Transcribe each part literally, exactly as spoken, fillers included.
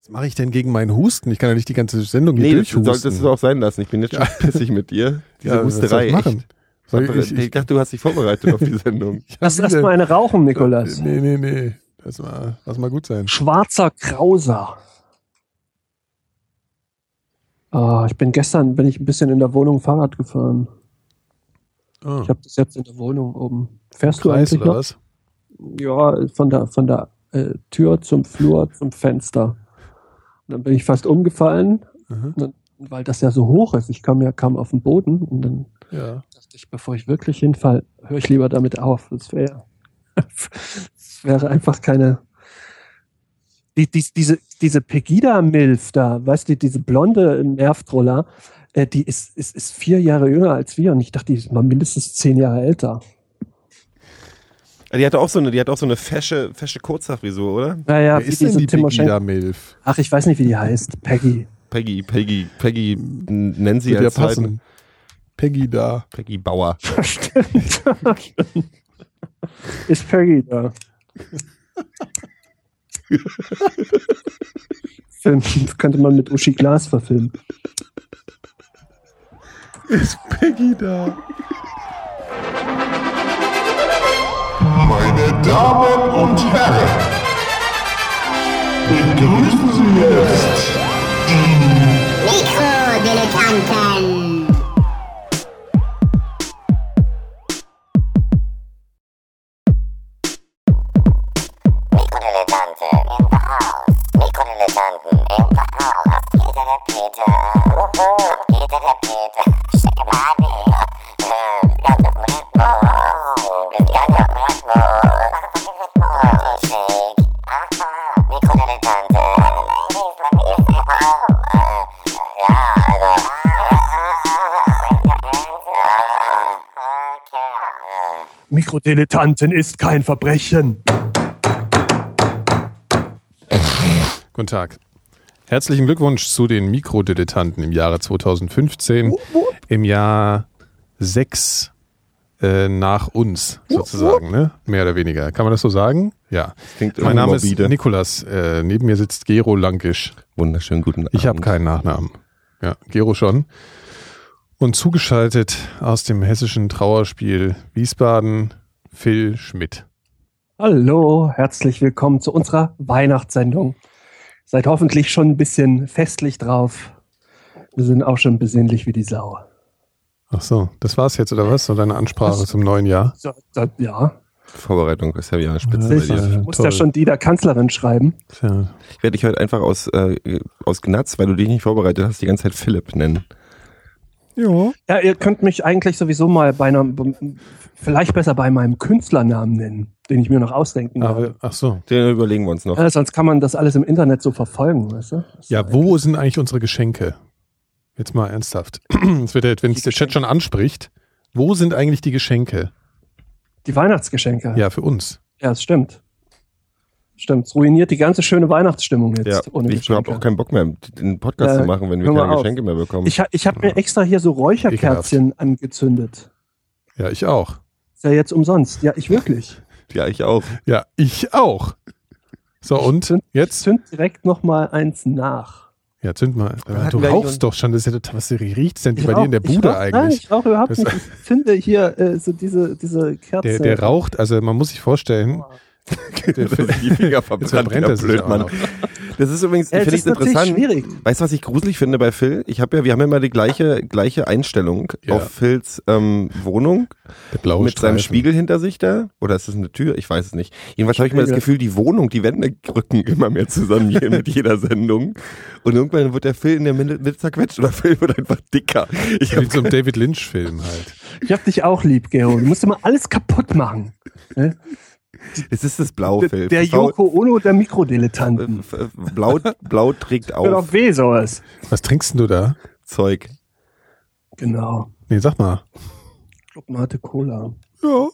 Was mache ich denn gegen meinen Husten? Ich kann ja nicht die ganze Sendung hier nee, durchhusten. Nee, solltest du auch sein lassen. Ich bin jetzt schon ja. pissig mit dir. Diese ja, Husterei. Was soll ich machen? Soll ich, ich, ich, ich dachte, du hast dich vorbereitet auf die Sendung. Lass erst mal eine rauchen, Nikolas. Nee, nee, nee. Lass mal, lass mal gut sein. Schwarzer Krauser. Oh, ich bin gestern, bin ich ein bisschen in der Wohnung Fahrrad gefahren. Oh. Ich habe das jetzt in der Wohnung oben. Fährst du eigentlich oder noch? Was? Ja, von der, von der äh, Tür zum Flur zum Fenster. Und dann bin ich fast umgefallen, mhm. dann, weil das ja so hoch ist. Ich kam ja kam auf den Boden und dann ja. dachte ich, bevor ich wirklich hinfall, höre ich lieber damit auf. Das wäre das wäre einfach keine... Die, die, diese, diese Pegida-Milf da, weißt du, diese blonde Nervtroller, äh, die ist, ist, ist vier Jahre jünger als wir und ich dachte, die ist mal mindestens zehn Jahre älter. Die hatte auch so eine, die hat auch so eine fesche, fesche Kurzhaarfrisur, oder? Naja, Wer ist denn die Pegida-Milf? Ach, ich weiß nicht, wie die heißt. Peggy. Peggy, Peggy, Peggy, nennen sie als passen. Peggy da. Peggy Bauer. Stimmt. Ist Peggy da. Film könnte man mit Uschi Glas verfilmen. Ist Peggy da? Meine Damen und Herren, begrüßen Sie jetzt die Mikrodilettanten. Mikrodilettanten in the house. Jeder der Peter. Wuhu, jeder der Peter. Schicke Mikrodilettanten ist kein Verbrechen. Guten Tag. Herzlichen Glückwunsch zu den Mikrodilettanten im Jahre zweitausendfünfzehn. Im Jahr sechs äh, nach uns sozusagen, ne? Mehr oder weniger. Kann man das so sagen? Ja. Mein Name morbide. ist Nikolas. Äh, neben mir sitzt Gero Lankisch. Wunderschönen guten Abend. Ich habe keinen Nachnamen. Ja, Gero schon. Und zugeschaltet aus dem hessischen Trauerspiel Wiesbaden, Phil Schmidt. Hallo, herzlich willkommen zu unserer Weihnachtssendung. Seid hoffentlich schon ein bisschen festlich drauf. Wir sind auch schon besinnlich wie die Sau. Ach so, das war's jetzt oder was? So deine Ansprache was? zum neuen Jahr? So, so, ja. Vorbereitung ist ja wieder eine Spitze. Ich, ich muss toll. ja schon die der Kanzlerin schreiben. Ja. Ich werde dich heute einfach aus, äh, aus Gnatz, weil du dich nicht vorbereitet hast, die ganze Zeit Philipp nennen. Ja. Ja, ihr könnt mich eigentlich sowieso mal bei einer, vielleicht besser bei meinem Künstlernamen nennen, den ich mir noch ausdenken habe. Ach so. Den überlegen wir uns noch. Ja, sonst kann man das alles im Internet so verfolgen, weißt du? Ja, wo sind eigentlich unsere Geschenke? Jetzt mal ernsthaft. Es wird, wenn es der Chat schon anspricht, wo sind eigentlich die Geschenke? Die Weihnachtsgeschenke. Ja, für uns. Ja, es stimmt. Stimmt, es ruiniert die ganze schöne Weihnachtsstimmung jetzt. Ja, ohne ich habe auch keinen Bock mehr, den Podcast ja, zu machen, wenn wir keine auf. Geschenke mehr bekommen. Ich, ich habe mir extra hier so Räucherkerzchen Ekelhaft. angezündet. Ja, ich auch. Ist ja jetzt umsonst. Ja, ich wirklich. Ja, ich auch. Ja, ich auch. So, und zünd, jetzt? Zünd direkt noch mal eins nach. Ja, zünd mal. Ja, du rauchst doch schon. Das ist ja total, was riecht denn bei rauch, dir in der Bude ich rauch, eigentlich? Nein, ich rauche überhaupt das nicht. Ich zünde hier äh, so diese, diese Kerze. Der, der raucht, also man muss sich vorstellen... Oh. Der die Finger verbrannt, der blöd, Mann. Das ist übrigens, ja, finde ich interessant. Schwierig. Weißt du, was ich gruselig finde bei Phil? Ich habe ja, wir haben ja immer die gleiche, gleiche Einstellung ja. auf Phils ähm, Wohnung. Der blaue mit Streifen. seinem Spiegel hinter sich da. Oder ist das eine Tür? Ich weiß es nicht. Jedenfalls habe ich mal das Gefühl, die Wohnung, die Wände rücken immer mehr zusammen hier mit jeder Sendung. Und irgendwann wird der Phil in der Mitte zerquetscht oder Phil wird einfach dicker. Ich Wie so ein David Lynch-Film halt. Ich hab dich auch lieb, Gero. Du musst immer alles kaputt machen. Ne? Es ist das Blaufilm. Der Yoko Ono der Mikrodilettanten. Blau, Blau trägt auf. Hört auf weh, sowas. Was trinkst du da? Zeug. Genau. Nee, sag mal. Clubmate Cola. Ja.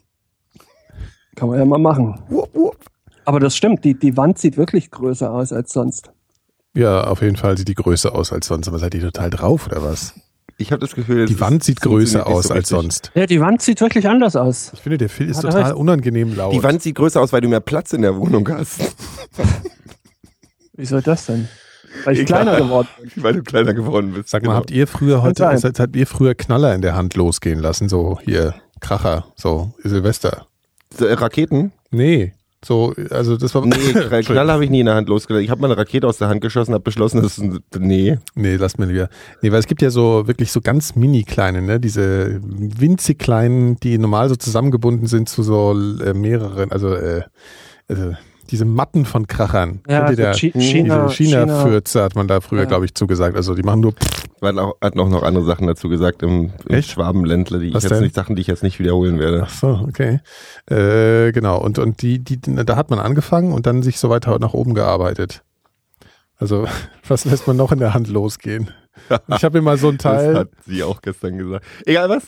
Kann man ja mal machen. Wupp, wupp. Aber das stimmt, die, die Wand sieht wirklich größer aus als sonst. Ja, auf jeden Fall sieht die größer aus als sonst. Aber seid ihr total drauf, oder was? Ich habe das Gefühl, die Wand sieht größer aus so als sonst. Ja, die Wand sieht wirklich anders aus. Ich finde, der Phil ist Hat total recht. unangenehm laut. Die Wand sieht größer aus, weil du mehr Platz in der Wohnung hast. Wie soll das denn? Weil ich Egal. kleiner geworden bin. Weil du kleiner geworden bist. Sag mal, genau. habt ihr früher Kann heute, sein. habt, habt ihr früher Knaller in der Hand losgehen lassen? So hier, Kracher, so Silvester. Äh, Raketen? Nee, so, also das war... Nee, Knall habe ich nie in der Hand losgelassen. Ich habe mal eine Rakete aus der Hand geschossen, habe beschlossen, das ist ein, nee. Nee, lass mir lieber. Nee, weil es gibt ja so wirklich so ganz mini kleine, ne, diese winzig kleinen, die normal so zusammengebunden sind zu so äh, mehreren, also äh, äh, diese Matten von Krachern. Ja, Kennt ihr so der, Chi- diese China- China-Fürze hat man da früher, Ja. glaube ich, zugesagt. Also die machen nur Man auch, hat noch, noch andere Sachen dazu gesagt im, im Echt? Schwabenländler, die ich Was jetzt denn? nicht, Sachen, die ich jetzt nicht wiederholen werde. Ach so, okay. Äh, genau. Und, und die, die, da hat man angefangen und dann sich so weiter nach oben gearbeitet. Also, was lässt man noch in der Hand losgehen? Ich habe mir mal so ein Das Teil, hat sie auch gestern gesagt. Egal was.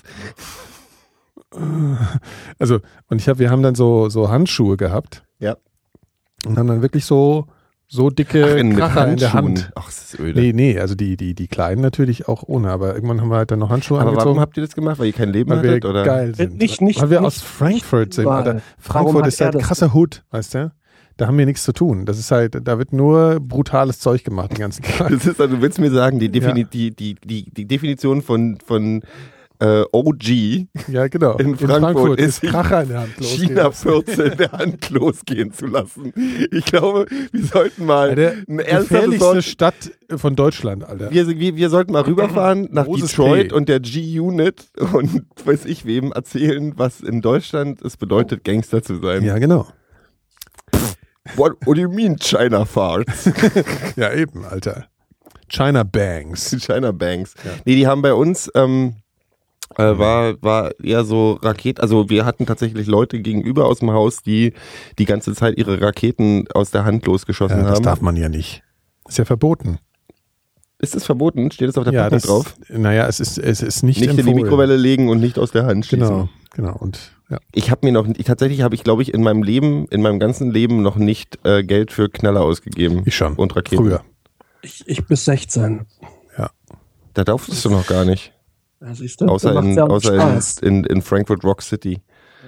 also, und ich habe, wir haben dann so, so Handschuhe gehabt. Ja. Und haben dann wirklich so, so dicke in, mit Kracher in der Handschuhen. Hand. Ach, das ist öde. Nee, nee, also die, die, die kleinen natürlich auch ohne, aber irgendwann haben wir halt dann noch Handschuhe Aber angezogen. warum habt ihr das gemacht? Weil ihr kein Leben Weil wir hattet? Oder? geil sind. Nicht- nicht- Weil wir nicht- aus Frankfurt sind. überall. Alter. Warum Frankfurt hat ist er halt das krasser Hut, weißt du? Da haben wir nichts zu tun. Das ist halt, da wird nur brutales Zeug gemacht den ganzen Tag. Das ist, also, du willst mir sagen, die, Defini Ja. die, die, die, die Definition von, von äh, O G, Ja, genau. In Frankfurt ist ist Kracher in der Hand los. China-Fürze in der Hand losgehen zu lassen. Ich glaube, wir sollten mal Der ein ernsthaftes gefährlichste Wort. Stadt von Deutschland, Alter. Wir, wir, wir sollten mal rüberfahren nach Großes Detroit P. und der G-Unit und weiß ich wem erzählen, was in Deutschland es bedeutet, Gangster zu sein. Ja, genau. What, what do you mean China Farts? Ja, eben, Alter. China Bangs. China Banks. Nee, die haben bei uns, ähm, äh, war, war eher so Raketen, also wir hatten tatsächlich Leute gegenüber aus dem Haus, die die ganze Zeit ihre Raketen aus der Hand losgeschossen Ja, das haben. darf man ja nicht. Ist ja verboten. Ist das verboten? Steht das auf der Ja, Packung das, drauf? naja, es ist, es ist nicht Nicht in die empfohlen. Mikrowelle legen und nicht aus der Hand schießen. Genau, genau. Und ja. Ich habe mir noch, ich, tatsächlich habe ich, glaube ich, in meinem Leben, in meinem ganzen Leben noch nicht äh, Geld für Knaller ausgegeben. Ich schon. Und Raketen. Früher. Ich, ich bis sechzehn. Da durftest du noch gar nicht. Ja, siehst du? Außer, Da macht's in, ja auch außer Spaß. in, in, in Frankfurt Rock City.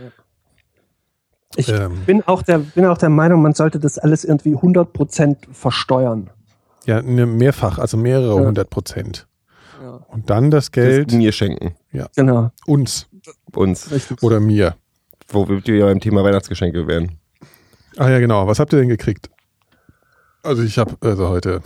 Ich Ähm. bin, auch der, bin auch der Meinung, man sollte das alles irgendwie hundert Prozent versteuern. Ja, ne, mehrfach, also mehrere Ja. hundert Prozent. Ja. Und dann das Geld Das mir schenken. Genau. uns Uns. Richtig. oder mir. Wo wir ja beim Thema Weihnachtsgeschenke wären. Ah ja, genau. Was habt ihr denn gekriegt? Also ich habe also heute.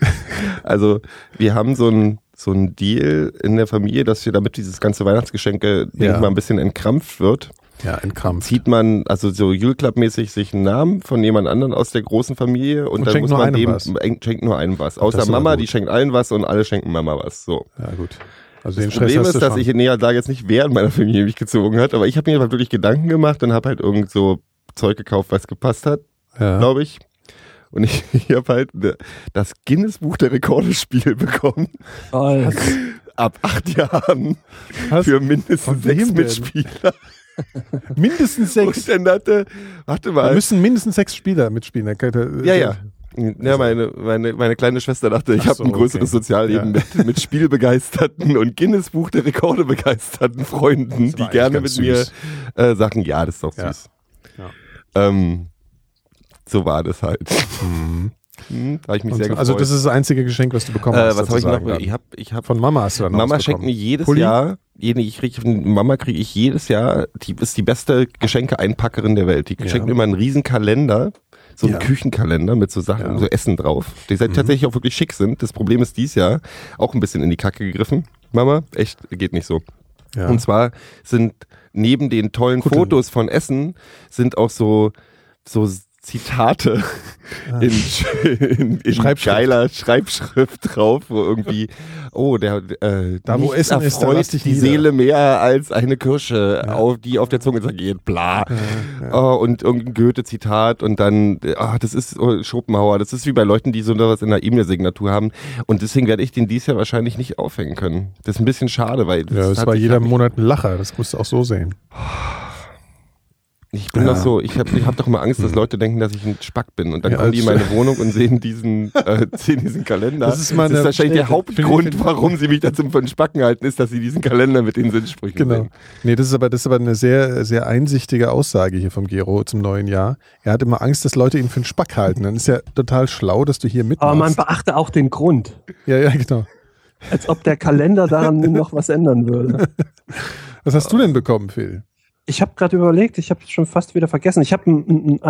Also wir haben so ein so ein Deal in der Familie, dass wir, damit dieses ganze Weihnachtsgeschenke Ja. ja. mal ein bisschen entkrampft wird, Ja, ein Krampf. zieht man also so Jule Club-mäßig sich einen Namen von jemand anderen aus der großen Familie und, Und dann schenkt muss nur man einem dem was. eng- schenkt nur einem was. Das Außer ist aber Mama, gut. die schenkt allen was und alle schenken Mama was. So. Ja, gut. Also Das den Stress Problem hast ist, du dass schon. ich, nee, da jetzt nicht wer in meiner Familie mich gezogen hat, aber ich habe mir halt wirklich Gedanken gemacht und habe halt irgend so Zeug gekauft, was gepasst hat, ja. glaube ich. Und ich, ich habe halt ne, das Guinness-Buch der Rekorde-Spiel bekommen. Toll. Ab acht Jahren Was? für mindestens Von wem sechs denn? Mitspieler. Mindestens sechs. Und dann hatte, warte Da mal. müssen mindestens sechs Spieler mitspielen. Da könnte- Ja, ja. Ja, meine, meine, meine kleine Schwester dachte, ich Ach habe so, ein größeres okay. Sozialleben Ja. mit, mit Spielbegeisterten und Guinness-Buch der Rekorde begeisterten Freunden, Das war die gerne eigentlich mit ganz mir äh, sagen, ja, das ist doch Ja. süß. Ja. Ähm, so war das halt. Mhm. Hm, da habe ich mich Und sehr so- gefreut. also das ist das einzige Geschenk, was du bekommen äh, hast. was habe ich noch? sozusagen. Ich habe, ich habe Von Mama hast du dann noch Mama was schenkt mir bekommen. jedes Pulli? Jahr, jede, ich krieg, von Mama kriege ich jedes Jahr, die ist die beste Geschenke-Einpackerin der Welt. Die Ja. schenkt mir immer einen riesen Kalender, so einen Ja. Küchenkalender mit so Sachen, Ja. so Essen drauf, die mhm. tatsächlich auch wirklich schick sind. Das Problem ist dies Jahr auch ein bisschen in die Kacke gegriffen. Mama, echt, geht nicht so. Ja. Und zwar sind neben den tollen Gute. Fotos von Essen sind auch so, so Zitate Ah. in, in, in Schreibschrift. geiler Schreibschrift drauf, wo irgendwie, oh, der, äh, Da, wo nichts Essen ist, da erfreut lass dich die nieder. Seele mehr als eine Kirsche, Ja. auf, die auf der Zunge zergeht, bla. Ja, ja. Oh, und irgendein Goethe-Zitat und dann, ah, das ist oh, Schopenhauer, das ist wie bei Leuten, die so was in der E-Mail-Signatur haben und deswegen werde ich den dies Jahr wahrscheinlich nicht aufhängen können. Das ist ein bisschen schade, weil Ja, das hat war sich- jeder hat mich- Monat ein Lacher, das musst du auch so sehen. Ich bin Ja. doch so, ich habe ich hab doch immer Angst, dass Leute denken, dass ich ein Spack bin. Und dann Ja, kommen die in das- meine Wohnung und sehen diesen, äh, sehen diesen Kalender. Das ist meine- wahrscheinlich der ich Hauptgrund, finde- warum sie mich dazu für einen Spacken halten, ist, dass sie diesen Kalender mit den Sinnsprüchen Genau. sehen. Nee, das ist aber, das ist aber eine sehr, sehr einsichtige Aussage hier vom Gero zum neuen Jahr. Er hat immer Angst, dass Leute ihn für einen Spack halten. Dann ist ja total schlau, dass du hier mitmachst. Aber man beachte auch den Grund. ja, ja, genau. Als ob der Kalender daran noch was ändern würde. Was hast du denn bekommen, Phil? Ich habe gerade überlegt, ich habe es schon fast wieder vergessen. Ich habe ein, ein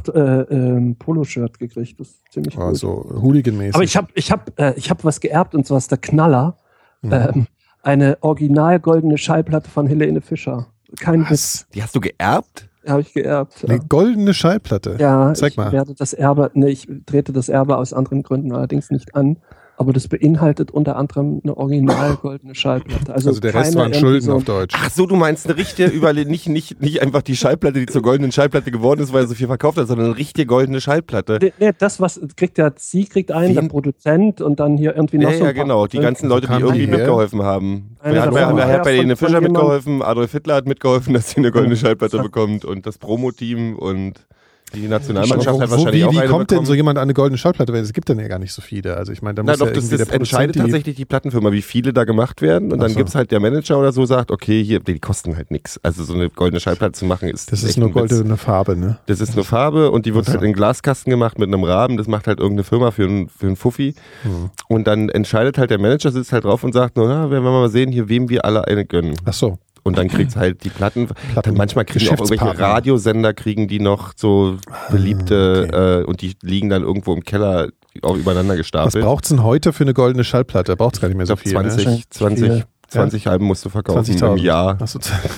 Eintracht-Polo-Shirt gekriegt. Das ist ziemlich gut. Also Hooligan-mäßig. Aber ich habe ich hab, äh, ich hab was geerbt, und zwar ist der Knaller. Mhm. Ähm, eine original goldene Schallplatte von Helene Fischer. Kein Witz, Was? Die hast du geerbt? habe ich geerbt. Eine goldene Schallplatte? Ja, Zeig ich mal. werde das Erbe, ne, ich trete das Erbe aus anderen Gründen allerdings nicht an. Aber das beinhaltet unter anderem eine original goldene Schallplatte. Also, Also der Rest keine waren irgendwie Schulden so, auf Deutsch. Ach so, du meinst eine richtige, überle nicht, nicht, nicht einfach die Schallplatte, die zur goldenen Schallplatte geworden ist, weil er so viel verkauft hat, sondern eine richtige goldene Schallplatte. Ne, ne, das, was kriegt ja, sie kriegt einen, Wen? der Produzent, und dann hier irgendwie noch Ja, so ja, ein paar- genau. Die ganzen Leute, die kamen irgendwie die her? mitgeholfen haben. Einer Wer hat, wer, davon wer war hat ja bei von- Helene von Fischer jemand- mitgeholfen? Adolf Hitler hat mitgeholfen, dass sie eine goldene Schallplatte Ja. bekommt und das Promo-Team und die Aber Nationalmannschaft hat wo, wahrscheinlich wie auch wie eine kommt denn bekommen. so jemand an eine goldene Schallplatte? Weil es gibt dann ja gar nicht so viele. Also ich meine, da Na muss doch, ja das, irgendwie das der entscheidet Produzent die- tatsächlich die Plattenfirma, wie viele da gemacht werden. Und Ach dann so. gibt's halt der Manager oder so, sagt, okay, hier, die kosten halt nichts. Also so eine goldene Schallplatte zu machen, ist Das ist echt nur ein Witz. goldene Farbe, ne? Das ist eine Farbe und die wird Ach so. halt in Glaskasten gemacht mit einem Rahmen. Das macht halt irgendeine Firma für einen, für einen Fuffi. Hm. Und dann entscheidet halt der Manager, sitzt halt drauf und sagt, na, werden wir mal sehen, hier, wem wir alle eine gönnen. Ach so. Und dann kriegt's halt die Platten. Platten- Manchmal kriegen auch irgendwelche Geschäftspartner. Radiosender, kriegen die noch so beliebte okay. äh, und die liegen dann irgendwo im Keller auch übereinander Was gestapelt. braucht's denn heute für eine goldene Schallplatte? Braucht's gar nicht mehr Ich so glaube viel, zwanzig, ne? zwanzig, Viel. zwanzig Alben musst du verkaufen im zwanzigtausend. Jahr. Ach so.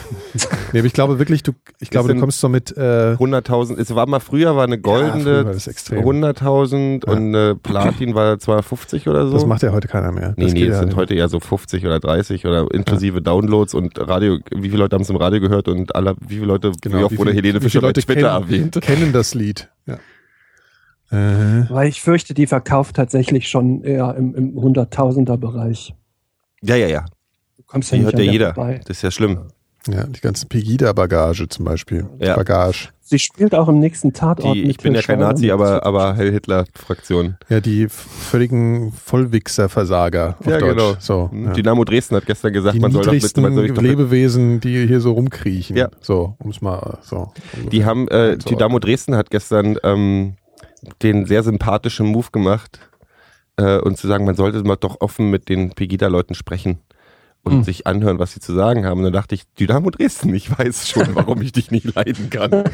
Nee, aber ich glaube wirklich, du, ich glaube, du sind- kommst so mit, äh, hunderttausend, es war mal früher, war eine Ja, früher goldene war das extrem. hunderttausend Ja. und eine Platin war zweihundertfünfzig oder so. das macht ja heute keiner mehr. Nee, Das nee, geht es ja sind nicht. heute eher so fünfzig oder dreißig oder inklusive Downloads und Radio. Wie viele Leute haben es im Radio gehört und alle, wie viele Leute, Genau, wie oft wie wurde viel- Helene wie Fischer viele bei Leute Twitter kennen- erwähnt? kennen das Lied. Ja. Äh, Weil ich fürchte, die verkauft tatsächlich schon eher im, im Hunderttausender-Bereich. Ja, ja, ja. Du kommst ja Die nicht hört an ja der jeder. vorbei. Das ist ja schlimm. ja, die ganzen Pegida-Bagage zum Beispiel. Ja. Bagage. Sie spielt auch im nächsten Tatort Die, mit ich bin Til ja kein Schweiger Nazi, mit. aber, aber Heil-Hitler-Fraktion. Ja, die völligen Vollwichser-Versager auf Ja, Deutsch. genau. So, Hm. ja. Dynamo Dresden hat gestern gesagt, Die man soll doch mit, niedrigsten man soll doch mit Lebewesen, die hier so rumkriechen. Ja. So, um es mal so. Die haben, äh, So. Dynamo Dresden hat gestern ähm, den sehr sympathischen Move gemacht äh, und zu sagen, man sollte mal doch offen mit den Pegida-Leuten sprechen und Hm. sich anhören, was sie zu sagen haben. Und dann dachte ich, Dynamo Dresden, ich weiß schon, warum ich dich nicht leiden kann.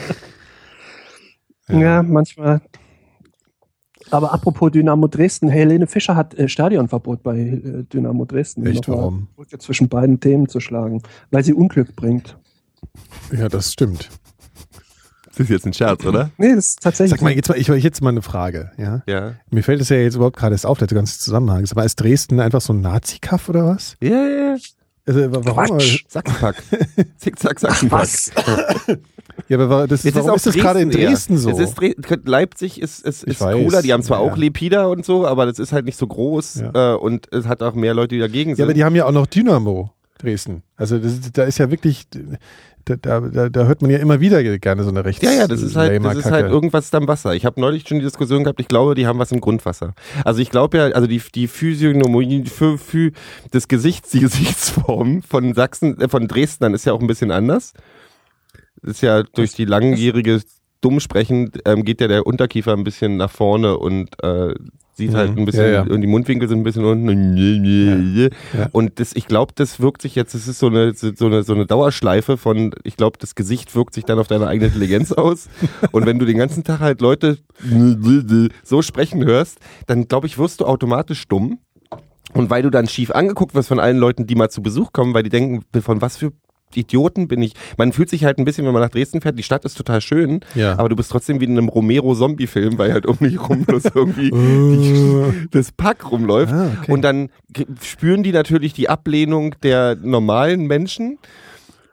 Ja, manchmal. Aber apropos Dynamo Dresden, Helene Fischer hat äh, Stadionverbot bei äh, Dynamo Dresden. Echt, Nochmal warum? Brücke zwischen beiden Themen zu schlagen, weil sie Unglück bringt. Ja, das stimmt. Das ist jetzt ein Scherz, oder? Nee, das ist tatsächlich. Sag mal, jetzt mal, ich habe jetzt mal eine Frage. Ja? Ja. Mir fällt es ja jetzt überhaupt gerade erst auf, der ganze Zusammenhang. Aber ist Dresden einfach so ein Nazi-Kaff oder was? Ja, ja, ja. Also, warum? Quatsch. Sachsenpack. Zickzack, Sachsenpack. Was? Ja, aber wa- das, Es warum auch ist das gerade in eher. Dresden so? Es ist Dre Leipzig ist, ist, Ich ist weiß, cooler, die haben zwar ja. auch Lepida und so, aber das ist halt nicht so groß Ja. äh, und es hat auch mehr Leute, die dagegen Ja, sind. aber die haben ja auch noch Dynamo Dresden. Also das, da ist ja wirklich, da, da, da da hört man ja immer wieder gerne so eine rechts Ja, ja, das ist halt, lamer das ist Kacke. halt irgendwas am Wasser. Ich habe neulich schon die Diskussion gehabt, ich glaube, die haben was im Grundwasser. Also ich glaube ja, also die, die Physiognomie, für, für das Gesichts, die Gesichtsform von Sachsen, äh, von Dresdnern ist ja auch ein bisschen anders. Das ist ja durch die langjährige Dummsprechen, ähm, geht ja der Unterkiefer ein bisschen nach vorne und äh, sieht Mhm. halt ein bisschen, Ja, ja. und die Mundwinkel sind ein bisschen unten. Ja. Und das, ich glaube, das wirkt sich jetzt, das ist so eine, so eine, so eine Dauerschleife von, ich glaube, das Gesicht wirkt sich dann auf deine eigene Intelligenz aus. Und wenn du den ganzen Tag halt Leute so sprechen hörst, dann glaube ich, wirst du automatisch dumm. Und weil du dann schief angeguckt wirst von allen Leuten, die mal zu Besuch kommen, weil die denken, von was für Idioten bin ich. Man fühlt sich halt ein bisschen, wenn man nach Dresden fährt, die Stadt ist total schön, Ja. aber du bist trotzdem wie in einem Romero-Zombie-Film, weil halt um dich rum bloß irgendwie die, das Pack rumläuft. Ah, okay. Und dann k- spüren die natürlich die Ablehnung der normalen Menschen.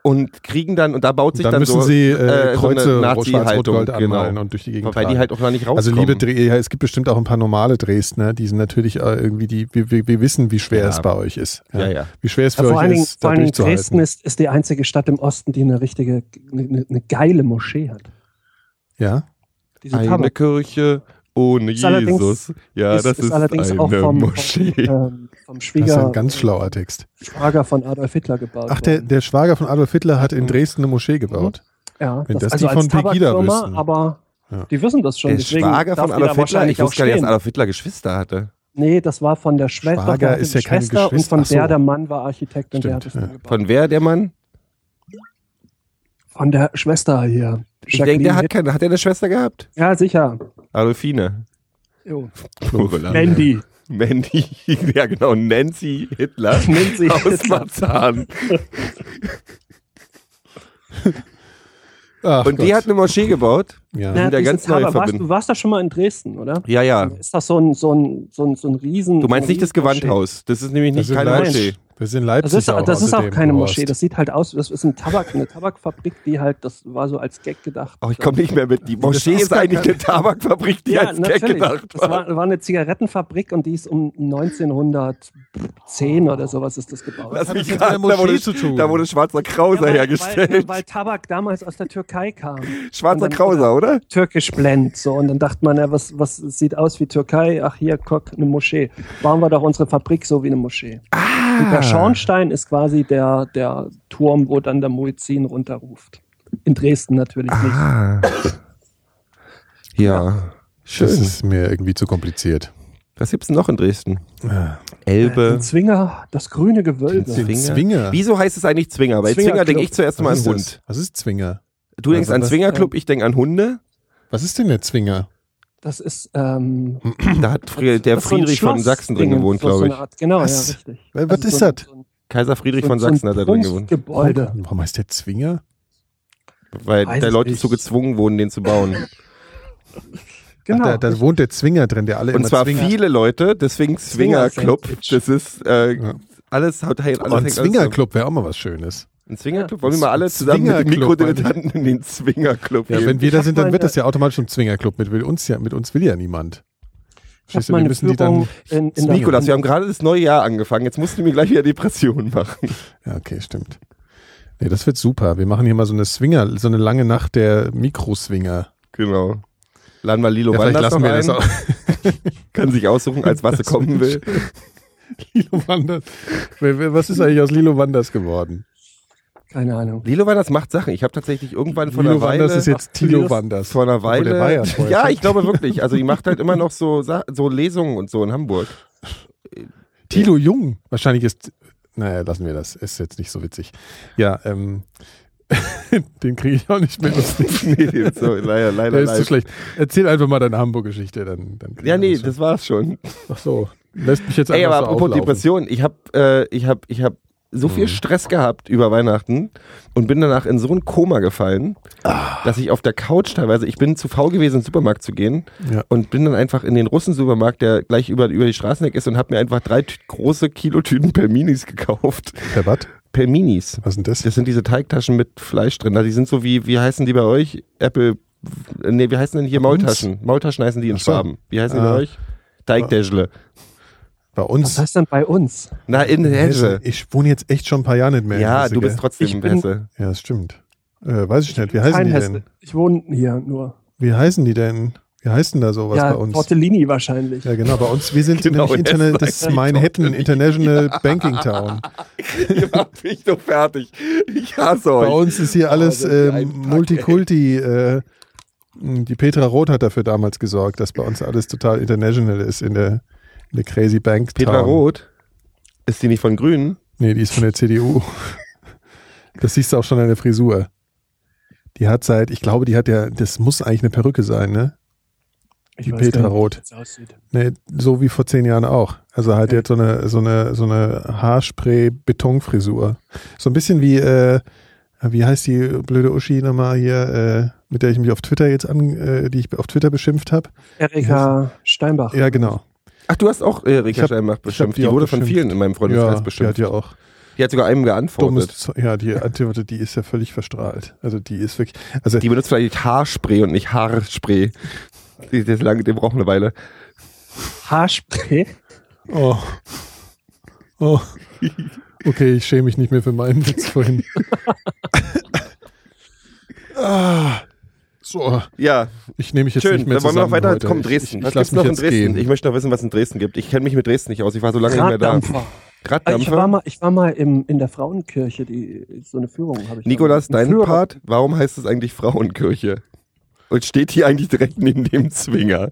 und kriegen dann, und da baut sich dann, dann, müssen so, sie äh, äh, so Kreuze eine schwarz-rot-gold Nazi-Haltung, anmalen genau. und durch die Gegend Weil die tragen. halt auch noch nicht Also rauskommen. liebe Dreh, ja, es gibt bestimmt auch ein paar normale Dresdner, die sind natürlich äh, irgendwie, die, wir, wir, wir wissen, wie schwer Ja. es bei euch ist. Ja, ja. Wie schwer es Ja, für vor euch allen Dingen, ist, vor da allen Dingen Dresden durchzuhalten. ist, ist die einzige Stadt im Osten, die eine richtige, eine, eine geile Moschee hat. Ja? Diese Eine Tabak- Kirche ohne Ist allerdings- Jesus. Ja, ist, das ist ist, allerdings eine auch vom, Moschee. vom, ähm, vom Das ist Schwieger, ein ganz schlauer Text. Schwager von Adolf Hitler gebaut. Ach, der, worden. der Schwager von Adolf Hitler hat in Dresden eine Moschee gebaut. ja, wenn das also die als von Pegida Tabakfirma, wüssten. Aber Ja. die wissen das schon. Der deswegen Schwager darf von die da Adolf Hitler? Ich wahrscheinlich auch wusste gar nicht, dass stehen. Adolf Hitler Geschwister hatte. Nee, das war von der Schwester. Schwager der hatte ist ja eine keine Schwester und Geschwister. von Ach so. der der Mann war Architekt und der hat Stimmt, das ja. dann gebaut. Von wer, der Mann? Von der Schwester hier. Ich denke, Jacqueline der hat Hitt- keine, hat er eine Schwester gehabt? Ja, sicher. Adolfine. Jo. Plurala. Mandy. Mandy, ja genau, Nancy Hitler Nancy aus Hitler. Marzahn. Ach Und die Gott. hat eine Moschee gebaut. ja. sind ja diese ganz neue Tabak- warst, Verbindungen. du warst da schon mal in Dresden, oder? Ja, ja. Ist das so ein, so ein, so ein, so ein Riesen... Du meinst so ein nicht das Riesenmoschee? Gewandhaus. Das ist nämlich Das nicht ist keine Leipzig. Moschee. Das ist in Das Leipzig ist, das ist auch außerdem, keine du Moschee, Horst. das sieht halt aus, das ist ein Tabak, eine Tabakfabrik, die halt, das war so als Gag gedacht. Oh, ich komme nicht mehr mit. Die Moschee ist ist gar eigentlich keine- eine Tabakfabrik, die Ja, als Gag natürlich. gedacht Das war. war, war eine Zigarettenfabrik und die ist um neunzehnhundertzehn oder sowas ist das gebaut. Lass hat mich das jetzt mit der raten, da wurde, Moschee zu tun? da wurde schwarzer Krauser weil, hergestellt. Weil, weil Tabak damals aus der Türkei kam. schwarzer Und dann- Krauser, oder? Türkisch Blend. So, und dann dachte man, ja, was, was sieht aus wie Türkei? Ach, hier, guck, eine Moschee. Bauen wir doch unsere Fabrik so wie eine Moschee. Ah. Und der Schornstein ist quasi der, der Turm, wo dann der Muezzin runterruft. In Dresden natürlich nicht. Ah. Ja. Schön. Das ist mir irgendwie zu kompliziert. Was gibt's denn noch in Dresden? Ah. Elbe. Den Zwinger, das grüne Gewölbe. Den Zwinger. Wieso heißt es eigentlich Zwinger? Bei Zwinger, Zwinger denke Club. ich zuerst mal Was an ist das? Hund. Was ist Zwinger? Du denkst Also an was- Zwingerclub, ich denke an Hunde. Was ist denn der Zwinger? Das ist der Da hat Fri der Friedrich von Sachsen drin gewohnt, glaube ich. Genau, Was? ja, richtig. Was Also ist so ein- das? so ein- Kaiser Friedrich so- von so ein Sachsen hat da drin gewohnt. Prunkgebäude. Warum heißt der Zwinger? Weil Weiß da ich Leute nicht. zu gezwungen wurden, den zu bauen. Genau. Ach, da, da wohnt der Zwinger drin, der alle Und immer zwar zwingt. viele Leute, deswegen Zwingerclub. Sandwich. Das ist äh, Ja. alles, haut alles Oh, ein hängt alles Zwingerclub wäre auch mal was Schönes. zusammen. Ein Zwingerclub? Wollen wir mal alle zusammen mit den Zwingerclub, Mikrodilettanten in den Zwingerclub Ja, gehen? wenn wir da hab sind, dann meine- wird das ja automatisch ein Zwingerclub. Mit, will uns ja, mit uns will ja niemand. Ich habe Verstehst du, wir meine müssen die Führung dann. in, in der- Nikolas, wir haben gerade das neue Jahr angefangen. Jetzt musst du mir gleich wieder Depressionen machen. Ja, okay, stimmt. Nee, das wird super. Wir machen hier mal so eine Swinger, so eine lange Nacht der Mikroswinger. Genau. Laden wir Lilo Ja, vielleicht Wanders lassen noch wir das ein. auch. Kann sich aussuchen, als was er Das kommen will. wird Lilo Wanders. Wer- wer- Was ist eigentlich aus Lilo Wanders geworden? Keine Ahnung. Lilo Wanders macht Sachen. Ich habe tatsächlich irgendwann vor Lilo einer Weile... Wanders ist jetzt Ach, du Tilo das- Wanders. Vor einer Obwohl, der war Weile. ja vorher Ja, schon. ich glaube wirklich. Also die macht halt immer noch so, Sa- so Lesungen und so in Hamburg. Tilo Jung. Wahrscheinlich ist. Naja, lassen wir das. Ist jetzt nicht so witzig. Ja, ähm. den kriege ich auch nicht mit. Nee, so, leider, leider, Der ist zu leider. schlecht. Erzähl einfach mal deine Hamburg-Geschichte, dann, dann kriegen Ja, wir nee, das das war's schon. Ach so. Lässt mich jetzt Ey, einfach aber so apropos auflaufen. Depression, ich habe äh, ich hab, ich hab so viel Mhm. Stress gehabt über Weihnachten und bin danach in so ein Koma gefallen, Ah. dass ich auf der Couch teilweise, ich bin zu faul gewesen, in den Supermarkt zu gehen Ja. und bin dann einfach in den Russensupermarkt, der gleich über, über die Straßenecke ist und habe mir einfach drei Tü- große Kilotüten Pelminis gekauft. Der was? Pelminis. Was ist denn das? Das sind diese Teigtaschen mit Fleisch drin. Die sind so wie, wie heißen die bei euch? Apple, nee, wie heißen denn hier Bei uns? Maultaschen? Maultaschen heißen die in Ach so. Schwaben. Wie heißen die Ah. bei euch? Teigtäschle. Bei Was uns. heißt denn bei uns? Na, in Hesse. Ich wohne jetzt echt schon ein paar Jahre nicht mehr. in Ja, Hesse, du bist gell? trotzdem Ich in bin- Hesse. Ja, das stimmt. Äh, weiß ich nicht. Wie heißen Kein die Hesse. denn? Ich wohne hier nur. Wie heißen die denn? Wie heißt denn da sowas ja, bei uns? Tortellini wahrscheinlich. Ja, genau, bei uns, wir sind Genau, nämlich Internet, jetzt das ist weiß ich Manhattan Tortellini. International Banking Town. Ihr macht mich doch fertig. Ich hasse Bei euch. uns ist hier alles Oh, das ist äh, ein Pack, Multikulti. Äh, die Petra Roth hat dafür damals gesorgt, dass bei uns alles total international ist in der, in der Crazy Bank Town. Petra Roth, ist die nicht von Grünen? Nee, die ist von der C D U. Das siehst du auch schon an der Frisur. Die hat seit, ich glaube, die hat ja, das muss eigentlich eine Perücke sein, ne? Ich die weiß Petra gar nicht, wie Roth. das aussieht. Nee, so wie vor zehn Jahren auch. Also halt jetzt so eine, so eine, so eine Haarspray-Betonfrisur. So ein bisschen wie, äh, wie heißt die blöde Uschi nochmal hier, äh, mit der ich mich auf Twitter jetzt an, äh, die ich auf Twitter beschimpft habe. Erika Steinbach. Ja, genau. Ach, du hast auch äh, Rika Ich hab- Steinbach ich hab beschimpft. die Die auch wurde von beschimpft. vielen in meinem Freundeskreis Ja, die beschimpft. hat ja auch, Die hat sogar einem geantwortet. dummes, ja, die Antwort, die ist ja völlig verstrahlt. Also die ist wirklich, also Die benutzt vielleicht Haarspray und nicht Haarspray. Die, die, lange, die braucht eine Weile. Haarspray? oh, oh, okay, ich schäme mich nicht mehr für meinen Witz vorhin. ah, so, Ja, ich nehme mich jetzt schön. nicht mehr Dann wollen wir noch zusammen weiter. heute. Komm, Ich- Dresden. Ich, Was ich lass gibt's noch mich in jetzt Dresden? gehen. Ich möchte noch wissen, was in Dresden gibt. Ich kenne mich mit Dresden nicht aus. Ich war so lange nicht mehr da. Raddampfer. Ich Raddampfer. war mal, ich war mal im, in der Frauenkirche, die, so eine Führung habe ich. da Nikolas, gemacht. Ein dein Führer. Part, warum heißt es eigentlich Frauenkirche? Und steht hier eigentlich direkt neben dem Zwinger?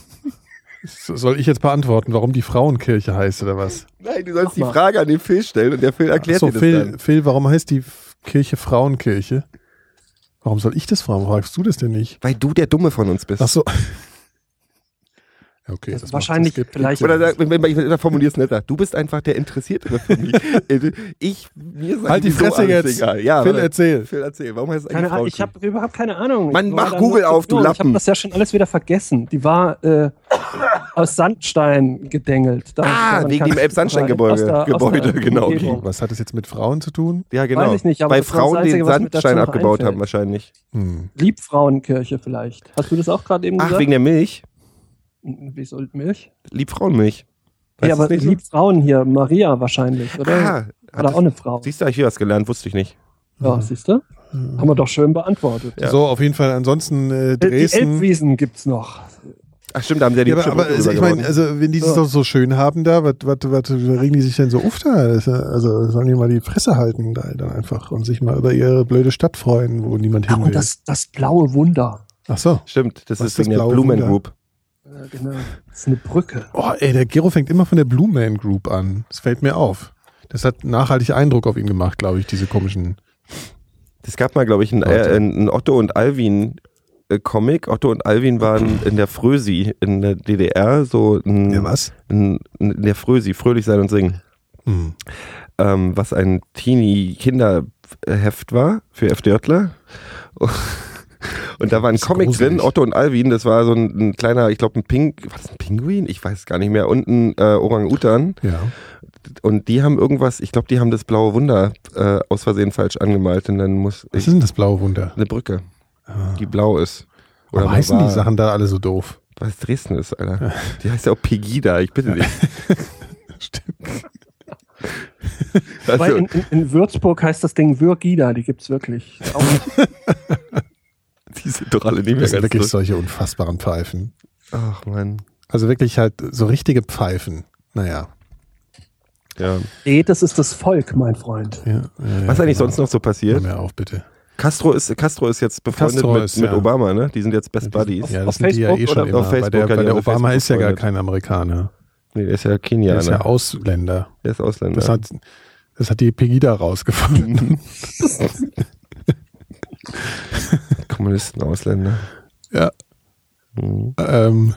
Soll ich jetzt beantworten, warum die Frauenkirche heißt oder was? Nein, du sollst Mach die mal. Frage an den Phil stellen und der Phil erklärt Ach so, dir das Phil, dann. Phil, warum heißt die Kirche Frauenkirche? Warum soll ich das fragen? Fragst du das denn nicht? Weil du der Dumme von uns bist. Ach so. Ja, okay, Das das ist wahrscheinlich macht, das gibt- vielleicht- Oder sag- wenn, wenn, ich da formuliere es netter. Du bist einfach der Interessiertere für mich. ich, mir ist Halt die eigentlich so Fresse alles jetzt. egal. Ja, Phil, warte. erzähl. Phil, erzähl. Warum heißt es Keine eigentlich Ahnung, ich Frauenkirche? habe überhaupt keine Ahnung. Mann, Ich mach war da Google nur auf, du Führung. Ich Lappen. habe das ja schon alles wieder vergessen. Die war äh, aus Sandstein gedengelt. Da, Ah, daran wegen kann dem ich- Elbsandsteingebäude. aus der- aus der Gebäude, genau. Umgebung. Was hat das jetzt mit Frauen zu tun? Ja, genau. Weiß ich nicht, aber Weil das war das Frauen Einzige, den was mir dazu Sandstein noch abgebaut einfällt. haben wahrscheinlich. Hm. Liebfrauenkirche vielleicht. Hast du das auch gerade eben Ach, gesagt? wegen der Milch? Wieso Milch? Liebfrauenmilch. Ja, Weißt aber du's nicht so? Liebfrauen hier, Maria wahrscheinlich, oder? Ah, hat oder das- auch eine Frau. Siehst du, ich hier was gelernt, wusste ich nicht. Ja, siehst du? Haben wir doch schön beantwortet. Ja. So, auf jeden Fall. Ansonsten äh, Die Dresden. Elbwiesen gibt's noch. Ach stimmt, da haben sie ja die Ja, aber, hübsche aber Brücke also, ich rübergebaut. meine, also wenn die das Ja. doch so schön haben da, was, was, was regen die sich denn so auf da? Das ist ja- Also sollen die mal die Fresse halten da dann einfach und sich mal über ihre blöde Stadt freuen, wo niemand Ja, hin will. und das, das blaue Wunder. Ach so. Stimmt, das Was ist ist das wegen der blaue Blumen Wunder? Group. Ja, genau. Das ist eine Brücke. Oh, ey, der Gero fängt immer von der Blue Man Group an. Das fällt mir auf. Das hat nachhaltig Eindruck auf ihn gemacht, glaube ich, diese komischen. Es gab mal, glaube ich, einen, äh, einen Otto und Alvin äh, Comic. Otto und Alvin waren in der Frösi in der D D R, so ein, Ja, was? in, in der Frösi, Fröhlich sein und singen. Hm. Ähm, was ein Teenie-Kinderheft war für FDJler. Und da war ein Das ist Comic gruselig. drin, Otto und Alvin, das war so ein, ein kleiner, ich glaube ein Ping, war das ein Pinguin? Ich weiß gar nicht mehr. Und ein äh, Orang-Utan. Ja. Und die haben irgendwas, ich glaube, die haben das blaue Wunder äh, aus Versehen falsch angemalt und dann muss Was ich, ist denn das blaue Wunder? eine Brücke, Ah. die blau ist. Warum mal heißen war. die Sachen da alle so doof? Weil es Dresden ist, Alter. Die heißt ja auch Pegida, ich bitte dich. Stimmt. Weil Also, in, in, in Würzburg heißt das Ding Würgida, die gibt's wirklich. Auch die sind doch alle nicht mehr Das sind ganz wirklich lustig. solche unfassbaren Pfeifen. Ach man. Also wirklich halt so richtige Pfeifen. Naja. Ja. nee, das ist das Volk, mein Freund. Ja, ja, Was ja, eigentlich genau. sonst noch so Hör passiert? mir auf, bitte. Castro ist, Castro ist jetzt befreundet Castro mit, ist, mit ja. Obama, ne? Die sind jetzt Best Buddies. Ja, Auf das sind die ja eh Facebook schon oder immer. auf Bei Facebook, der, ja, bei die der haben Obama Facebook ist ja gar befreundet. kein Amerikaner. Nee, der ist ja Der Kenianer. ist ja Ausländer. Der ist Ausländer. Das hat, das hat die Pegida rausgefunden. Kommunisten, Ausländer. Ja. Mhm. Ähm,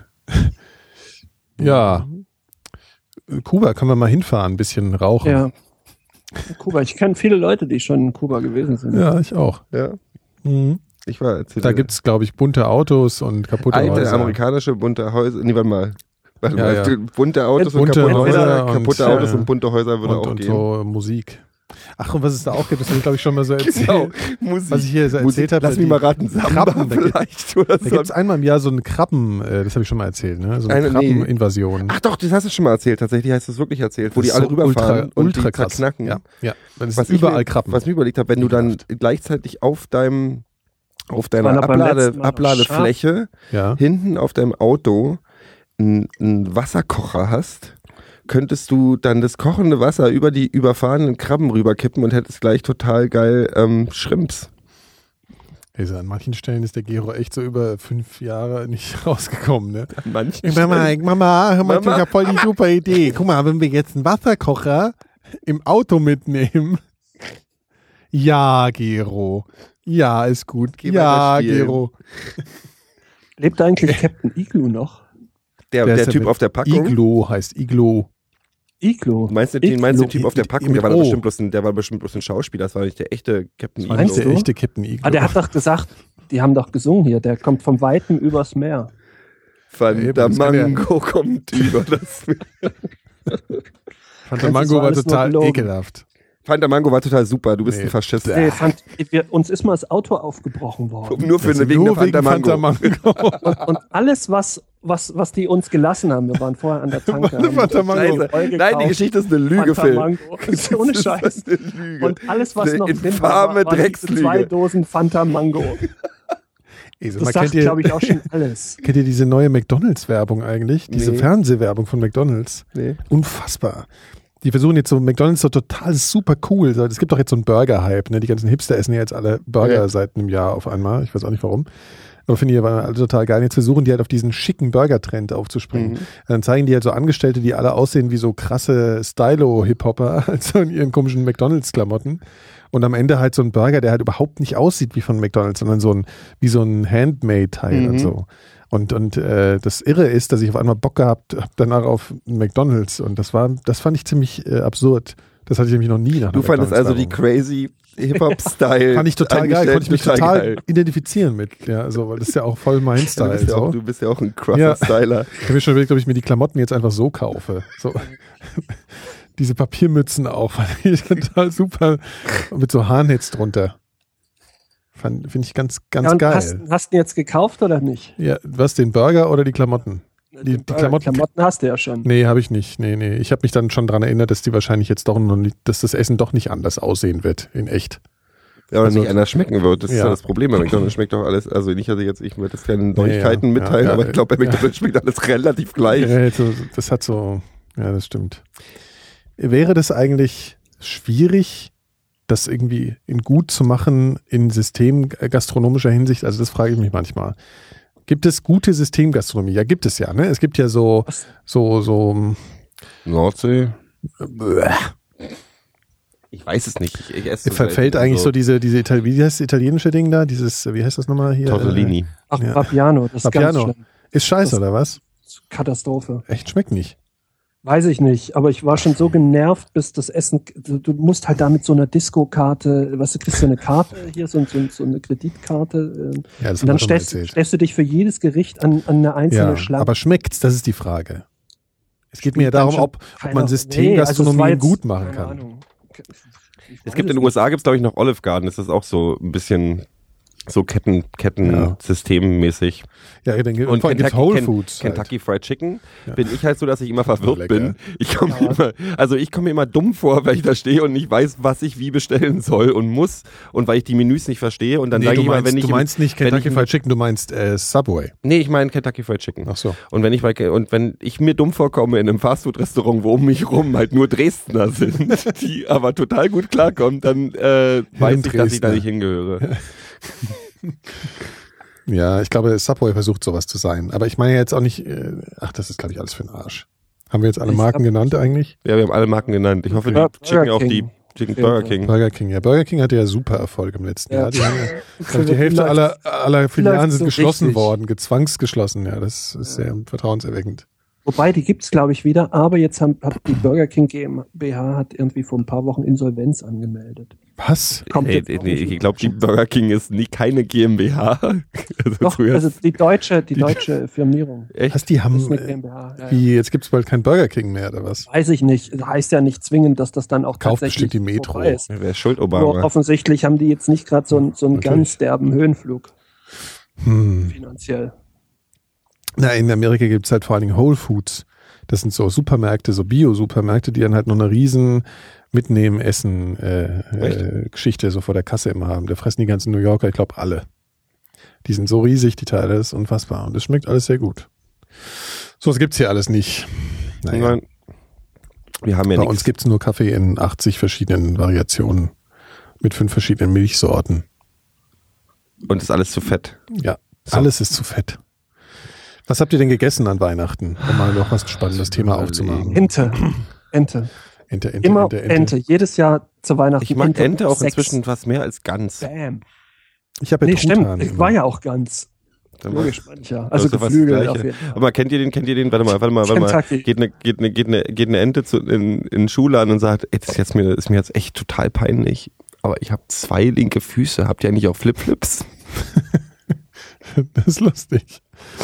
ja. Kuba können wir mal hinfahren, ein bisschen rauchen. Ja. Kuba, ich kenne viele Leute, die schon in Kuba gewesen sind. Ja, ich auch. Ja. Mhm. Ich war erzähl Da dir. gibt's, glaube ich, bunte Autos und kaputte alte Häuser. amerikanische bunte Häuser. Nee, warte mal. Warte Ja, mal. ja. Bunte Autos Bunte und kaputte Häuser Häuser. und- Kaputte ja, Autos ja. und bunte Häuser würde und, auch und gehen. so Musik. Ach, und was es da auch gibt, das habe ich, glaube ich, schon mal so erzählt. Genau. Musik. Was ich hier so Musik. erzählt habe. Lass mich die mal raten. Samba Krabben, da gibt- vielleicht. Oder Da so. gibt es einmal im Jahr so eine Krabben, äh, das habe ich schon mal erzählt, ne? So eine, Eine- nee. Krabbeninvasion. Ach doch, das hast du schon mal erzählt. Tatsächlich hast du es wirklich erzählt. Wo Das die ist alle so rüberfahren ultra, und ultra die krass. verknacken. Ja, ja. Das Was sind ich überall mir, Krabben. Was ich mir überlegt habe, wenn du dann gleichzeitig auf deinem auf deiner War noch beim Ablade, letzten Mal noch Abladefläche ja. hinten auf deinem Auto einen, einen Wasserkocher hast, könntest du dann das kochende Wasser über die überfahrenen Krabben rüberkippen und hättest gleich total geil ähm, Shrimps. Also an manchen Stellen ist der Gero echt so über fünf Jahre nicht rausgekommen, ne? An manchen Mama, Stellen. Mama, hör mal, Mama. ich hab voll die super Idee. Guck mal, wenn wir jetzt einen Wasserkocher im Auto mitnehmen. Ja, Gero. Ja, ist gut. Geh Ja, weiter spielen. Gero. Lebt eigentlich Captain Igloo noch? Der, Der der, ist Typ mit auf der Packung. Iglo heißt Iglo. Igloo. Meinst du den, meinst du den Igloo. Typ auf der Packung? Mit Der war, doch O. bestimmt bloß ein, der war bestimmt bloß ein Schauspieler. Das war nicht der echte Captain Das Meinst ist Iglo. der du? echte Captain Iglo. Ah, der hat doch gesagt, die haben doch gesungen hier, der kommt vom Weiten übers Meer. Van Eben, der das kann der- Mango kommt über das Meer. Fand Das der ist Mango so war alles nur total gelogen. ekelhaft. Fanta Mango war total super, du bist Nee. ein Faschist. Nee, fand, wir, uns ist mal das Auto aufgebrochen worden. Nur für Das eine, ist wegen nur der Fanta Mango. Fanta Mango. Und, und alles, was, was, was die uns gelassen haben, wir waren vorher an der Tanke. haben Fanta uns Mango. voll Nein, gekauft. die Geschichte ist eine Lüge, Fanta Phil. Mango. Das ist ohne Das Scheiß. ist eine Lüge. Und alles, was Eine noch drin war, infame war, waren diese Dreckslüge. zwei Dosen Fanta Mango. Ey, sag Das mal, sagt, kennt ihr, glaube ich, auch schon alles. kennt ihr diese neue McDonalds-Werbung eigentlich? Diese Nee. Fernsehwerbung von McDonalds? Nee. Unfassbar. Die versuchen jetzt so, McDonalds so total super cool. Es gibt doch jetzt so einen Burger-Hype. Ne? Die ganzen Hipster essen ja jetzt alle Burger Ja. seit einem Jahr auf einmal. Ich weiß auch nicht warum. Aber finde ich aber alle total geil. Jetzt versuchen die halt auf diesen schicken Burger-Trend aufzuspringen. Mhm. Dann zeigen die halt so Angestellte, die alle aussehen wie so krasse Stylo-Hip-Hopper, also in ihren komischen McDonalds-Klamotten. Und am Ende halt so ein Burger, der halt überhaupt nicht aussieht wie von McDonalds, sondern so ein, wie so ein Handmade-Teil Mhm. und so. Und, und äh, das Irre ist, dass ich auf einmal Bock gehabt habe danach auf McDonalds. Und das war, das fand ich ziemlich äh, absurd. Das hatte ich nämlich noch nie nach Du einer fandest also die McDonalds-Werbung. crazy Hip-Hop-Style. Fand ich total geil, konnte ich mich eingestellt, total geil. identifizieren mit. Ja, also, weil das ist ja auch voll mein Du Style. bist, ja auch, so. du bist ja auch ein krasser Ja. Styler. Ich habe mir schon überlegt, ob ich mir die Klamotten jetzt einfach so kaufe. So. Diese Papiermützen auch, fand ich total super. Und mit so Haarnetz drunter. Finde ich ganz, ganz Ja, und geil. hast, hast du ihn jetzt gekauft oder nicht? Ja, was, den Burger oder die Klamotten? Die, die Klamotten, Klamotten hast du ja schon. Nee, habe ich nicht. Nee, nee. Ich habe mich dann schon daran erinnert, dass die wahrscheinlich jetzt doch noch nicht, dass das Essen doch nicht anders aussehen wird, in echt. Ja, aber Also- nicht anders schmecken wird. Das ist Ja. ja das Problem bei McDonalds. Schmeckt doch alles, also nicht, also jetzt, ich werde jetzt keine Neuigkeiten ja. mitteilen, Ja, ja. aber ich glaube, bei McDonalds schmeckt alles relativ gleich. Ja, so, das hat so, ja, das stimmt. Wäre das eigentlich schwierig, das irgendwie in gut zu machen in systemgastronomischer Hinsicht? Also das frage ich mich manchmal. Gibt es gute Systemgastronomie? Ja, gibt es ja, ne? Es gibt ja so, Was? so, so, Nordsee? Ich weiß es nicht. Ich, ich esse so verfällt selten, eigentlich also so diese, diese, Itali- wie heißt das italienische Ding da? Dieses, wie heißt das nochmal hier? Tortellini. Ach, Ja. Papiano, das ist Papiano. ganz schlimm. Ist scheiße, Das- oder was? Katastrophe. Echt, schmeckt nicht. Weiß ich nicht, aber ich war schon so genervt, bis das Essen, du, du musst halt da mit so einer Disco-Karte, weißt du, kriegst so eine Karte, hier so, so, so eine Kreditkarte, äh, Ja, das und dann haben wir schon mal stellst, erzählt. stellst du dich für jedes Gericht an, an eine einzelne Ja, Schlange. aber schmeckt's? Das ist die Frage. Es geht mir ja Spielt dann darum, schon ob, ob keiner- man Nee, Systemgastronomie also es war jetzt- gut machen keine kann. Ahnung. Ich Es weiß gibt in den nicht. U S A, gibt es glaube ich noch Olive Garden. Das ist auch so ein bisschen so Ketten, Ketten Ja. systemmäßig. Ja, dann gibt Und vor allem gibt's Kentucky, Whole Ken- Foods. halt. Kentucky Fried Chicken Ja. bin ich halt so, dass ich immer verwirrt Lecker. bin. Ich komme Ja. immer, also ich komme mir immer dumm vor, weil ich da stehe und nicht weiß, was ich wie bestellen soll und muss und weil ich die Menüs nicht verstehe und dann Nee, sage du ich immer, meinst, wenn ich du im- meinst nicht wenn Kentucky ich- Fried Chicken, du meinst äh, Subway. Nee, ich meine Kentucky Fried Chicken. Ach so. Und wenn ich bei, und wenn ich mir dumm vorkomme in einem Fastfood-Restaurant, wo um mich rum halt nur Dresdner sind, die aber total gut klarkommen, dann äh, weiß ich, dass ich da Dresdner. nicht hingehöre. Ja, ich glaube, Subway versucht sowas zu sein. Aber ich meine jetzt auch nicht, äh, ach, das ist, glaube ich, alles für den Arsch. Haben wir jetzt alle Ich Marken hab- genannt eigentlich? Ja, wir haben alle Marken genannt. Ich hoffe, Ja, die Chicken Burger auch die King. Chicken Ja. Burger King. Burger King. Ja, Burger King hatte ja super Erfolg im letzten Ja. Jahr. Die, haben ja, ich glaube, die Vielleicht- Hälfte aller, aller Filialen sind so geschlossen richtig. worden, gezwangsgeschlossen. Ja, das ist sehr vertrauenserweckend. Wobei, die gibt's glaube ich, wieder, aber jetzt haben, hat die Burger King GmbH hat irgendwie vor ein paar Wochen Insolvenz angemeldet. Was? Kommt Ey, jetzt nee, auch nee, nicht ich glaube, die Burger King ist nie keine GmbH. Also Doch, früher- also die deutsche, die deutsche Firmierung. echt? Was, die haben, Das ist eine äh, GmbH. Ja, ja. wie, jetzt gibt es bald kein Burger King mehr, oder was? Weiß ich nicht. Das heißt ja nicht zwingend, dass das dann auch Kauft tatsächlich bestimmt die Metro. vorbei ist. Wer ist schuld, Nur Obama? offensichtlich haben die jetzt nicht gerade so, einen- so einen Natürlich. ganz derben Höhenflug Hm. finanziell. Na, in Amerika gibt es halt vor allen Dingen Whole Foods. Das sind so Supermärkte, so Bio-Supermärkte, die dann halt noch eine riesen Mitnehmen, Essen, äh, äh, Geschichte so vor der Kasse immer haben. Da fressen die ganzen New Yorker, ich glaube alle. Die sind so riesig, die Teile, das ist unfassbar. Und es schmeckt alles sehr gut. So was gibt's hier alles nicht. Naja, Nein. Wir haben ja bei nichts. uns gibt's nur Kaffee in achtzig verschiedenen Variationen mit fünf verschiedenen Milchsorten. Und ist alles zu fett. Ja, So. alles ist zu fett. Was habt ihr denn gegessen an Weihnachten? Um mal noch was spannendes Thema aufzumachen. Ente. Ente. Ente, Ente, Immer Ente, Ente. Ente. Jedes Jahr zu Weihnachten. Ich mag Ente auch Sechs. inzwischen fast mehr als Gans. Bam. Ich habe ja Nee, stimmt. Truthahn Ich immer. war ja auch ganz. Dann Logisch, meine ich ja. Also Also fast das Geflügel Gleiche. auf jeden Fall. Aber kennt ihr den, kennt ihr den, warte mal, warte mal, warte mal. Kentucky. Geht eine, geht eine, geht eine, geht eine Ente zu, in, in Schule an und sagt, ey, das ist jetzt mir, ist mir jetzt echt total peinlich. Aber ich habe zwei linke Füße. Habt ihr eigentlich auch Flipflips? Das ist lustig.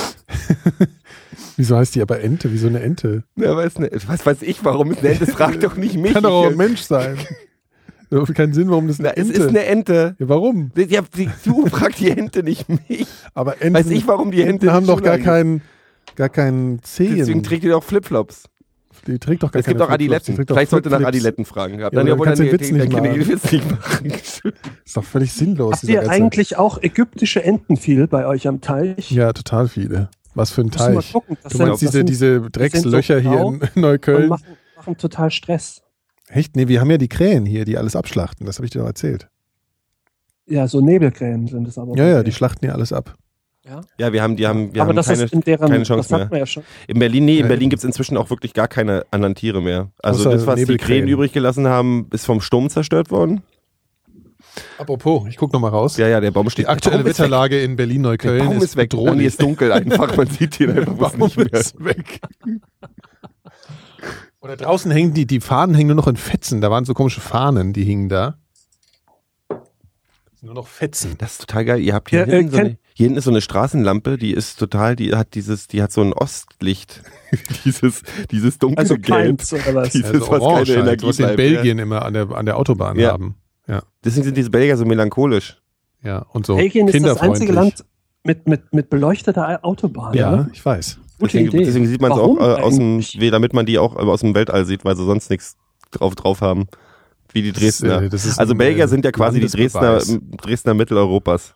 Wieso heißt die aber Ente? Wieso eine Ente? Ja, weiß nicht. Was weiß ich, warum ist eine Ente? Frag doch nicht mich. Kann doch auch Ich- ein Mensch sein. Das macht keinen Sinn, warum das eine Na, es Ente ist eine Ente. Ja, warum? Ja, die, du fragst die Ente, nicht mich. Aber Enten, Weiß ich, warum die Ente Enten haben in die doch gar Schule keinen, gar keinen Zehen. Deswegen trägt die doch Flipflops. Die trägt doch gar Es gibt keine auch Adiletten. Flipflops, die trägt doch Vielleicht sollte nach Flipflips. Adiletten fragen. Ja, aber dann dann ja, kannst du den dann Witz dann nicht kann ich machen. den Witz nicht machen. Ist doch völlig sinnlos. Habt dieser ihr ganze- eigentlich auch ägyptische Enten viel bei euch am Teich? Ja, total viele. Was für ein Müssen wir mal Teich. gucken. Das Du sind- meinst das diese, sind- diese Dreckslöcher so hier grau in und Neukölln? machen, machen total Stress. Echt? Nee, wir haben ja die Krähen hier, die alles abschlachten. Das habe ich dir doch erzählt. Ja, so Nebelkrähen sind es aber. Ja, ja, die schlachten ja alles ab. Ja. Ja, wir haben, die haben, wir aber haben das keine, ist in deren, keine Chance das hat mehr. man ja schon. In Berlin, nee, in Ja, Berlin eben. gibt es inzwischen auch wirklich gar keine anderen Tiere mehr. Also Außer das, was die Nebelkrähen. Krähen übrig gelassen haben, ist vom Sturm zerstört worden. Apropos, ich guck noch mal raus. Ja, ja, der Baum steht. Die aktuelle der Baum ist weg. Wetterlage in Berlin-Neukölln Der Baum ist, ist weg. Dann bedrohlich. ist dunkel einfach. Man sieht ihn einfach Der was Baum nicht mehr. ist weg. Oder draußen hängen die, die Fahnen hängen nur noch in Fetzen. Da waren so komische Fahnen, die hingen da. Nur noch Fetzen. Das ist total geil. Ihr habt hier, Ja, äh, hinten, so kennt- eine, hier hinten ist so eine Straßenlampe, die ist total, die hat dieses, die hat so ein Ostlicht. dieses, dieses dunkle Also Gelb. Pints oder was? Dieses, Also was orange, keine halt, Energie was sie in bleibt, Belgien immer an der, an der Autobahn Ja. haben. Ja, Deswegen sind diese Belgier so melancholisch. ja. Und so Belgien ist das kinderfreundlich. einzige Land mit, mit, mit beleuchteter Autobahn. Ja, ne? ich weiß. Gute Deswegen, Idee. deswegen sieht man es auch Warum äh, aus dem, eigentlich? wie, damit man die auch äh, aus dem Weltall sieht, weil sie sonst nichts drauf drauf haben. Wie die Dresdner. Das, äh, das ist also ein, Belgier äh, sind ja quasi die Dresdner, Landesbeweis. Dresdner Mitteleuropas.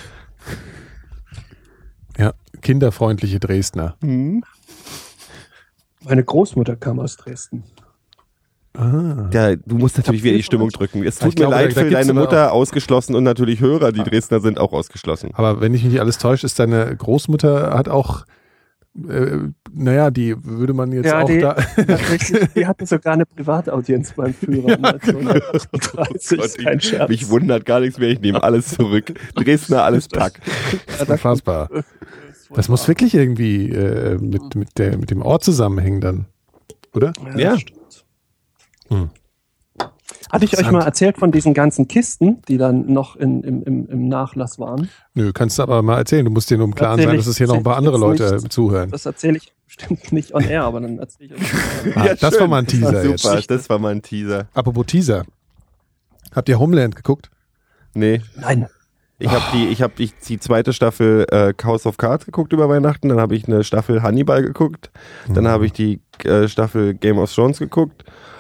Ja, kinderfreundliche Dresdner. Meine Großmutter kam aus Dresden. Ah. Ja, du musst natürlich hab wieder die viel Stimmung von drücken. Es Ja, ich tut mir glaube, leid da- da für gibt's deine aber Mutter ausgeschlossen und natürlich Hörer, die Dresdner sind auch ausgeschlossen. Aber wenn ich mich nicht alles täusche, ist deine Großmutter hat auch, äh, naja, die würde man jetzt Ja, auch die- da. Tatsächlich, die hatte sogar eine Privataudienz beim Führer neunzehnhundertachtunddreißig. Oh Gott, Kein ich, Scherz. mich wundert gar nichts mehr, ich nehme alles zurück. Dresdner, alles Pack. Unfassbar. Das muss wirklich irgendwie äh, mit, mit, der, mit dem Ort zusammenhängen dann. Oder? Ja. das stimmt. Hm. Hatte ich euch Interessant. mal erzählt von diesen ganzen Kisten, die dann noch in, im, im, im Nachlass waren? Nö, kannst du aber mal erzählen. Du musst dir nur im Klaren Erzähl sein, ich- dass es hier noch ein paar erzähl andere ich jetzt Leute nicht. zuhören. Das erzähle ich bestimmt nicht on air, aber dann erzähle ich euch. Ah, das schön. war mal ein Teaser Super, jetzt. das war mal ein Teaser. Apropos Teaser. Habt ihr Homeland geguckt? Nee, Nein. ich habe die, ich habe die, die zweite Staffel äh, House of Cards geguckt über Weihnachten, dann habe ich eine Staffel Hannibal geguckt, dann habe ich die äh, Staffel Game of Thrones geguckt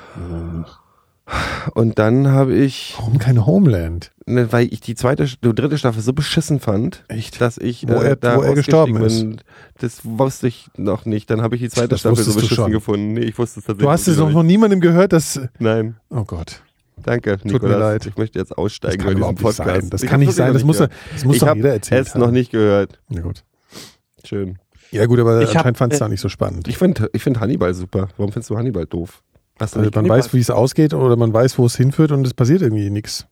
und dann habe ich, Warum keine Homeland? ne, weil ich die zweite, die dritte Staffel so beschissen fand, Echt? dass ich Wo äh, er- da wo er gestorben ausgestiegen bin. Das wusste ich noch nicht. Dann habe ich die zweite Das Staffel so wusstest du beschissen schon. gefunden. Nee, ich wusste es tatsächlich Du hast es nicht. noch von niemandem gehört, dass. Nein, Oh Gott. danke, mir Nikolas. leid. Ich möchte jetzt Das aussteigen kann bei diesem überhaupt nicht Podcast. sein. Das Ich kann hab's nicht sein. Das wirklich muss, noch das muss ich doch habe jeder erzählt es haben. noch nicht gehört. Ja, gut. Schön. Ja, gut, aber Ich hab, anscheinend fandst du äh, da nicht so spannend. Ich finde ich find Hannibal super. Warum findest du Hannibal doof? Hast du Also nicht man weiß, wie es ausgeht oder man weiß, wo es hinführt und es passiert irgendwie nichts.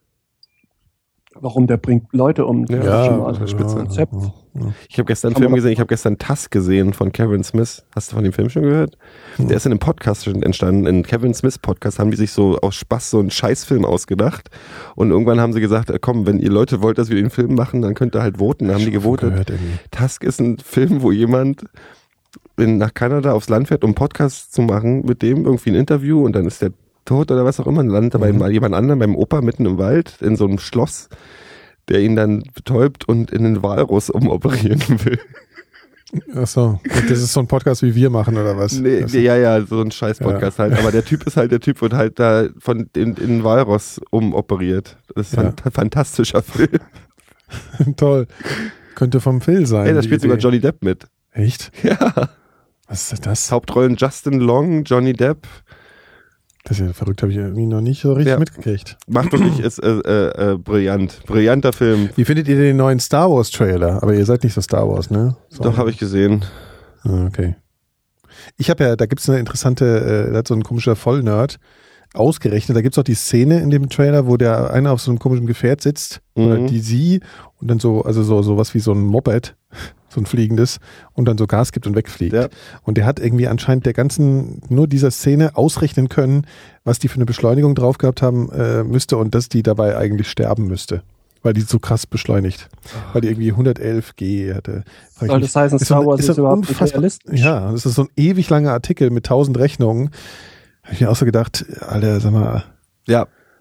Warum der bringt Leute um? Das ist schon mal ein Spitze. Konzept. Ich habe gestern einen Kann Film man- gesehen, ich habe gestern Tusk gesehen von Kevin Smith. Hast du von dem Film schon gehört? Der ist in einem Podcast schon entstanden. In Kevin Smiths Podcast haben die sich so aus Spaß so einen Scheißfilm ausgedacht. Und irgendwann haben sie gesagt, äh, komm, wenn ihr Leute wollt, dass wir den Film machen, dann könnt ihr halt voten. Dann haben die gewotet. Gehört irgendwie. Tusk ist ein Film, wo jemand in, nach Kanada aufs Land fährt, um einen Podcast zu machen mit dem, irgendwie ein Interview und dann ist der tot oder was auch immer. Dann landet er bei Mhm. jemand anderem, beim Opa mitten im Wald, in so einem Schloss, der ihn dann betäubt und in den Walross umoperieren will. Achso, das ist so ein Podcast, wie wir machen oder was? Nee, Das- ja, ja, so ein scheiß Podcast halt. Aber der Typ ist halt, der Typ wird halt da von in, in den Walross umoperiert. Das ist Ja. ein fantastischer Film. Toll. Könnte vom Phil sein. Ey, da die spielt sogar Idee. Johnny Depp mit. Echt? Ja. Was ist das? Hauptrollen Justin Long, Johnny Depp. Das ist ja verrückt, habe ich irgendwie noch nicht so richtig Ja. mitgekriegt. Macht wirklich, ist äh, äh, äh, brillant. Brillanter Film. Wie findet ihr den neuen Star Wars Trailer? Aber ihr seid nicht so Star Wars, ne? So. Doch, habe ich gesehen. Ah, okay. Ich habe ja, da gibt es eine interessante, äh, da hat so ein komischer Vollnerd ausgerechnet, da gibt es auch die Szene in dem Trailer, wo der eine auf so einem komischen Gefährt sitzt, oder Mhm. die sie, und dann so, also so sowas wie so ein Moped, so ein fliegendes, und dann so Gas gibt und wegfliegt. Ja. Und der hat irgendwie anscheinend der ganzen, nur dieser Szene ausrechnen können, was die für eine Beschleunigung drauf gehabt haben äh, müsste und dass die dabei eigentlich sterben müsste. Weil die so krass beschleunigt. Weil die irgendwie hundertelf G hatte. Frag ich Soll mich, das heißen, ist Star so- Wars ist ist so überhaupt nicht unfassbar- realistisch? Ja, das ist so ein ewig langer Artikel mit tausend Rechnungen. Habe ich mir auch so gedacht, Alter, sag mal, Ja.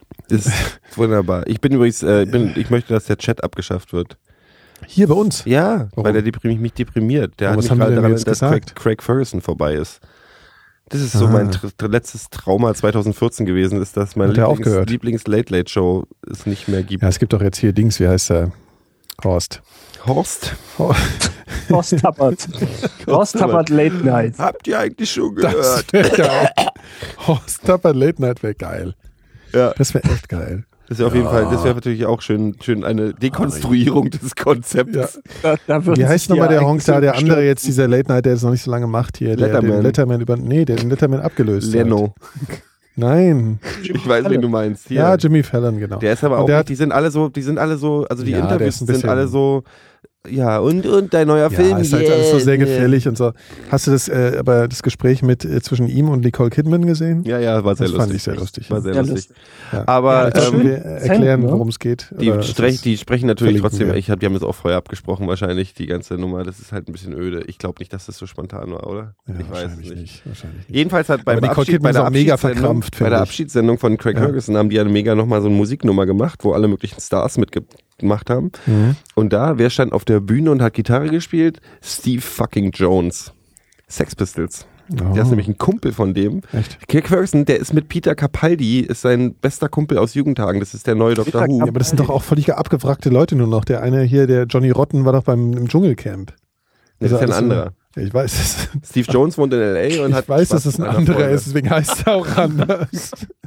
Ist wunderbar. Ich bin übrigens, äh, bin, ich möchte, dass der Chat abgeschafft wird. Hier bei uns? Ja, Warum? weil der deprimiert, mich deprimiert. Der Aber hat was mich haben die gerade denn daran, jetzt dass gesagt? Craig, Craig Ferguson vorbei ist. Das ist so Ah. mein tr- tr- letztes Trauma zwanzig vierzehn gewesen, ist, dass meine Hat der Lieblings, aufgehört? Lieblings-Late-Late-Show es nicht mehr gibt. Ja, es gibt doch jetzt hier Dings, wie heißt der? Horst. Horst, Horst Tappert. Horst Tappert Late Night. habt ihr eigentlich schon gehört? Das wäre geil. Horst Tappert Late Night wäre geil. Ja. Das wäre echt geil. Das wäre auf jeden Fall, das wäre natürlich auch schön, schön eine Dekonstruierung des Konzepts. Ja. Da, da würden Wie sich heißt die nochmal der Honk Ereignisse da, der andere überstürzen. jetzt, dieser Late Night, der es noch nicht so lange macht hier, der Letterman. den Letterman über, nee, der den Letterman abgelöst Leno. hat. Nein. Ich weiß, wen du meinst. Hier. Ja, Jimmy Fallon, genau. Der ist aber Und auch, der nicht, hat, die sind alle so, die sind alle so, also die Ja, der Interviews ist ein sind bisschen- alle so, ja, und, und dein neuer ja, Film. ist halt alles so sehr yeah, gefällig und so. Hast du das, äh, aber das Gespräch mit äh, zwischen ihm und Nicole Kidman gesehen? Ja, ja, war sehr Das lustig. fand ich sehr lustig. War sehr Ja, lustig. lustig. Ja. Aber Ja, ähm, wir äh, erklären, ne? worum es geht. die, Oder ist sprech, es- die sprechen natürlich verlinken trotzdem, wir. ich hab, die haben das auch vorher abgesprochen wahrscheinlich, die ganze Nummer. Das ist halt ein bisschen öde. Ich glaube nicht, dass das so spontan war, oder? ja, ich weiß es wahrscheinlich nicht. nicht. Wahrscheinlich nicht. Jedenfalls hat beim Aber Nicole Abschied, Kidman bei der ist auch mega Abschiedssendung, verkrampft, bei finde der ich. Abschiedssendung von Craig Ja. Ferguson haben die ja mega nochmal so eine Musiknummer gemacht, wo alle möglichen Stars mitgemacht haben. Mhm. Und da, wer stand auf der Bühne und hat Gitarre gespielt? Steve fucking Jones. Sex Pistols. Oh. Der ist nämlich ein Kumpel von dem. Echt? Craig Ferguson, der ist mit Peter Capaldi, ist sein bester Kumpel aus Jugendtagen. Das ist der neue Doktor Peter Who. Ja, aber das sind doch auch völlig abgewrackte Leute nur noch. Der eine hier, der Johnny Rotten, war doch beim im Dschungelcamp. Das ist ja ein alles so- anderer. Ja, ich weiß es. Steve Jones wohnt in L A und Ich hat weiß, Spaß dass es ein mit einer anderer Freundin. ist, deswegen heißt er auch anders.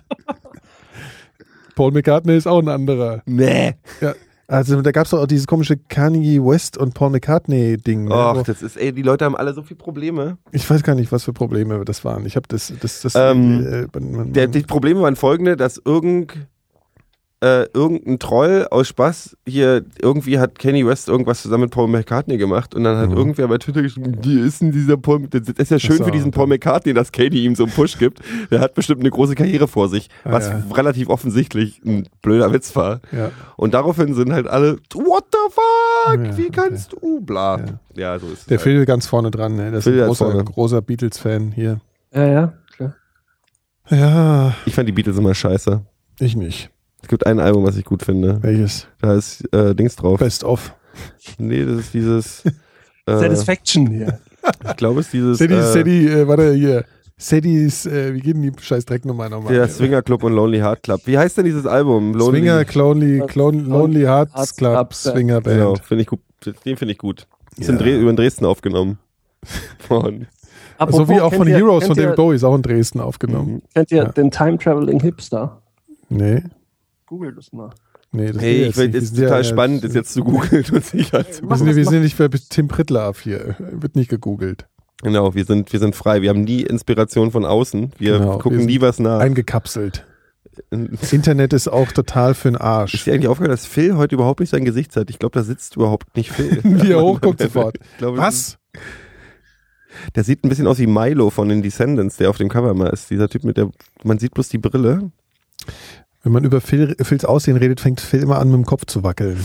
Paul McCartney ist auch ein anderer. Nee. Ja, also da gab es doch auch dieses komische Kanye West und Paul McCartney-Ding. Ne? Och, Wo- das ist, ey, die Leute haben alle so viele Probleme. Ich weiß gar nicht, was für Probleme das waren. Ich habe das, das, das. Ähm, äh, man, man, Der, die Probleme waren folgende, dass irgend, äh, irgendein Troll aus Spaß hier, irgendwie hat Kanye West irgendwas zusammen mit Paul McCartney gemacht und dann hat Mhm. irgendwer irgendwer bei Twitter geschrieben, wie ist denn dieser Paul, das ist ja schön Ach so, für diesen und Paul dann- McCartney, dass Kanye ihm so einen Push gibt. Der hat bestimmt eine große Karriere vor sich, Ah, was ja. relativ offensichtlich ein blöder Witz war. ja. Und daraufhin sind halt alle, what the fuck, Ja, wie okay. kannst du, bla. Ja. Ja, so ist es. Der halt. Phil ganz vorne dran. Ne? Das ist Phil ein ganz großer, vorne. großer Beatles-Fan hier. Ja, ja, klar. Ja, Ich fand die Beatles immer scheiße. ich nicht. Es gibt ein Album, was ich gut finde. Welches? Da ist äh, Dings drauf. Best of. Nee, das ist dieses. Äh, Satisfaction hier. ich glaube, es ist dieses. Sadie, äh, Sadie, äh, warte hier. Sadie's, äh, wie geht denn die scheiß Drecknummer nochmal? Der Swinger Club und Lonely Heart Club. Wie heißt denn dieses Album? Lonely. Swinger, Clonely, Clone, Lonely Hearts Hearts Club, Club, Swinger Band. Genau, finde ich gut. Den finde ich gut. Ist in Ja. Dre über in Dresden aufgenommen. Von. So wie auch von kennt ihr- Heroes von kennt ihr- David Bowie ist auch in Dresden aufgenommen. Kennt ihr Ja. den Time Traveling Hipster? Nee, Google das mal. nee, das Hey, will ich jetzt finde nicht. es Wir sind total ja- spannend, das jetzt zu googeln und sich halt zu Wir sind, wir sind nicht für Tim Pritlove hier. Wird nicht gegoogelt. Genau, wir sind, wir sind frei. Wir haben nie Inspiration von außen. Wir Genau, gucken wir sind nie was nach. Eingekapselt. Internet ist auch total für den Arsch. Ist dir eigentlich aufgefallen, dass Phil heute überhaupt nicht sein Gesicht hat? Ich glaube, da sitzt überhaupt nicht Phil. Wie er hochguckt sofort. Ich glaube, Was? Der sieht ein bisschen aus wie Milo von den Descendants, der auf dem Cover mal ist. Dieser Typ mit der, man sieht bloß die Brille. Wenn man über Phil, Phils Aussehen redet, fängt Phil immer an, mit dem Kopf zu wackeln.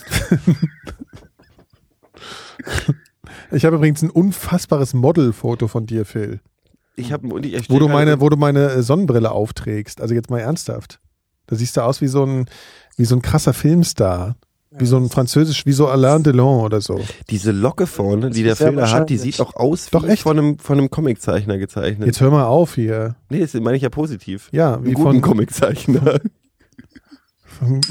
Ich habe übrigens ein unfassbares Modelfoto von dir, Phil. Ich habe, und ich, ich Wo du stehe meine, gerade- wo du meine äh, Sonnenbrille aufträgst. Also jetzt mal ernsthaft. Da siehst du aus wie so ein, wie so ein krasser Filmstar. Wie so ein französisch, wie so Alain Delon oder so. diese Locke vorne, die der ist sehr Phil da hat, die wahrscheinlich. sieht auch aus Doch, wie echt? von einem, von einem Comiczeichner gezeichnet. Jetzt hör mal auf hier. Nee, das meine ich ja positiv. Ja, Wie wie guten von, Comiczeichner. von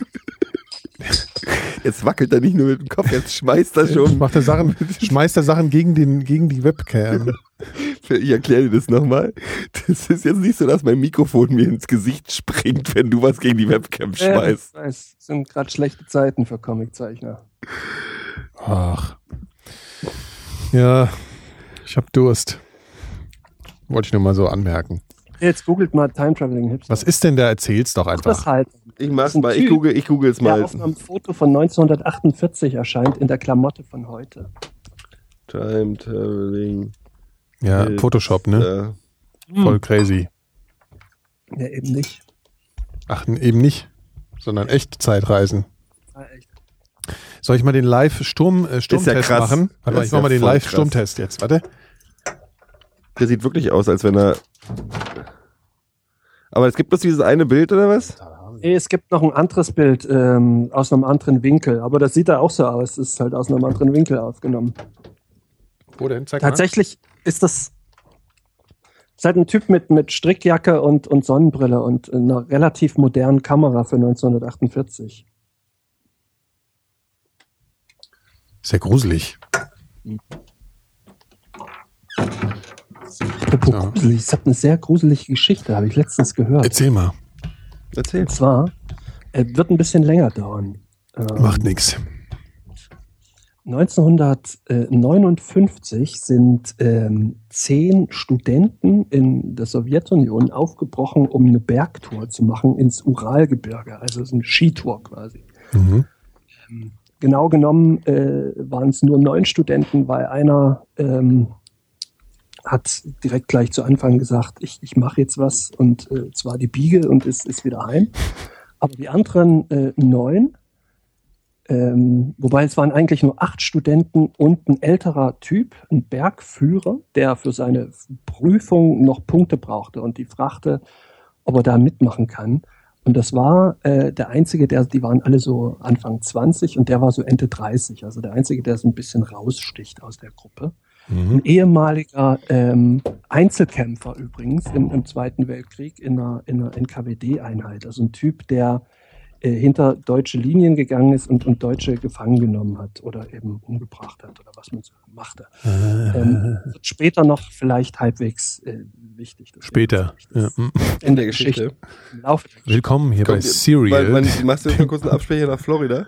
Jetzt wackelt er nicht nur mit dem Kopf, jetzt schmeißt er schon. macht er Sachen, schmeißt er Sachen gegen den, gegen die Webcam. Ich erkläre dir das nochmal. Das ist jetzt nicht so, dass mein Mikrofon mir ins Gesicht springt, wenn du was gegen die Webcam Ja, schmeißt. ich weiß, es sind gerade schlechte Zeiten für Comiczeichner. Ach. Ja, ich hab Durst. Wollte ich nur mal so anmerken. Jetzt googelt mal Time Traveling Hipster. Was ist denn da? Erzähl's doch das einfach. halt? Ich mach's Das ist ein mal, ich Typ, google, ich google es Der mal. auf einem Foto von neunzehnhundertachtundvierzig erscheint in der Klamotte von heute. Time Traveling. Ja, Äh, Photoshop, ne? Äh, Voll crazy. Ja, eben nicht. Ach, eben nicht, sondern echt Zeitreisen. Ah, echt. Soll ich mal den Live-Sturm, äh, Sturmtest krass. machen? Das Warte mal, ist ich mach ja mal den voll Live-Sturmtest jetzt. Warte. der sieht wirklich aus, als wenn er. Aber es gibt bloß dieses eine Bild, oder was? Nee, es gibt noch ein anderes Bild ähm, aus einem anderen Winkel, aber das sieht da auch so aus. Es ist halt aus einem anderen Winkel aufgenommen. Wo denn? Zeig Tatsächlich ist das ist halt ein Typ mit, mit Strickjacke und, und Sonnenbrille und einer relativ modernen Kamera für neunzehnhundertachtundvierzig. Sehr gruselig. Apropos Ja. gruselig, es hat eine sehr gruselige Geschichte, habe ich letztens gehört. Erzähl mal. Erzähl. Und zwar, äh, wird ein bisschen länger dauern. Ähm, Macht nix. neunzehnhundertneunundfünfzig sind ähm, zehn Studenten in der Sowjetunion aufgebrochen, um eine Bergtour zu machen ins Uralgebirge, also so eine Skitour quasi. Mhm. Ähm, genau genommen äh, waren es nur neun Studenten, weil einer ähm, hat direkt gleich zu Anfang gesagt, ich, ich mache jetzt was und äh, zwar die Biege und ist, ist wieder heim. Aber die anderen äh, neun, ähm, wobei es waren eigentlich nur acht Studenten und ein älterer Typ, ein Bergführer, der für seine Prüfung noch Punkte brauchte und die fragte, ob er da mitmachen kann. Und das war äh, der Einzige, der, die waren alle so Anfang zwanzig und der war so Ende dreißig. Also der Einzige, der so ein bisschen raussticht aus der Gruppe. Ein ehemaliger ähm, Einzelkämpfer übrigens im, im Zweiten Weltkrieg in einer, in einer N K W D-Einheit. Also ein Typ, der äh, hinter deutsche Linien gegangen ist und, und Deutsche gefangen genommen hat oder eben umgebracht hat oder was man so machte. Ähm, wird später noch vielleicht halbwegs äh, wichtig. Das Später. Ja. ist in der Geschichte. Im Laufe der Geschichte. Willkommen hier bei Kommt- Serial. Weil, weil, machst du jetzt einen kurzen Absprecher nach Florida?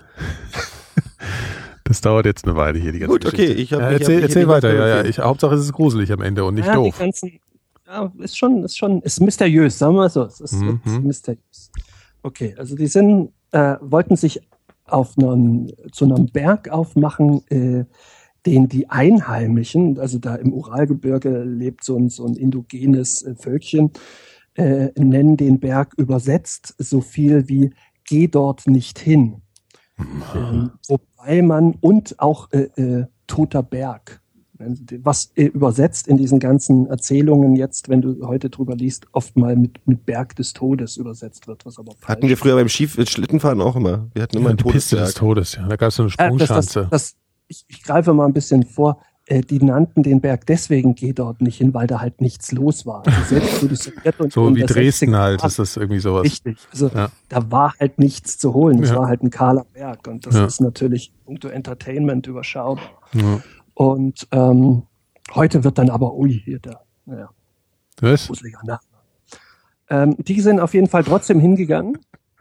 Das dauert jetzt eine Weile hier, die ganze Gut, okay, Geschichte. ich hab- ja, ich hab- erzähl ich erzähl hätte weiter. was Ja, ja. erzählt. Ich, Hauptsache es ist gruselig am Ende und nicht ja, doof. Die ganzen, ja, ist schon, ist schon, ist mysteriös, sagen wir mal so. Es ist, Mhm. ist mysteriös. Okay, also die sind, äh, wollten sich auf einem, zu einem Berg aufmachen, äh, den die Einheimischen, also da im Uralgebirge lebt so ein, so ein indogenes äh, Völkchen, äh, nennen den Berg übersetzt so viel wie geh dort nicht hin. Ähm, wobei man und auch äh, äh, toter Berg, was äh, übersetzt in diesen ganzen Erzählungen jetzt, wenn du heute drüber liest, oft mal mit, mit Berg des Todes übersetzt wird, was aber falsch Hatten wir früher beim Skif- Schlittenfahren auch immer. Wir hatten immer Ja, einen die Piste des Todesberg. Todes. Ja. Da gab es so eine Äh, das, das, Sprungschanze. das, ich, ich greife mal ein bisschen vor. Äh, die nannten den Berg deswegen geh dort nicht hin, weil da halt nichts los war. Also selbst für die Sowjetunion So wie der Dresden sechziger halt, Jahre ist das irgendwie sowas. richtig. Also Ja. da war halt nichts zu holen. Es Ja. war halt ein kahler Berg und das Ja. ist natürlich punkto Entertainment überschaubar. Ja. Und ähm, heute wird dann aber, ui, hier der, naja, Was? gruseliger Name. Ähm, die sind auf jeden Fall trotzdem hingegangen.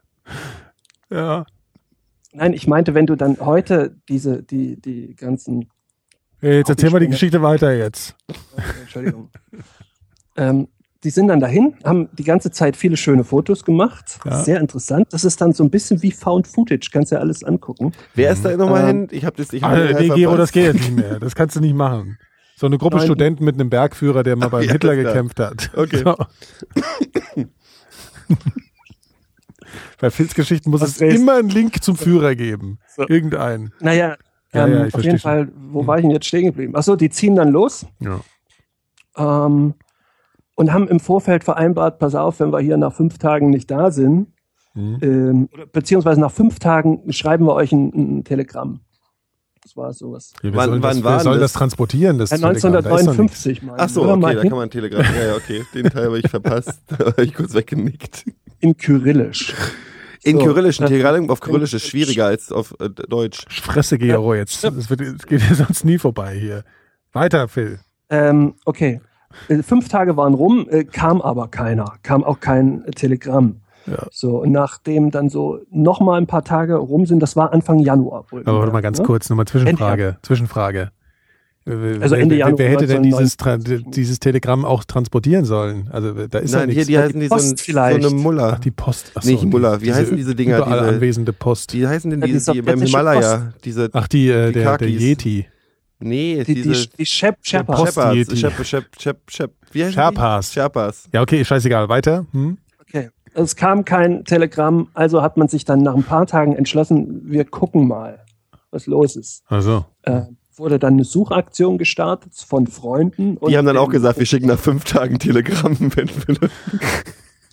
Ja. Nein, ich meinte, wenn du dann heute diese, die, die ganzen, Hey, jetzt erzähl mal die Geschichte weiter jetzt. Entschuldigung, ähm, die sind dann dahin, haben die ganze Zeit viele schöne Fotos gemacht. Ja. Sehr interessant. Das ist dann so ein bisschen wie Found Footage, kannst ja alles angucken. Wer ist da nochmal Ähm, hin? Ich habe das. Ich hab Ah, den nee, Teil Gero, das verpasst. geht jetzt nicht mehr. Das kannst du nicht machen. So eine Gruppe Nein. Studenten mit einem Bergführer, der mal beim ja, Hitler das da. gekämpft hat. Okay. So. Bei Phils Geschichten muss Was es drehst- immer einen Link zum Führer geben. So. Irgendeinen. Naja, Ja, ähm, ja, ich auf verstehe jeden schon. Fall, wo war ich denn jetzt stehen geblieben? Achso, die ziehen dann los. Ja. Ähm, und haben im Vorfeld vereinbart, pass auf, wenn wir hier nach fünf Tagen nicht da sind, Mhm. ähm, oder, beziehungsweise nach fünf Tagen schreiben wir euch ein, ein Telegramm. Das war sowas. Ja, wer Wann- soll, wann das, war wer soll denn das das? transportieren? Das Ja, Telegramm? Da ist doch nichts. neunzehnhundertneunundfünfzig, meine Ach so, ich. Hör okay, mal da hin. kann man ein Telegramm. Ja, ja, okay. Den Teil habe ich verpasst. Da habe ich kurz weggenickt. In Kyrillisch. In So, Kyrillisch. Ein äh, Telegramm auf Kyrillisch ist schwieriger als auf äh, Deutsch. Fresse, Gero, jetzt. Das, wird, das geht ja sonst nie vorbei hier. Weiter, Phil. Ähm, okay. Äh, Fünf Tage waren rum, äh, kam aber keiner. Kam auch kein äh, Telegramm. Ja. So, und nachdem dann so noch mal ein paar Tage rum sind, das war Anfang Januar. Wohl Aber warte mal ganz ne? kurz, nochmal Zwischenfrage. Zwischenfrage. Also wer, Ende wer, Januar wer hätte denn dieses, neunzehnhundertneunundfünfzig. Tra dieses Telegramm auch transportieren sollen? Also da ist ja Nein, hier, nichts. die heißen die so, ein, Post so vielleicht. eine Muller. Ach, die Post. Ach Nicht die- Muller. Wie heißen diese Dinger, Überall diese- anwesende Post. Wie heißen denn Ja, die, die die beim sowjetische Himalaya? Diese, Ach, die, äh, Die der, der Kakis. Yeti. nee, Die, die, diese die Shep, Shepard. Post- Shepherds. Yeti. Shep, Shep, Shep, Shep, wie heißen Sherpas. die? Sherpas. Ja, okay, scheißegal. Weiter. Hm? Okay. Es kam kein Telegramm, also hat man sich dann nach ein paar Tagen entschlossen, wir gucken mal, was los ist. Also. Äh, wurde dann eine Suchaktion gestartet von Freunden. Die haben dann auch gesagt, wir schicken nach fünf Tagen Telegramm. Wenn wir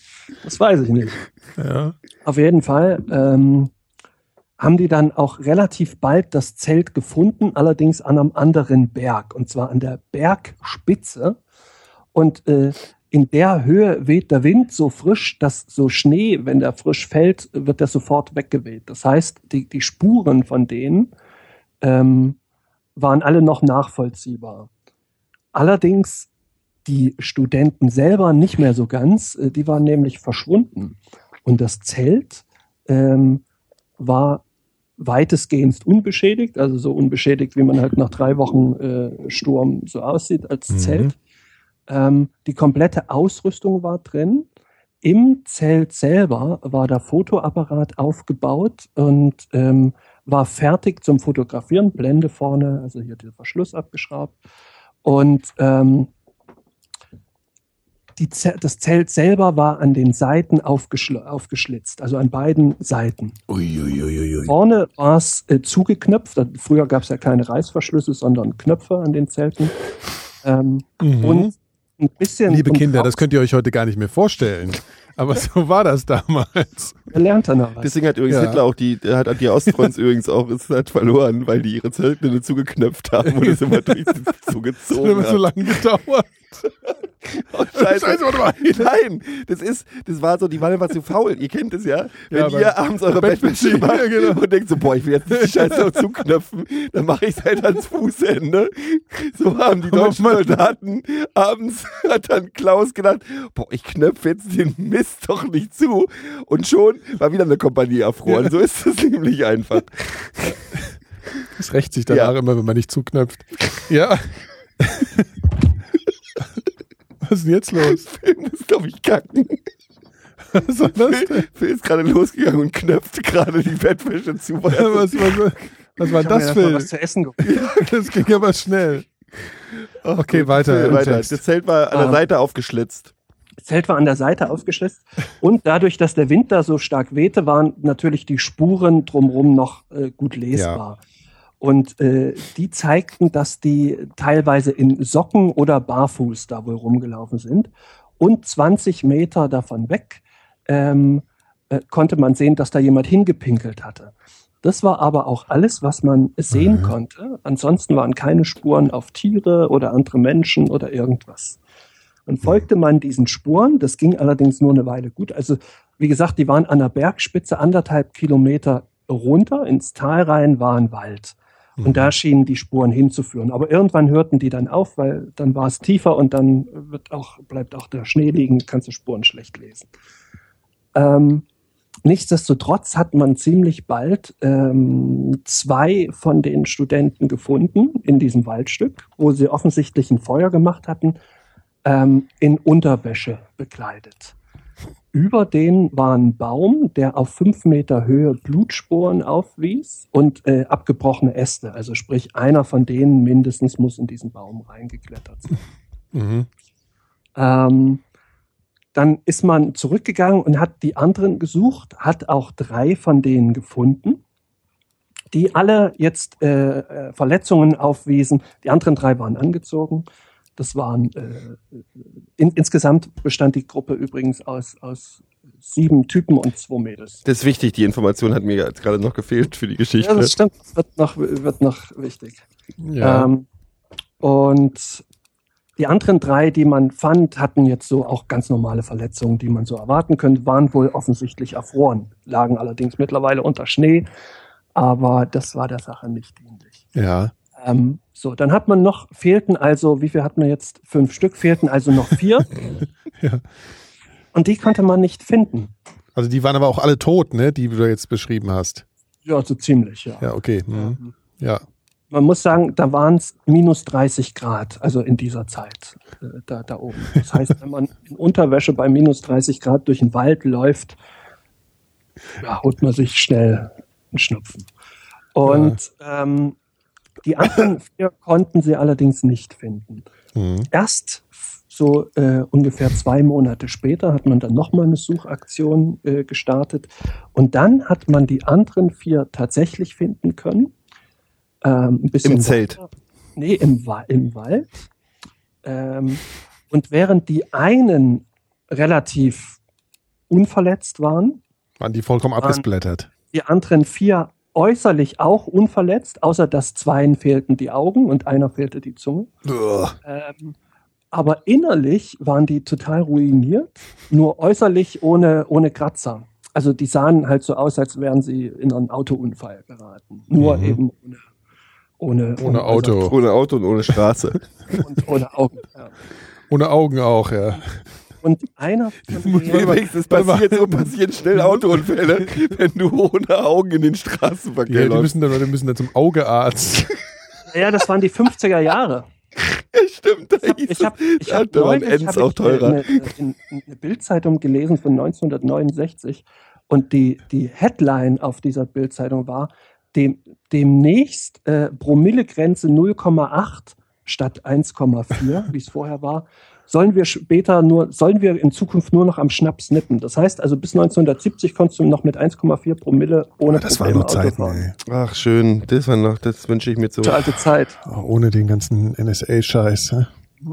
Das weiß ich nicht. Ja. Auf jeden Fall ähm, haben die dann auch relativ bald das Zelt gefunden, allerdings an einem anderen Berg, und zwar an der Bergspitze. Und äh, in der Höhe weht der Wind so frisch, dass so Schnee, wenn der frisch fällt, wird der sofort weggeweht. Das heißt, die, die Spuren von denen ähm, waren alle noch nachvollziehbar. Allerdings die Studenten selber nicht mehr so ganz, die waren nämlich verschwunden. Und das Zelt ähm, war weitestgehend unbeschädigt, also so unbeschädigt, wie man halt nach drei Wochen äh, Sturm so aussieht als Mhm. Zelt. Ähm, die komplette Ausrüstung war drin. Im Zelt selber war der Fotoapparat aufgebaut und ähm, war fertig zum Fotografieren. Blende vorne, also hier der Verschluss abgeschraubt. Und ähm, die Ze- das Zelt selber war an den Seiten aufgeschl- aufgeschlitzt, also an beiden Seiten. Uiuiuiui. Vorne war es äh, zugeknöpft. Früher gab es ja keine Reißverschlüsse, sondern Knöpfe an den Zelten. Ähm, Mhm. Und ein bisschen Liebe um Kinder, das raus- könnt ihr euch heute gar nicht mehr vorstellen. Aber so war das damals. Er lernt dann noch was. Deswegen hat übrigens Ja. Hitler auch die, der hat die Ostfronts übrigens auch ist halt verloren, weil die ihre Zelte nur zugeknöpft haben und es immer durch Das zugezogen hat so hat. lange gedauert. Oh, Scheiße. Scheiße, warte mal. Nein, das ist, das war so, die waren einfach zu faul. Ihr kennt es ja. Wenn Ja, ihr beim abends eure Bettwäsche, Bettwäsche macht ja, genau. und denkt so, boah, ich will jetzt nicht die Scheiße noch zuknöpfen, dann mache ich es halt ans Fußende. So haben die deutschen Aber man- Soldaten abends, hat dann Klaus gedacht, boah, ich knöpfe jetzt den Mist doch nicht zu. Und schon war wieder eine Kompanie erfroren. So ist es nämlich einfach. Das rächt sich danach Ja. immer, wenn man nicht zuknöpft. Ja. Was ist denn jetzt los? Film ist, glaube ich, kacken. Was war das denn? Phil ist gerade losgegangen und knöpft gerade die Bettwäsche zu. Weil er Was, was, was war Ich hab mir das, erst mal Phil? was zu essen geholt. Das ging aber schnell. Ach, Okay, gut, weiter Phil, im weiter. Text. Das Zelt war an der Ah. Seite aufgeschlitzt. Das Zelt war an der Seite aufgeschlitzt. Und dadurch, dass der Wind da so stark wehte, waren natürlich die Spuren drumherum noch äh, gut lesbar. Und äh, die zeigten, dass die teilweise in Socken oder barfuß da wohl rumgelaufen sind. Und zwanzig Meter davon weg ähm, äh, konnte man sehen, dass da jemand hingepinkelt hatte. Das war aber auch alles, was man sehen konnte. Ansonsten waren keine Spuren auf Tiere oder andere Menschen oder irgendwas. Dann folgte man diesen Spuren, das ging allerdings nur eine Weile gut. Also wie gesagt, die waren an der Bergspitze anderthalb Kilometer runter, ins Tal rein war ein Wald. Und da schienen die Spuren hinzuführen. Aber irgendwann hörten die dann auf, weil dann war es tiefer und dann wird auch, bleibt auch der Schnee liegen, kannst du Spuren schlecht lesen. Ähm, nichtsdestotrotz hat man ziemlich bald ähm, zwei von den Studenten gefunden in diesem Waldstück, wo sie offensichtlich ein Feuer gemacht hatten, ähm, in Unterwäsche bekleidet. Über denen war ein Baum, der auf fünf Meter Höhe Blutspuren aufwies und äh, abgebrochene Äste. Also sprich, einer von denen mindestens muss in diesen Baum reingeklettert sein. Mhm. Ähm, dann ist man zurückgegangen und hat die anderen gesucht, hat auch drei von denen gefunden, die alle jetzt äh, äh, Verletzungen aufwiesen. Die anderen drei waren angezogen. Das waren äh, in, insgesamt bestand die Gruppe übrigens aus, aus sieben Typen und zwei Mädels. Das ist wichtig, die Information hat mir jetzt gerade noch gefehlt für die Geschichte. Ja, das stimmt. Das wird noch, wird noch wichtig. Ja. Ähm, und die anderen drei, die man fand, hatten jetzt so auch ganz normale Verletzungen, die man so erwarten könnte, waren wohl offensichtlich erfroren, lagen allerdings mittlerweile unter Schnee, aber das war der Sache nicht dienlich. ja. Ähm, so, dann hat man noch, fehlten also, wie viel hatten wir jetzt? Fünf Stück, fehlten also noch vier. Ja. Und die konnte man nicht finden. Also die waren aber auch alle tot, ne, die du jetzt beschrieben hast. Ja, so ziemlich, ja. Ja, okay. Mhm. Ja. Man muss sagen, da waren es minus dreißig Grad, also in dieser Zeit, äh, da, da oben. Das heißt, wenn man in Unterwäsche bei minus dreißig Grad durch den Wald läuft, ja, holt man sich schnell einen Schnupfen. Und ähm, die anderen vier konnten sie allerdings nicht finden. Mhm. Erst so äh, ungefähr zwei Monate später hat man dann nochmal eine Suchaktion äh, gestartet. Und dann hat man die anderen vier tatsächlich finden können. Ähm, ein bisschen Im Zelt. weiter. Nee, im, Wa- im Wald. Ähm, und während die einen relativ unverletzt waren. Waren die vollkommen abgesplattert. Die anderen vier äußerlich auch unverletzt, außer dass zweien fehlten die Augen und einer fehlte die Zunge. Ähm, aber innerlich waren die total ruiniert, nur äußerlich ohne, ohne Kratzer. Also die sahen halt so aus, als wären sie in einen Autounfall geraten. Nur Mhm. eben ohne, ohne, Ohne Auto. Ohne Auto und ohne Straße. und ohne Augen. Ja. Ohne Augen auch, ja. Und einer von muss denen, Übrigens, es passiert so, passieren schnell Autounfälle, wenn du ohne Augen in den Straßenverkehr Ja, die läufst. müssen dann die müssen dann zum Augearzt. ja, das waren die fünfziger Jahre. Ja, stimmt. Da Ich habe hieß ich hab, ich es- hab da waren neulich Ends hab auch ich teurer. eine, eine, eine Bildzeitung gelesen von neunzehnhundertneunundsechzig und die, die Headline auf dieser Bildzeitung war, dem, demnächst äh, Promillegrenze null Komma acht statt eins Komma vier, wie es vorher war. Sollen wir später nur, sollen wir in Zukunft nur noch am Schnaps nippen? Das heißt also, bis neunzehnhundertsiebzig konntest du noch mit eins Komma vier Promille ohne Das waren Probleme noch Zeiten, Auto fahren. ey. Ach, schön. Das war noch, das wünsche ich mir zurück. Gute alte Zeit. Auch ohne den ganzen N S A-Scheiß. hä?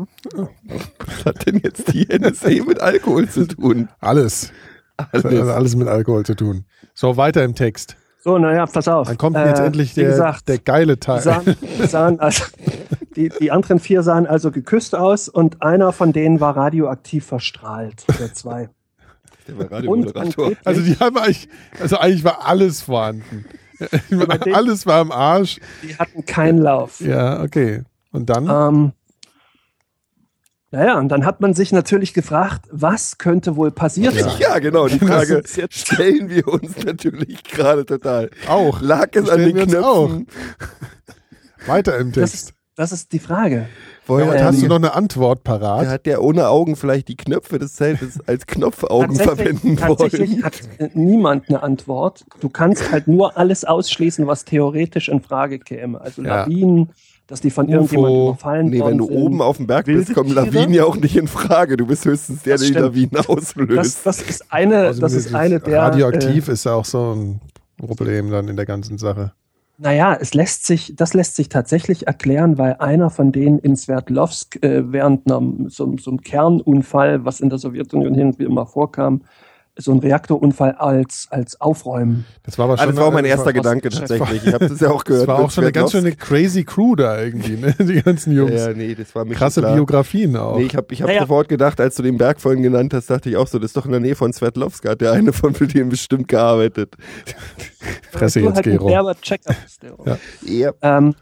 Was hat denn jetzt die N S A mit Alkohol zu tun? Alles. Das hat Alles. also alles mit Alkohol zu tun. So, weiter im Text. So, naja, pass auf. Dann kommt jetzt Äh, endlich wie der, gesagt, der geile Die Teil. sahen, die, sahen also, die, die anderen vier sahen also geküsst aus und einer von denen war radioaktiv verstrahlt. Oder zwei. Der war Und Radiomoderator. angeblich- Also die haben eigentlich, also eigentlich war alles vorhanden. bei denen- Alles war im Arsch. die hatten keinen Lauf. Ja, okay. Und dann? Ähm, naja, und dann hat man sich natürlich gefragt, was könnte wohl passiert sein? Ja, genau. Die Frage ist jetzt- stellen wir uns natürlich gerade total. Auch. Lag es an Stellen den wir uns Knöpfen? Weiter im Das Text. ist, das ist die Frage. Woher Ja, und ähm, hast du noch eine Antwort parat? Der hat ja ohne Augen vielleicht die Knöpfe des Zeltes als Knopfaugen verwenden tatsächlich wollen. hat äh, niemand eine Antwort. Du kannst halt nur alles ausschließen, was theoretisch in Frage käme. Also Ja. Lawinen, dass die von U F O. irgendjemandem überfallen Nee, wenn worden du sind. oben auf dem Berg wilde bist, kommen Tiere? Lawinen ja auch nicht in Frage. Du bist höchstens der, Das der die stimmt. Lawinen Das, auslöst. das ist eine, Also das ist dieses eine der. Radioaktiv ist ja auch so ein Problem dann in der ganzen Sache. Äh, naja, es lässt sich, das lässt sich tatsächlich erklären, weil einer von denen in Sverdlovsk äh, während einem, so, so einem Kernunfall, was in der Sowjetunion hin und wieder mal vorkam, so ein Reaktorunfall als, als Aufräumen. Das war aber Ah, schon das war auch mein das erster war- Gedanke das tatsächlich. Ich habe das ja auch gehört. Das war mit auch schon eine ganz Sverdlovsk. schöne crazy Crew da irgendwie, ne? Die ganzen Jungs. Ja, nee, das war mir Krasse schon klar. Biografien auch. Nee, ich habe ich hab Naja. sofort gedacht, als du den Berg vorhin genannt hast, dachte ich auch so, das ist doch in der Nähe von Sverdlovsk, hat der eine von denen bestimmt gearbeitet. Fresse Du jetzt, halt ein Gero. derber Checker bist, Gero. Ja. Ja. Ähm,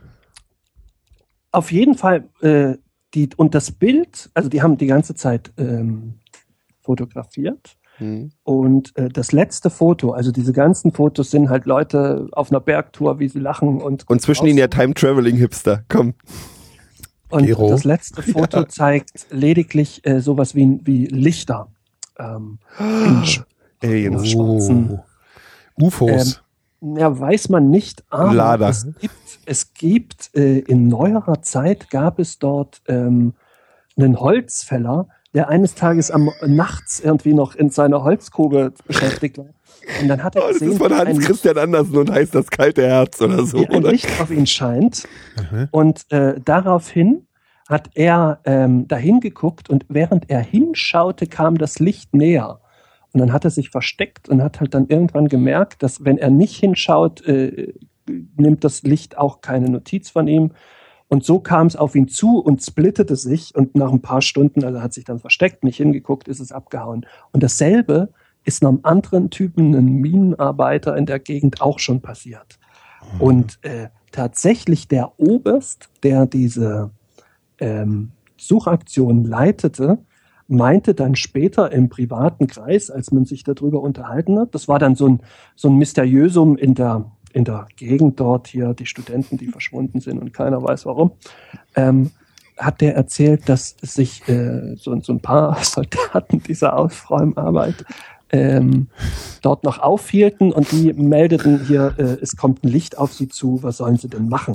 auf jeden Fall, äh, die, und das Bild, also die haben die ganze Zeit ähm, fotografiert. Hm. Und äh, das letzte Foto, also diese ganzen Fotos sind halt Leute auf einer Bergtour, wie sie lachen und Und zwischen ihnen ja Time-Traveling-Hipster. Komm. und Gero. das letzte Foto zeigt lediglich äh, sowas wie, wie Lichter. Ähm, in sch- Aliens. schwarzen- U F Os. Ja, weiß man nicht, aber Lader. es gibt, es gibt äh, in neuerer Zeit gab es dort ähm, einen Holzfäller, der eines Tages am nachts irgendwie noch in seiner Holzgrube beschäftigt war. Und dann hat er Oh, das gesehen, ist von wie ein, Hans Christian Andersen und heißt das kalte Herz oder so. wie ein Oder? Licht auf ihn scheint. Mhm. Und äh, daraufhin hat er ähm, dahin geguckt und während er hinschaute, kam das Licht näher. Und dann hat er sich versteckt und hat halt dann irgendwann gemerkt, dass wenn er nicht hinschaut, äh, nimmt das Licht auch keine Notiz von ihm. Und so kam es auf ihn zu und splittete sich. Und nach ein paar Stunden, also hat sich dann versteckt, nicht hingeguckt, ist es abgehauen. Und dasselbe ist einem anderen Typen, einem Minenarbeiter in der Gegend auch schon passiert. Und äh, tatsächlich der Oberst, der diese ähm, Suchaktion leitete, meinte dann später im privaten Kreis, als man sich darüber unterhalten hat, das war dann so ein, so ein Mysteriösum in der, in der Gegend dort hier, die Studenten, die verschwunden sind und keiner weiß warum, ähm, hat der erzählt, dass sich äh, so, so ein paar Soldaten dieser Aufräumarbeit ähm, dort noch aufhielten und die meldeten hier, äh, es kommt ein Licht auf sie zu, was sollen sie denn machen?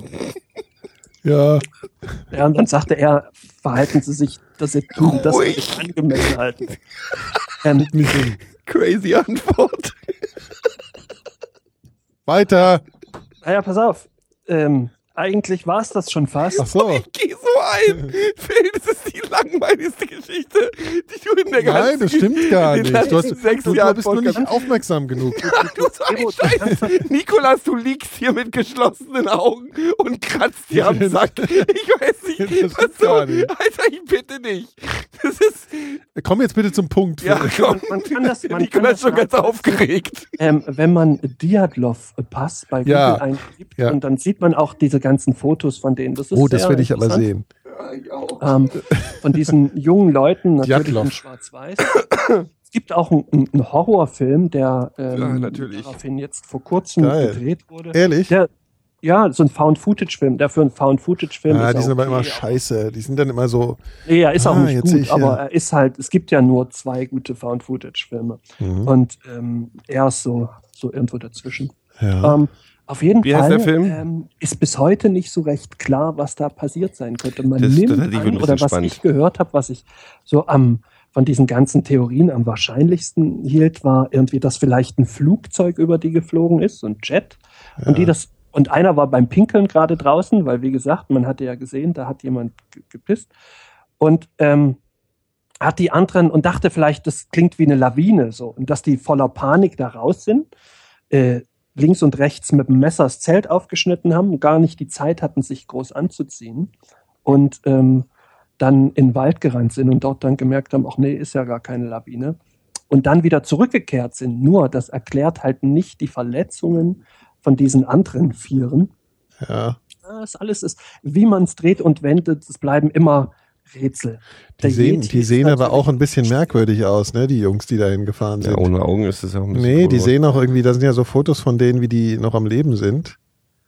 Ja. Ja, und dann sagte er, verhalten Sie sich, dass Sie tun, das Ruhig. nicht angemessen halten. Ähm, Crazy Antwort. Weiter. naja, pass auf. Ähm, eigentlich war es das schon fast. Ach so. Ich gehe so Nein, Phil, das ist die langweiligste Geschichte, die du in der ganzen Nein, das stimmt gar in den nicht. Du, hast, letzten sechs du, du Jahren bist nur nicht aufmerksam genug. Du so ein Scheiß. Nikolas, du liegst hier mit geschlossenen Augen und kratzt dir am Sack. Ich weiß nicht, Das was stimmt du... gar nicht. Alter, ich bitte nicht. Das ist... Komm jetzt bitte zum Punkt. Ja, komm. Man kann das, man kann Nikolas das ist schon ganz nachvollziehen. aufgeregt. Ähm, wenn man Diatlov-Pass bei Google Ja, eingibt ja. und dann sieht man auch diese ganzen Fotos von denen. Das ist Oh, das sehr will ich aber interessant. sehen. Ähm, von diesen jungen Leuten, natürlich Djatlov. in Schwarz-Weiß. Es gibt auch einen, einen Horrorfilm, der ähm, Ja, natürlich. daraufhin jetzt vor kurzem Geil. gedreht wurde. Ehrlich? Der, ja, so ein Found-Footage-Film. Der für einen Found-Footage-Film Ah, ist die er sind aber okay, immer scheiße. Die sind dann immer so. Nee, er ist auch Ah, nicht jetzt sehe gut, ich, aber ja. er ist halt, es gibt ja nur zwei gute Found-Footage-Filme. Mhm. Und ähm, er ist so, so irgendwo dazwischen. Ja. Ähm, auf jeden Wie Fall heißt der Film? Ähm, ist bis heute nicht so recht klar, was da passiert sein könnte. Man Das- nimmt das halte ich für ein an, oder bisschen was spannend. ich gehört habe, was ich so am von diesen ganzen Theorien am wahrscheinlichsten hielt, war irgendwie, dass vielleicht ein Flugzeug über die geflogen ist, so ein Jet, und die das und einer war beim Pinkeln gerade draußen, weil wie gesagt, man hatte ja gesehen, da hat jemand ge- gepisst und ähm, hat die anderen und dachte vielleicht, das klingt wie eine Lawine so und dass die voller Panik da raus sind, äh, links und rechts mit dem Messer das Zelt aufgeschnitten haben und gar nicht die Zeit hatten, sich groß anzuziehen und ähm, dann in den Wald gerannt sind und dort dann gemerkt haben, ach nee, ist ja gar keine Lawine und dann wieder zurückgekehrt sind. Nur, das erklärt halt nicht die Verletzungen von diesen anderen Vieren. Ja. Das alles ist, wie man es dreht und wendet, es bleiben immer Rätsel. Die Der sehen, Yeti die ist sehen aber natürlich- auch ein bisschen merkwürdig aus, ne? Die Jungs, die dahin gefahren Ja, sind. ohne Augen ist es ja auch ein bisschen... Nee, die komisch. sehen auch irgendwie, da sind ja so Fotos von denen, wie die noch am Leben sind.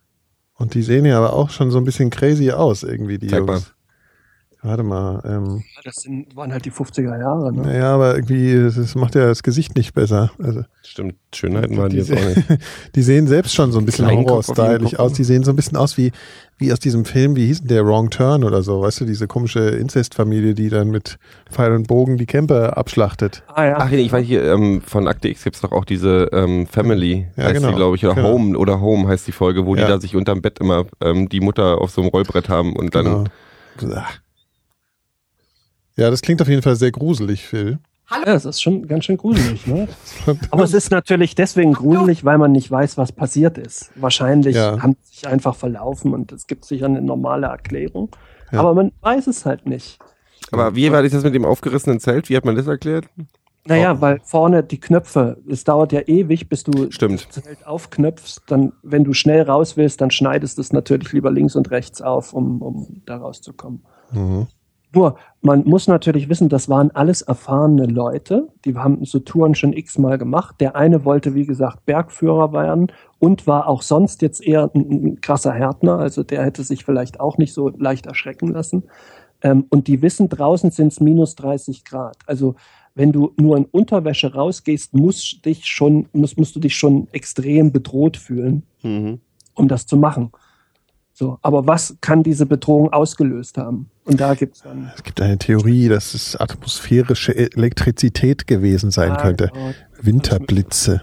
Und die sehen ja aber auch schon so ein bisschen crazy aus, irgendwie, die Zeig mal. Jungs. Warte mal. Ähm, Das sind, waren halt die fünfziger Jahre. Ne? naja, aber irgendwie, das macht ja das Gesicht nicht besser. Also, Stimmt, Schönheiten waren die die, jetzt auch nicht. se- die sehen selbst schon so ein bisschen Kleinen Kopf auf jeden horror-stylig Kopf. aus. Die sehen so ein bisschen aus wie, wie aus diesem Film, wie hieß denn der, Wrong Turn oder so. Weißt du, diese komische Inzestfamilie, die dann mit Pfeil und Bogen die Camper abschlachtet. Ah ja. Ach nee, ich weiß hier, ähm, von Akte X gibt's doch auch diese ähm, Family, Ja, heißt genau. die, glaube ich, oder Genau. Home oder Home heißt die Folge, wo Ja. die da sich unterm Bett immer ähm, die Mutter auf so einem Rollbrett haben und dann... Genau. Ja, das klingt auf jeden Fall sehr gruselig, Phil. Ja, das ist schon ganz schön gruselig. Ne? Aber es ist natürlich deswegen gruselig, weil man nicht weiß, was passiert ist. Wahrscheinlich Ja. haben sie sich einfach verlaufen und es gibt sicher eine normale Erklärung. Ja. Aber man weiß es halt nicht. Aber wie war das mit dem aufgerissenen Zelt? Wie hat man das erklärt? Naja, weil vorne die Knöpfe, es dauert ja ewig, bis du Stimmt. das Zelt aufknöpfst. Dann, wenn du schnell raus willst, dann schneidest du es natürlich lieber links und rechts auf, um, um da rauszukommen. Mhm. Nur, man muss natürlich wissen, das waren alles erfahrene Leute, die haben so Touren schon x-mal gemacht. Der eine wollte, wie gesagt, Bergführer werden und war auch sonst jetzt eher ein, ein krasser Härtner, also der hätte sich vielleicht auch nicht so leicht erschrecken lassen. Ähm, und die wissen, draußen sind es minus dreißig Grad. Also wenn du nur in Unterwäsche rausgehst, musst, dich schon, musst, musst du dich schon extrem bedroht fühlen, Mhm. um das zu machen. So, aber was kann diese Bedrohung ausgelöst haben? Und da gibt's dann Es gibt eine Theorie, dass es atmosphärische Elektrizität gewesen sein Ah, könnte. genau. Winterblitze.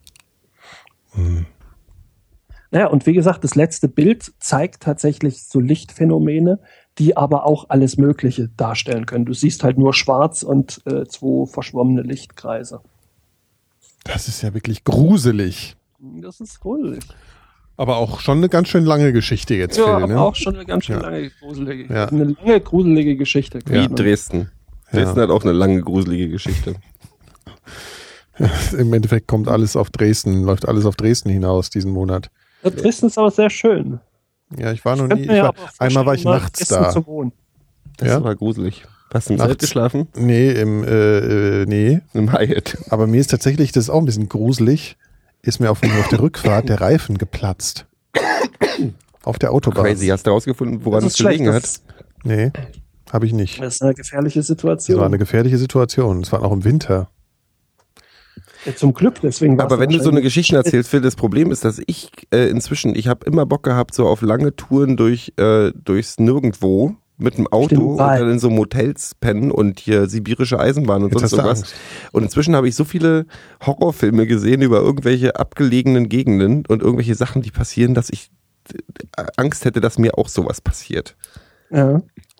Naja, und wie gesagt, das letzte Bild zeigt tatsächlich so Lichtphänomene, die aber auch alles Mögliche darstellen können. Du siehst halt nur schwarz und äh, zwei verschwommene Lichtkreise. Das ist ja wirklich gruselig. Das ist gruselig. Aber auch schon eine ganz schön lange Geschichte jetzt, Ja, Phil, aber ne? auch schon eine ganz schön Ja. lange gruselige, Ja. eine lange gruselige Geschichte. Wie Ja. Dresden. Ja. Dresden hat auch eine lange, gruselige Geschichte. Im Endeffekt kommt alles auf Dresden, läuft alles auf Dresden hinaus diesen Monat. Ja, Dresden ist aber sehr schön. Ja, ich war noch Könnte nie, mir ich ja war, aber vorstellen, einmal war ich mal nachts Dresden da. zu wohnen. Das Ja? ist aber gruselig. Hast du im Nachts? Zelt geschlafen? Nee, im, äh, äh, nee. Im Hyatt. Aber mir ist tatsächlich, das ist auch ein bisschen gruselig, ist mir auf, auf der Rückfahrt der Reifen geplatzt. Auf der Autobahn. Crazy. Hast du herausgefunden, woran Das es ist schlecht. gelegen Das, hat? Nee, habe ich nicht. das ist eine gefährliche Das Situation. war eine gefährliche Situation. Es war auch im Winter. Ja, zum Glück, deswegen war's Aber wenn du so eine wahrscheinlich- Geschichte erzählst, Phil, das Problem ist, dass ich äh, inzwischen, ich habe immer Bock gehabt, so auf lange Touren durch äh, durchs Nirgendwo mit dem Auto Stimmt, und Wald. dann in so Motels pennen und hier sibirische Eisenbahn und Jetzt sonst hast du irgendwas. Angst. Und inzwischen habe ich so viele Horrorfilme gesehen über irgendwelche abgelegenen Gegenden und irgendwelche Sachen, die passieren, dass ich äh, Angst hätte, dass mir auch sowas passiert. Ja.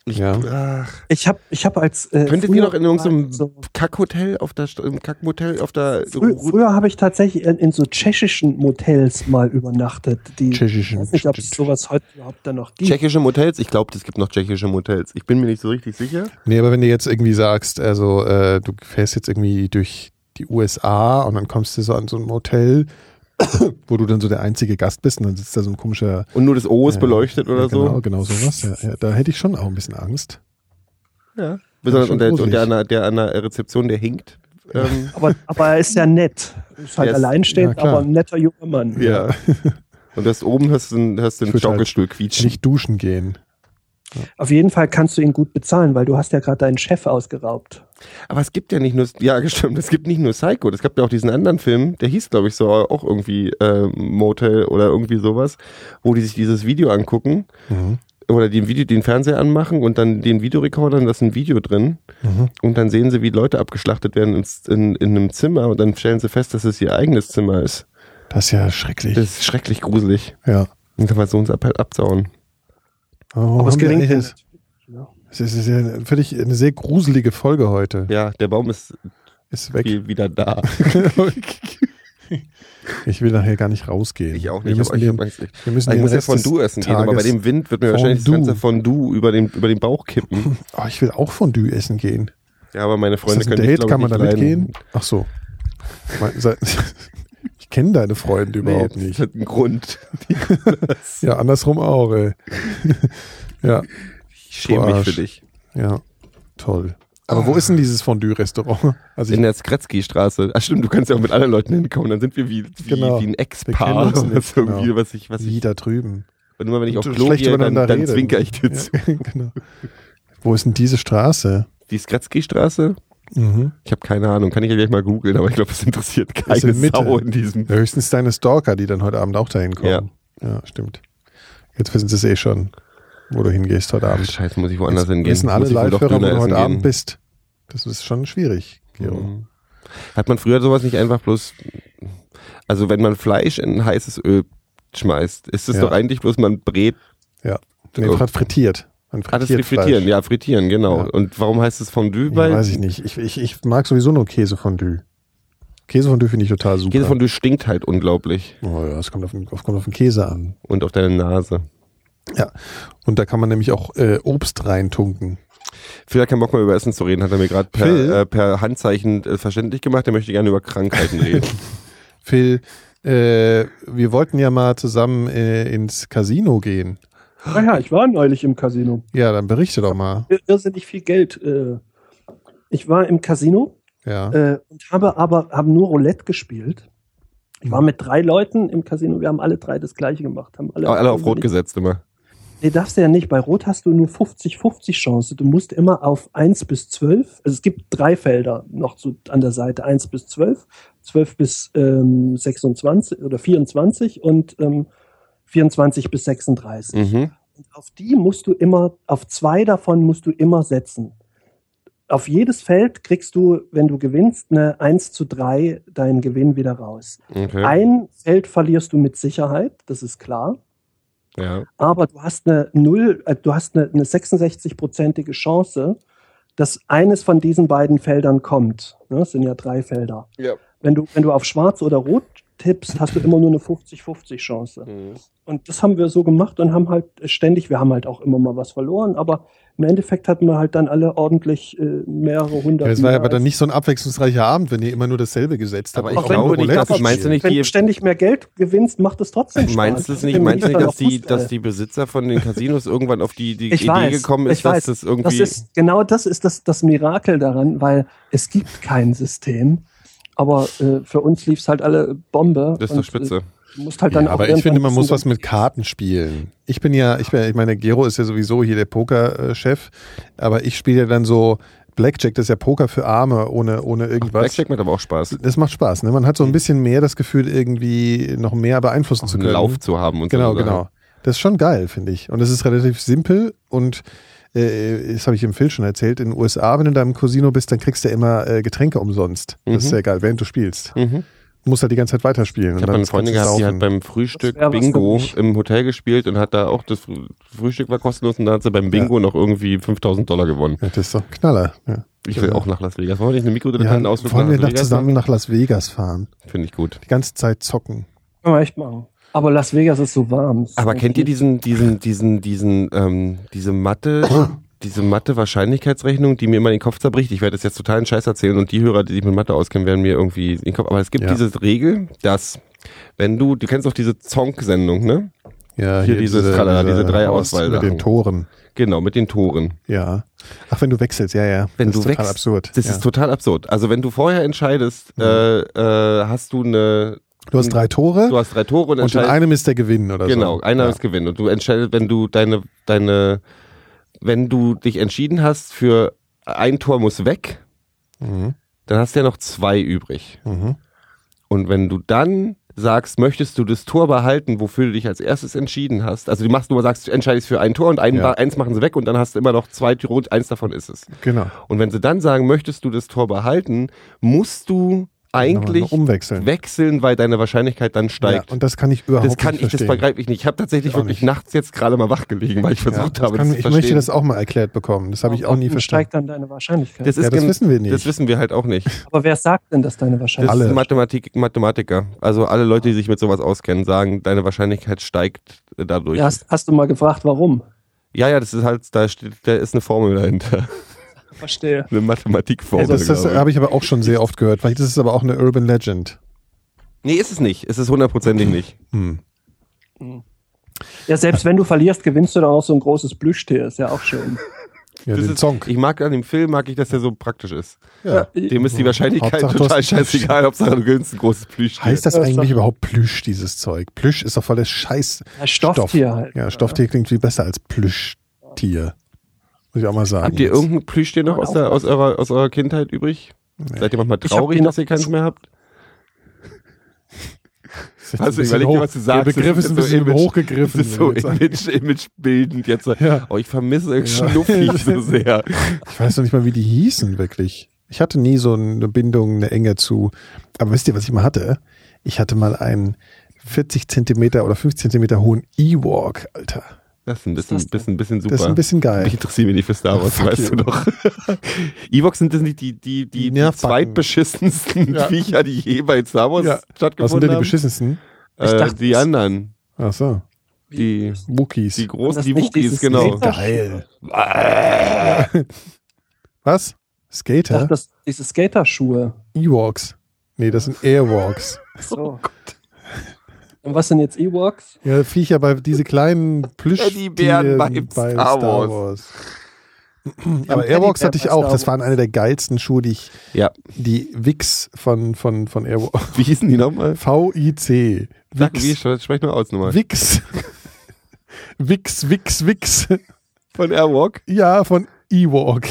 Ich, Ja. ach. Ich habe ich hab als äh, Könntet früher ihr noch in irgendeinem mal so, Kackhotel auf der St- im Kackmotel auf der frü früher habe ich tatsächlich in, in so tschechischen Motels mal übernachtet. Die, Tschechischen. Ich weiß nicht, ob es sowas heute überhaupt da noch gibt. tschechische Motels? Ich glaube, es gibt noch tschechische Motels. Ich bin mir nicht so richtig sicher. Nee, aber wenn du jetzt irgendwie sagst, also äh, du fährst jetzt irgendwie durch die U S A und dann kommst du so an so ein Hotel, wo du dann so der einzige Gast bist und dann sitzt da so ein komischer... Und nur das O ist Ja, beleuchtet oder ja, genau, so. genau sowas. Ja, ja, da hätte ich schon auch ein bisschen Angst. Ja. Besonders schon und der, und gruselig. der, an der, der an der Rezeption, der hinkt. Ähm, Aber, aber er ist ja nett. Ist halt Der ist- alleinstehend, ja, klar. aber ein netter junger Mann. ja. Und das oben hast du einen, hast du einen Ich würd halt Schaukelstuhl quietschen. Nicht duschen gehen. Auf jeden Fall kannst du ihn gut bezahlen, weil du hast ja gerade deinen Chef ausgeraubt. Aber es gibt ja nicht nur, ja stimmt, es gibt nicht nur Psycho, es gab ja auch diesen anderen Film, der hieß glaube ich so auch irgendwie äh, Motel oder irgendwie sowas, wo die sich dieses Video angucken Mhm. oder den Video, den Fernseher anmachen und dann den Videorekorder und da ist ein Video drin Mhm. und dann sehen sie, wie Leute abgeschlachtet werden in, in, in einem Zimmer und dann stellen sie fest, dass es ihr eigenes Zimmer ist. Das ist ja schrecklich. Das ist schrecklich gruselig. ja. Dann kann man so uns ab, absauen. Oh, Aber es haben wir gelingt eigentlich- ja. Es ist, es ist ja für dich eine sehr gruselige Folge heute. Ja, der Baum ist Ist weg. wie- wieder da. Ich will nachher gar nicht rausgehen. Ich auch Wir nicht, müssen aber ich, den, hab Angst. wir müssen ich den muss ja Rest von des du essen gehen, aber bei Tages- dem Wind wird mir wahrscheinlich das Fondue. ganze Fondue über den, über den Bauch kippen. Oh, ich will auch Fondue essen gehen. Ja, aber meine Ist Freunde das ein können Date? ich, Kann man da glaub ich, nicht mitgehen? leiden. Ach so. Mein- se- Ich kenne deine Freunde überhaupt nee, nicht. Das hat einen Grund. Ja, andersrum auch, ey. Ja, Ich schäme Du mich Arsch. für dich. ja. Toll. Aber wo ist denn dieses Fondue-Restaurant? Also ich, In der Skretzky-Straße. Ach stimmt, du kannst ja auch mit anderen Leuten hinkommen. Dann sind wir wie, wie, Genau. wie ein Wir Ex-Paar. kennen uns oder nicht, so irgendwie, genau. was ich, was wie ich, da drüben. und immer wenn ich auf Und Klo schlecht gehe, dann, übereinander dann reden. zwinker ich dir zu. Ja, genau. Wo ist denn diese Straße? Die Skretzky-Straße? Mhm. Ich habe keine Ahnung, kann ich ja gleich mal googeln, aber ich glaube, das interessiert keine in Mitte. Sau in diesem. Höchstens deine Stalker, die dann heute Abend auch dahin kommen. Ja, stimmt. Jetzt wissen sie es eh schon, wo du hingehst heute Ach, Abend. scheiße, muss ich woanders hingehen. Wissen alle Muss ich wohl doch Live-Hörer, wo Döner du heute essen Abend gehen. bist. Das ist schon schwierig, Gero. Mhm. Hat man früher sowas nicht einfach bloß, also wenn man Fleisch in heißes Öl schmeißt, ist es Ja. doch eigentlich bloß, man brät, Ja. Nee, Oh. frittiert. Man ah, das frittiert frittieren, Fleisch. ja, frittieren, genau. Ja. Und warum heißt es Fondue? Ja, Weil weiß ich nicht. Ich, ich, ich mag sowieso nur Käsefondue. Käsefondue finde ich total super. Käsefondue stinkt halt unglaublich. Oh ja, es kommt auf, den, auf, kommt auf den Käse an. Und auf deine Nase. Ja. Und da kann man nämlich auch äh, Obst reintunken. Phil hat keinen Bock mehr über Essen zu reden, hat er mir gerade Phil? per, äh, per Handzeichen äh, verständlich gemacht, er möchte gerne über Krankheiten reden. Phil, äh, wir wollten ja mal zusammen äh, ins Casino gehen. Ah ja, ich war neulich im Casino. Ja, dann berichte doch mal. Ir- Irrsinnig viel Geld. Äh, ich war im Casino Ja. äh, und habe aber haben nur Roulette gespielt. Ich war mit drei Leuten im Casino, wir haben alle drei das gleiche gemacht. Haben alle, Aber alle auf Rot irrsinnig- gesetzt immer. Nee, darfst du ja nicht. Bei Rot hast du nur fünfzig fünfzig Chance. Du musst immer auf eins bis zwölf, also es gibt drei Felder noch so an der Seite, eins bis zwölf, zwölf bis ähm, sechsundzwanzig oder vierundzwanzig und ähm, vierundzwanzig bis sechsunddreißig. Mhm. Und auf die musst du immer, auf zwei davon musst du immer setzen. Auf jedes Feld kriegst du, wenn du gewinnst, eine eins zu drei deinen Gewinn wieder raus. Okay. Ein Feld verlierst du mit Sicherheit, das ist klar. Ja. Aber du hast eine null, äh, du hast eine, eine sechsundsechzig-prozentige Chance, dass eines von diesen beiden Feldern kommt. Ne, das sind ja drei Felder. Ja. Wenn du, wenn du auf Schwarz oder Rot tippst, hast du immer nur eine fünfzig fünfzig Chance. Mhm. Und das haben wir so gemacht und haben halt ständig, wir haben halt auch immer mal was verloren, aber im Endeffekt hatten wir halt dann alle ordentlich äh, mehrere hundert. Ja, das war ja mehr aber dann als- nicht so ein abwechslungsreicher Abend, wenn ihr immer nur dasselbe gesetzt habt. Aber und ich auch glaube nur nicht, Roulette dass- meinst du gespielt. nicht, Wenn die- du ständig mehr Geld gewinnst, macht es trotzdem Spaß. Meinst du es nicht, Deswegen meinst du bin nicht, ich dass dann die, auf Fußball. dass die Besitzer von den Casinos irgendwann auf die, die Ich Idee weiß, gekommen ist, ich weiß. dass das irgendwie. Das ist, genau das ist das, das Mirakel daran, weil es gibt kein System. Aber äh, für uns lief es halt alle Bombe. das ist doch und, spitze. Äh, du musst halt dann Ja, auch aber ich irgendwann finde, man muss wissen, was mit Karten spielen. Ich bin ja, ich, bin, ich meine, Gero ist ja sowieso hier der Poker-Chef, aber ich spiele ja dann so Blackjack, das ist ja Poker für Arme, ohne, ohne irgendwas. Blackjack macht aber auch Spaß. Das macht Spaß, ne? Man hat so ein bisschen mehr das Gefühl, irgendwie noch mehr beeinflussen zu Einen können. Lauf zu haben und Genau, so. genau. Das ist schon geil, finde ich. Und es ist relativ simpel und äh, das habe ich im Phil schon erzählt, in den U S A, wenn du da im Casino bist, dann kriegst du immer äh, Getränke umsonst. Das Mhm. ist sehr geil, während du spielst. Mhm. musst halt die ganze Zeit weiterspielen. Ich habe eine Freundin gehabt, die hat beim Frühstück Das wär was Bingo für mich. im Hotel gespielt und hat da auch, das Früh- Frühstück war kostenlos und da hat sie beim Bingo noch irgendwie fünftausend Dollar gewonnen. Ja, das ist doch ein Knaller. Ja. Ich will auch nach Las Vegas. Wollen wir nicht eine Ja, Mikrodilettanten-Ausflug wollen wir nach nach Las Vegas zusammen machen? nach Las Vegas fahren? Finde ich gut. Die ganze Zeit zocken. Können wir echt machen. Aber Las Vegas ist so warm. Das Aber ist kennt ihr irgendwie- diesen, diesen, diesen, diesen, ähm, diese Mathe, diese Mathe-Wahrscheinlichkeitsrechnung, die mir immer den Kopf zerbricht? Ich werde das jetzt total einen Scheiß erzählen und die Hörer, die sich mit Mathe auskennen, werden mir irgendwie den Kopf. Aber es gibt Ja. diese Regel, dass wenn du, du kennst doch diese Zonk-Sendung, ne? Ja, Hier dieses Tralala, diese drei Aus- Auswahlsachen. Mit den Toren. Genau, mit den Toren. Ja. Ach, wenn du wechselst, ja, ja. Wenn das du ist total wechselst, absurd. Das ja. ist total absurd. Also wenn du vorher entscheidest, äh, äh, hast du eine, Du hast drei Tore du hast drei Tore und und in entscheidest. einem ist der Gewinn oder Genau, so. einer ja. ist Gewinn. Und du entscheidest, wenn du deine, deine, wenn du dich entschieden hast für ein Tor muss weg, Mhm. dann hast du ja noch zwei übrig. Mhm. Und wenn du dann sagst, möchtest du das Tor behalten, wofür du dich als erstes entschieden hast, also du machst nur, sagst, du entscheidest für ein Tor und ein, Ja. eins machen sie weg und dann hast du immer noch zwei Tore und eins davon ist es. Genau. Und wenn sie dann sagen, möchtest du das Tor behalten, musst du eigentlich Nochmal umwechseln. wechseln, weil deine Wahrscheinlichkeit dann Ja, steigt. und das kann ich überhaupt das kann nicht ich, das verstehen. begreife ich nicht. Ich habe tatsächlich Ich auch wirklich nicht. nachts jetzt gerade mal wach gelegen, weil ich Ja, versucht das habe, kann, das zu ich verstehen. möchte das auch mal erklärt bekommen. Das habe ich auch nie Warum verstanden. steigt dann deine Wahrscheinlichkeit? Das ist Ja, das gen- wissen wir nicht. Das wissen wir halt auch nicht. Aber wer sagt denn, dass deine Das Wahrscheinlichkeit ist Alle. Mathematik, Mathematiker. Also alle Leute, die sich mit sowas auskennen, sagen, deine Wahrscheinlichkeit steigt äh, dadurch. Ja, hast, hast du mal gefragt, warum? Ja, ja, das ist halt, da steht, da ist eine Formel dahinter. Verstehe. Eine Mathematikformel. Das, das glaube ich. habe ich aber auch schon sehr oft gehört. Vielleicht ist es aber auch eine Urban Legend. Nee, ist es nicht. Es ist hundertprozentig nicht. Hm. Ja, selbst wenn du verlierst, gewinnst du dann auch so ein großes Plüschtier. Ist ja auch schön. Ja, Das den ist, Zonk. ich mag an dem Film, mag ich, dass der so praktisch ist. Ja. Dem ist die Wahrscheinlichkeit Hauptsache, du total hast- scheißegal, ob du gewinnst ein großes Plüschtier. Heißt das Ja, ist eigentlich doch- überhaupt Plüsch, dieses Zeug? Plüsch ist doch volles Scheiß. Ja, Stofftier Stoff. halt. Ja, Stofftier klingt viel besser als Plüschtier. Muss ich auch mal sagen. Habt ihr jetzt. irgendein Plüschtier noch aus, der, aus, eurer, aus eurer Kindheit übrig? Seid ihr manchmal Ich hab traurig, die noch- dass ihr keins mehr habt? Das ist jetzt Also ein bisschen überleg dir, hoch. was du sagst. Der Begriff Das ist ein so bisschen Image- hochgegriffen. Das ist so Jetzt- Image, Image-bildend jetzt. So, Ja. Oh, ich vermisse Ja. Schnuffi so sehr. Ich weiß noch nicht mal, wie die hießen, wirklich. Ich hatte nie so eine Bindung, eine enge zu. Aber wisst ihr, was ich mal hatte? Ich hatte mal einen vierzig Zentimeter oder fünfzig Zentimeter hohen Ewok, Alter. Das ist ein bisschen, Was ist das bisschen, bisschen super. Das ist ein bisschen geil. Ich interessiere mich nicht für Star Wars, Fuck weißt you. du doch. Ewoks sind das nicht die, die, die, die Nervbacken. zweitbeschissensten Ja. Viecher, die je bei Star Wars Ja. Was sind stattgefunden denn die haben? beschissensten? Ich Äh, dachte, die das- anderen. Ach so. Die, Wookies. die großen, das die nicht Wookies, dieses genau. Skater- Geil. Was? Ich Skater? dachte, das, diese Skaterschuhe. Ewoks. Nee, das sind Airwalks. So. Und was sind jetzt Ewoks? Ja, Viecher bei diese kleinen Teddybären Plüschtiere bei Star Wars. Wars. Aber Teddybär Airwalks hatte bei ich auch. Star Das Wars. waren eine der geilsten Schuhe, die ich, Ja. die Wix von, von, von Airwalks. Wie hießen die nochmal? V I C. Sag, wie, Wix. sprech sprech nur aus nochmal. Wix. Wix, Wix, Wix. Von Airwalk? Ja, von Ewok.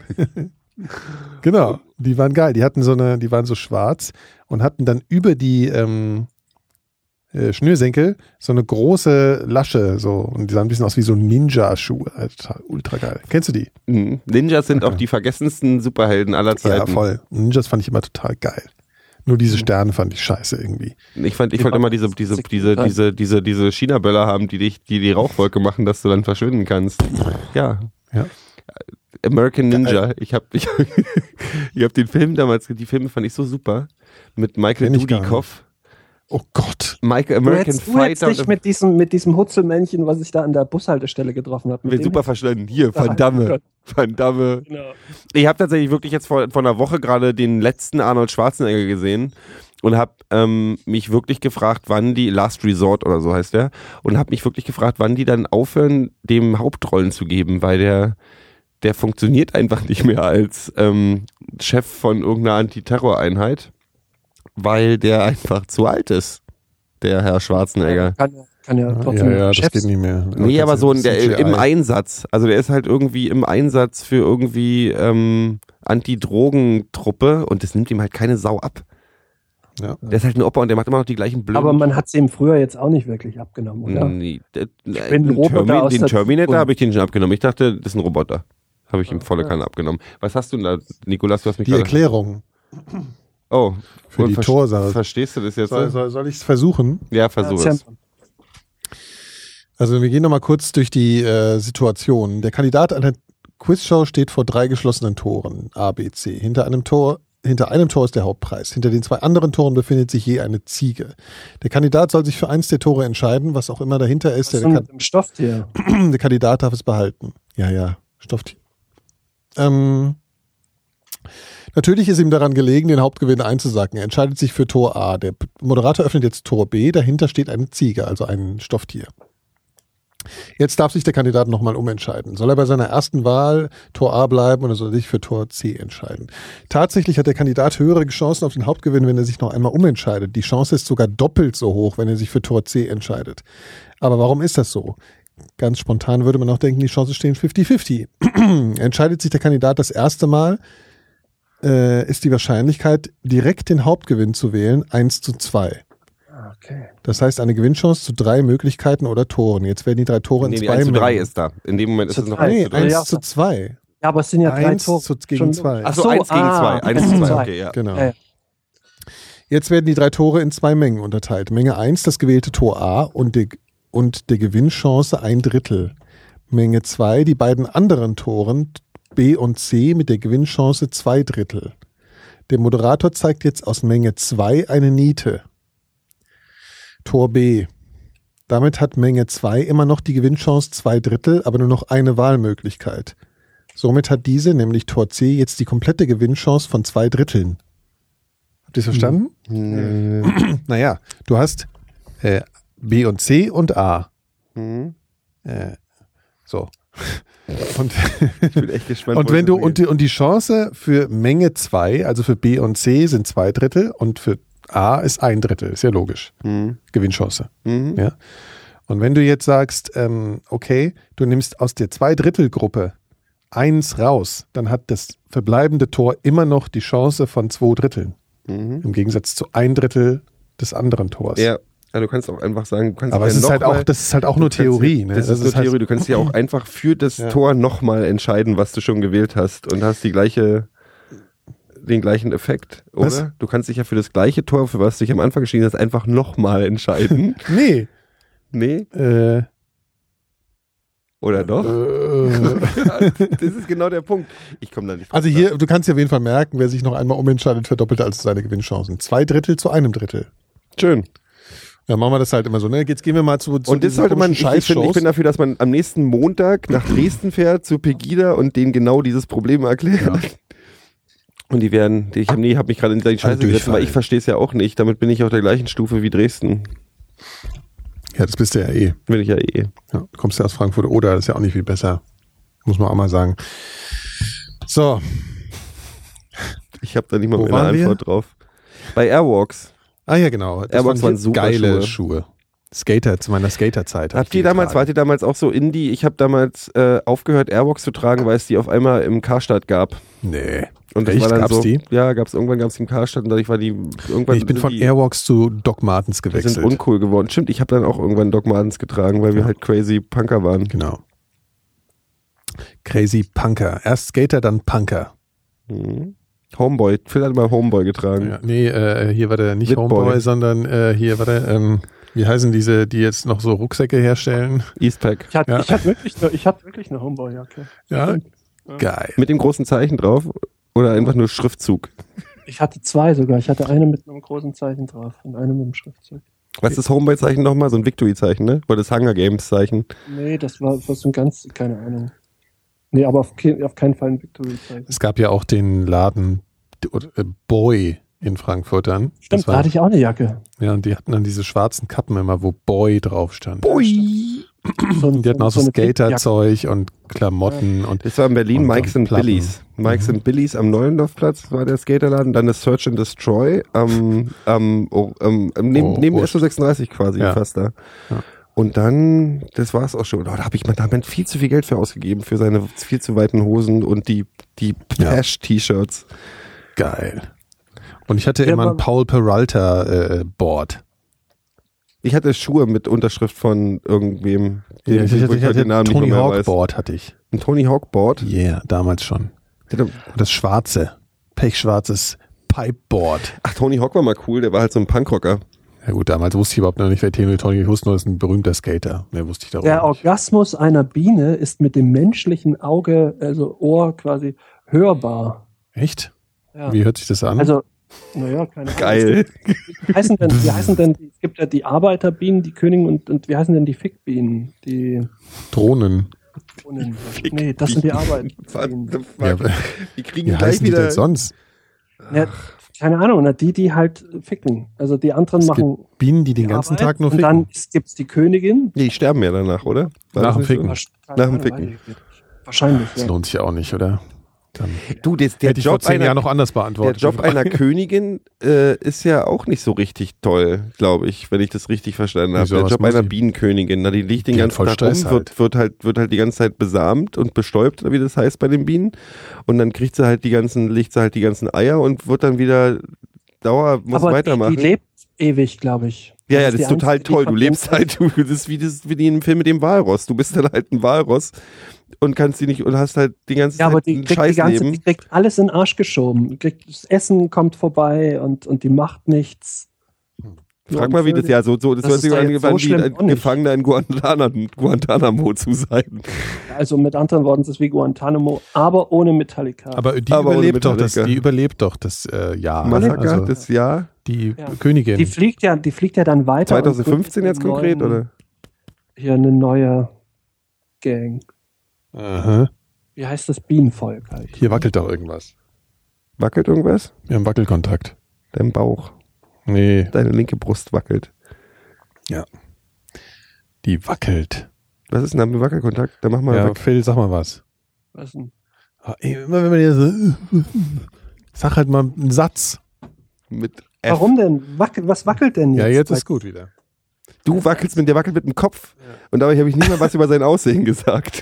Genau, die waren geil. Die hatten so eine, die waren so schwarz und hatten dann über die ähm, äh, Schnürsenkel so eine große Lasche so und die sahen ein bisschen aus wie so Ninja-Schuhe. Also total ultra geil. Kennst du die? Mhm. Ninjas sind auch die vergessensten Superhelden aller Ja, Zeiten. voll. Ninjas fand ich immer total geil. Nur diese Sterne fand ich scheiße irgendwie. Ich fand, ich Die wollte waren immer diese, diese, sexy diese, total. diese, diese, diese China-Böller haben, die dich, die die Rauchwolke machen, dass du dann verschwinden kannst. Ja. Ja. American Ninja. Ich habe ich, ich hab den Film damals, die Filme fand ich so super. Mit Michael Kenn ich gar Dudikoff. Oh Gott. Michael, Du American hättest, du hättest Fighter. dich mit diesem, mit diesem Hutzelmännchen, was ich da an der Bushaltestelle getroffen habe. mit Wird dem super hätte- verstanden. Hier, Ah, Van Damme. Gott. Van Damme. Genau. Ich habe tatsächlich wirklich jetzt vor, vor einer Woche gerade den letzten Arnold Schwarzenegger gesehen und habe ähm, mich wirklich gefragt, wann die Last Resort oder so heißt der und habe mich wirklich gefragt, wann die dann aufhören, dem Hauptrollen zu geben, weil der der funktioniert einfach nicht mehr als ähm, Chef von irgendeiner Antiterroreinheit, weil der einfach zu alt ist, der Herr Schwarzenegger. Kann, ja- kann ja Ja, trotzdem ja, das Chef geht nicht mehr. Nee, aber so in der, C G I. im Einsatz. Also der ist halt irgendwie im Einsatz für irgendwie ähm, Anti-Drogen-Truppe und das nimmt ihm halt keine Sau ab. Ja. Der ist halt ein Opa und der macht immer noch die gleichen blöden... Aber man hat es ihm früher jetzt auch nicht wirklich abgenommen, oder? Nee, der, bin ein den, Roboter Termi aus den der Terminator Zukunft. habe ich den schon abgenommen. Ich dachte, das ist ein Roboter. Habe ich ihm volle Ja. Kanne abgenommen. Was hast du denn da, Nikolas? Du hast mich Die gerade... Erklärung. Oh, Für und die ver- Torsache. Verstehst du das jetzt? Soll, soll, soll ich es versuchen? Ja, versuch Ja, es. Also wir gehen nochmal kurz durch die äh, Situation. Der Kandidat einer Quizshow steht vor drei geschlossenen Toren, A, B, C. Hinter einem Tor, hinter einem Tor ist der Hauptpreis. Hinter den zwei anderen Toren befindet sich je eine Ziege. Der Kandidat soll sich für eins der Tore entscheiden, was auch immer dahinter ist. Was Der, ist denn der, mit dem Stofftier? der Kandidat darf es behalten. Ja, ja, Stofftier. Ähm, natürlich ist ihm daran gelegen, den Hauptgewinn einzusacken. Er entscheidet sich für Tor A. Der Moderator öffnet jetzt Tor B. Dahinter steht eine Ziege, also ein Stofftier. Jetzt darf sich der Kandidat nochmal umentscheiden. Soll er bei seiner ersten Wahl Tor A bleiben oder soll er sich für Tor C entscheiden? Tatsächlich hat der Kandidat höhere Chancen auf den Hauptgewinn, wenn er sich noch einmal umentscheidet. Die Chance ist sogar doppelt so hoch, wenn er sich für Tor C entscheidet. Aber warum ist das so? Ganz spontan würde man auch denken, die Chancen stehen fünfzig fünfzig. Entscheidet sich der Kandidat das erste Mal, äh, ist die Wahrscheinlichkeit, direkt den Hauptgewinn zu wählen, eins zu zwei. Okay. Das heißt, eine Gewinnchance zu drei Möglichkeiten oder Toren. Jetzt werden die drei Tore in Nee, die zwei eins zu drei Mengen. ist da. In dem Moment ist Zu es noch drei. eins Nee, zu drei. Ja. eins zu zwei. Ja, aber es sind ja drei Eins Tore. zu- gegen Schon- zwei. Ach so, Ach so, eins gegen ah, zwei. eins eins zu zu zwei, zwei. okay, ja. Genau. Ja, ja. Jetzt werden die drei Tore in zwei Mengen unterteilt. Menge eins, das gewählte Tor A und, die, und der Gewinnchance ein Drittel. Menge zwei, die beiden anderen Toren B und C mit der Gewinnchance zwei Drittel. Der Moderator zeigt jetzt aus Menge zwei eine Niete. Tor B. Damit hat Menge zwei immer noch die Gewinnchance zwei Drittel, aber nur noch eine Wahlmöglichkeit. Somit hat diese, nämlich Tor C, jetzt die komplette Gewinnchance von zwei Dritteln. Habt ihr es verstanden? Mhm. Naja, du hast äh, B und C und A. Mhm. Äh, so. Und, Ich bin echt gespannt. und wo wenn es du hingeht. und die, und die Chance für Menge zwei, also für B und C, sind zwei Drittel und für A ist ein Drittel. Ist ja logisch. Mhm. Gewinnchance. Mhm. Ja. Und wenn du jetzt sagst, ähm, okay, du nimmst aus der Zwei-Drittel-Gruppe eins raus, dann hat das verbleibende Tor immer noch die Chance von zwei Dritteln. Mhm. Im Gegensatz zu ein Drittel des anderen Tors. Ja, ja, du kannst auch einfach sagen, du kannst Aber ja es ist noch halt mal, auch, das ist halt auch du nur kannst Theorie. Ja, Ne? das, ist nur heißt- Theorie. Du kannst ja auch einfach für das Ja. Tor nochmal entscheiden, was du schon gewählt hast und hast die gleiche, den gleichen Effekt, oder? Was? Du kannst dich ja für das gleiche Tor, für was du dich am Anfang entschieden hast, einfach nochmal entscheiden. Nee. Nee? Äh, Oder doch? äh, Das ist genau der Punkt. Ich komme da nicht drauf. also hier, du kannst dir auf jeden Fall merken, wer sich noch einmal umentscheidet, verdoppelt also seine Gewinnchancen. Zwei Drittel zu einem Drittel. Schön. Ja, machen wir das halt immer so. Ne? Jetzt gehen wir mal zu, zu Und das diesen sollte man, ich, komischen ich, bin, ich Scheißshows. bin dafür, dass man am nächsten Montag nach Dresden fährt zu Pegida und denen genau dieses Problem erklärt. Und die werden, die- ich habe nee, hab mich gerade in die Scheiße gesetzt, Durchfall. weil ich verstehe es ja auch nicht. Damit bin ich auf der gleichen Stufe wie Dresden. Ja, das bist du ja eh. Bin ich ja eh. Ja, du kommst ja aus Frankfurt oder das ist ja auch nicht viel besser. Muss man auch mal sagen. So, Ich habe da nicht mal Wo mehr waren eine wir? Antwort drauf. Bei Airwalks. ah ja genau. Das Airwalks waren waren super geile Schuhe. Schuhe. Skater, zu meiner Skaterzeit. hab ich Habt ihr die damals, getragen. wart ihr damals auch so Indie? Ich habe damals äh, aufgehört, Airwalks zu tragen, weil es die auf einmal im Karstadt gab. Nee. Und das Echt? war dann Gab's so, die? Ja, gab's irgendwann gab's die im Karstadt und dadurch war die irgendwann Nee, ich bin sind von die, Airwalks zu Doc Martens die sind gewechselt. uncool geworden. Stimmt, ich habe dann auch irgendwann Doc Martens getragen, weil wir halt crazy Punker waren. Genau. Crazy Punker. Erst Skater, dann Punker. Mhm. Homeboy, Phil hat mal Homeboy getragen. Ja, nee, äh, hier war der nicht Litboy. Homeboy, sondern äh, hier war der, ähm, wie heißen diese, die jetzt noch so Rucksäcke herstellen? Eastpack. Ich hatte, Ja. ich hatte wirklich eine, ich hatte wirklich eine Homeboy-Jacke. Ja, Ja. geil. Mit dem großen Zeichen drauf oder einfach nur Schriftzug? Ich hatte zwei sogar. Ich hatte eine mit einem großen Zeichen drauf und eine mit einem Schriftzug. Was ist das Homeboy-Zeichen nochmal? So ein Victory-Zeichen, ne? Oder das Hunger Games-Zeichen? Nee, das war, das war so ein ganz, keine Ahnung. Nee, aber auf, ke auf keinen Fall ein Victory-Zeichen. Es gab ja auch den Laden äh, Boy in Frankfurt dann. Stimmt, Das da war, hatte ich auch eine Jacke. ja, und die hatten dann diese schwarzen Kappen immer, wo Boy drauf stand. Boy! So, Und die hatten auch so eine Skaterzeug und Klamotten und Das war in Berlin Und Mike's so and Platten. Billies. Mike's Mhm. and Billies am Neulendorfplatz war der Skaterladen. Dann das Search and Destroy am, am, oh, am, am neben, Oh, neben oh. S O sechsunddreißig quasi Ja. fast da. Ja. Und dann, das war's auch schon. Oh, da habe ich mal da hat man viel zu viel Geld für ausgegeben, für seine viel zu weiten Hosen und die, die Ja. Pash-T-Shirts. geil. Und ich hatte Ja, immer ein aber- Paul Peralta äh, Board. Ich hatte Schuhe mit Unterschrift von irgendwem. den- Ja, ich wo hatte, ich heute hatte den Namen nicht Tony mehr Hawk weiß. Board hatte ich. Ein Tony Hawk Board. Yeah, damals schon. Der- Und das schwarze, pechschwarzes Pipeboard. Ach, Tony Hawk war mal cool, der war halt so ein Punkrocker. Ja gut, damals wusste ich überhaupt noch nicht, wer Tony Tony. Ich wusste nur, das ist ein berühmter Skater. Mehr wusste ich darüber Der nicht. Orgasmus einer Biene ist mit dem menschlichen Auge, also Ohr quasi hörbar. Echt? Ja. Wie hört sich das an? Also, naja, keine Ahnung. Geil. Wie heißen denn, wie heißen denn, es gibt ja die Arbeiterbienen, die Königin und, und wie heißen denn die Fickbienen? Die Drohnen. Drohnen. Nee, das sind die Arbeiterbienen. Ja, Die kriegen wie gleich heißen die wieder. denn sonst? Ja, keine Ahnung, na, die, die halt ficken. Also die anderen Es machen gibt Bienen, die den die ganzen Arbeit Tag nur und dann ficken. gibt's die Königin. Nee, die sterben ja danach, oder? War Nach das dem nicht so? Ficken. Keine Nach dem Ahnung, Ficken. weiß ich nicht. Wahrscheinlich, Das ja. lohnt sich auch nicht, oder? Dann Du, das, der hätte ich vor Job zehn einer, Jahren noch anders der beantwortet. Job einer Königin äh, ist ja auch nicht so richtig toll, glaube ich, wenn ich das richtig verstanden habe. Wieso, Der was Job muss einer sie? Bienenkönigin, na, die liegt den Die hat ganzen voll Tag Stress rum, halt. wird, wird, halt, wird halt die ganze Zeit besamt und bestäubt, oder wie das heißt bei den Bienen. Und dann kriegt sie halt die ganzen, legt sie halt die ganzen Eier und wird dann wieder Dauer, muss Aber weitermachen. Die, die lebt ewig, glaube ich. Ja, ja, das die ist total einzige, die toll. Du von lebst dem- halt, du, das ist wie, das, wie die im Film mit dem Walross. Du bist dann halt ein Walross und kannst die nicht, und hast halt die ganze Ja, aber Zeit die ein kriegt, die, ganze, Scheißleben. die kriegt alles in den Arsch geschoben. Die kriegt, das Essen kommt vorbei und, und die macht nichts. Frag mal, wie das, ja, so, so, das, Das hört sich ist an, ja jetzt so wie schlimm ein auch nicht. Gefangener in Guantanamo, Guantanamo zu sein. Also mit anderen Worten, es ist wie Guantanamo, aber ohne Metallica. Aber die Aber ohne überlebt doch das, Metallica. die überlebt doch das äh, Jahr. Massaker, Also das Jahr, die Ja. Königin. die fliegt ja, die fliegt ja dann weiter. und zwanzig fünfzehn gründet jetzt einen konkret, neuen- oder? Hier eine neue Gang. Aha. Wie heißt das Bienenvolk halt? Hier wackelt doch irgendwas. Wackelt irgendwas? Wir haben Wackelkontakt. Dein Bauch, Nee, deine linke Brust wackelt. die wackelt. Was ist denn da mit Wackelkontakt? Da mach mal Ja, Wack- Phil, sag mal was. Was denn? Ah, ey, Immer wenn man hier so. Sag halt mal einen Satz. mit F. Warum denn? Wackel, was wackelt denn jetzt? Ja, jetzt ist gut wieder. Du wackelst mit, der wackelt mit dem Kopf. Und dabei habe ich nicht mal was über sein Aussehen gesagt.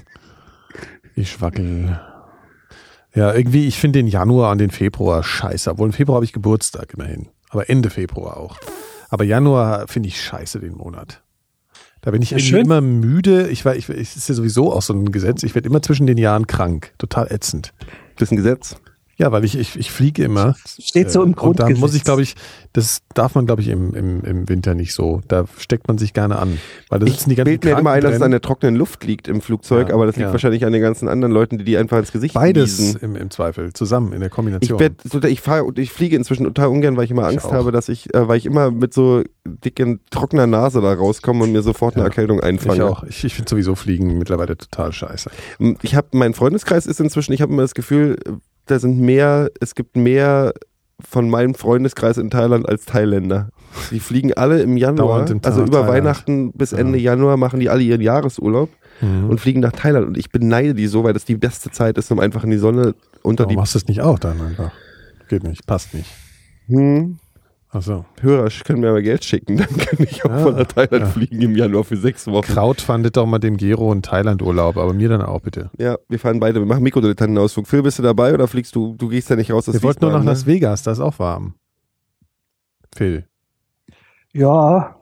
Ich wackel. Ja, irgendwie, ich finde den Januar und den Februar scheiße. Obwohl im Februar habe ich Geburtstag immerhin. Aber Ende Februar auch. Aber Januar finde ich scheiße den Monat. Da bin ich Ja, irgendwie schön. immer müde. Ich war, ich, es ist ja sowieso auch so ein Gesetz. Ich werde immer zwischen den Jahren krank. Total ätzend. Das ist ein Gesetz. Ja, weil ich, ich, ich fliege immer. Steht so im Und da Grundgesetz. muss ich, glaube ich, das darf man, glaube ich, im, im, im Winter nicht so. Da steckt man sich gerne an. Weil da Ich sitzen die ganzen bild mir immer ein, dass es Kranken an drin. der trockenen Luft liegt im Flugzeug, Ja, aber das liegt ja. wahrscheinlich an den ganzen anderen Leuten, die die einfach ins Gesicht Beides niesen. im, im Zweifel. Zusammen in der Ich, Kombination. werd, so, ich, fahr, und ich fliege inzwischen total ungern, weil ich immer Ich Angst auch. habe, dass ich, äh, weil ich immer mit so dicken, trockener Nase da rauskomme und mir sofort eine Ja. Erkältung einfange. ich auch. Ich, ich finde sowieso Fliegen mittlerweile total scheiße. Ich habe, mein Freundeskreis ist inzwischen, ich habe immer das Gefühl, da sind mehr, es gibt mehr von meinem Freundeskreis in Thailand als Thailänder. Die fliegen alle im Januar, Dauernd in Tha- also über Thailand. Weihnachten bis Ja. Ende Januar machen die alle ihren Jahresurlaub Mhm. und fliegen nach Thailand. Und ich beneide die so, weil das die beste Zeit ist, um einfach in die Sonne unter Warum die machst du es nicht auch dann einfach? Geht nicht, passt nicht. hm, Ach so. Hörer können mir aber Geld schicken, dann kann ich auch Ja, von nach Thailand ja. fliegen im Januar für sechs Wochen. Krautfandet doch mal dem Gero einen Thailand-Urlaub, aber mir dann auch bitte. Ja, wir fahren beide, wir machen Mikrodilettantenausflug. Phil, bist du dabei oder fliegst du, du gehst ja nicht raus aus Wir wollten nur nach Wiesbaden, Las Vegas, da ist auch warm. Phil. Ja.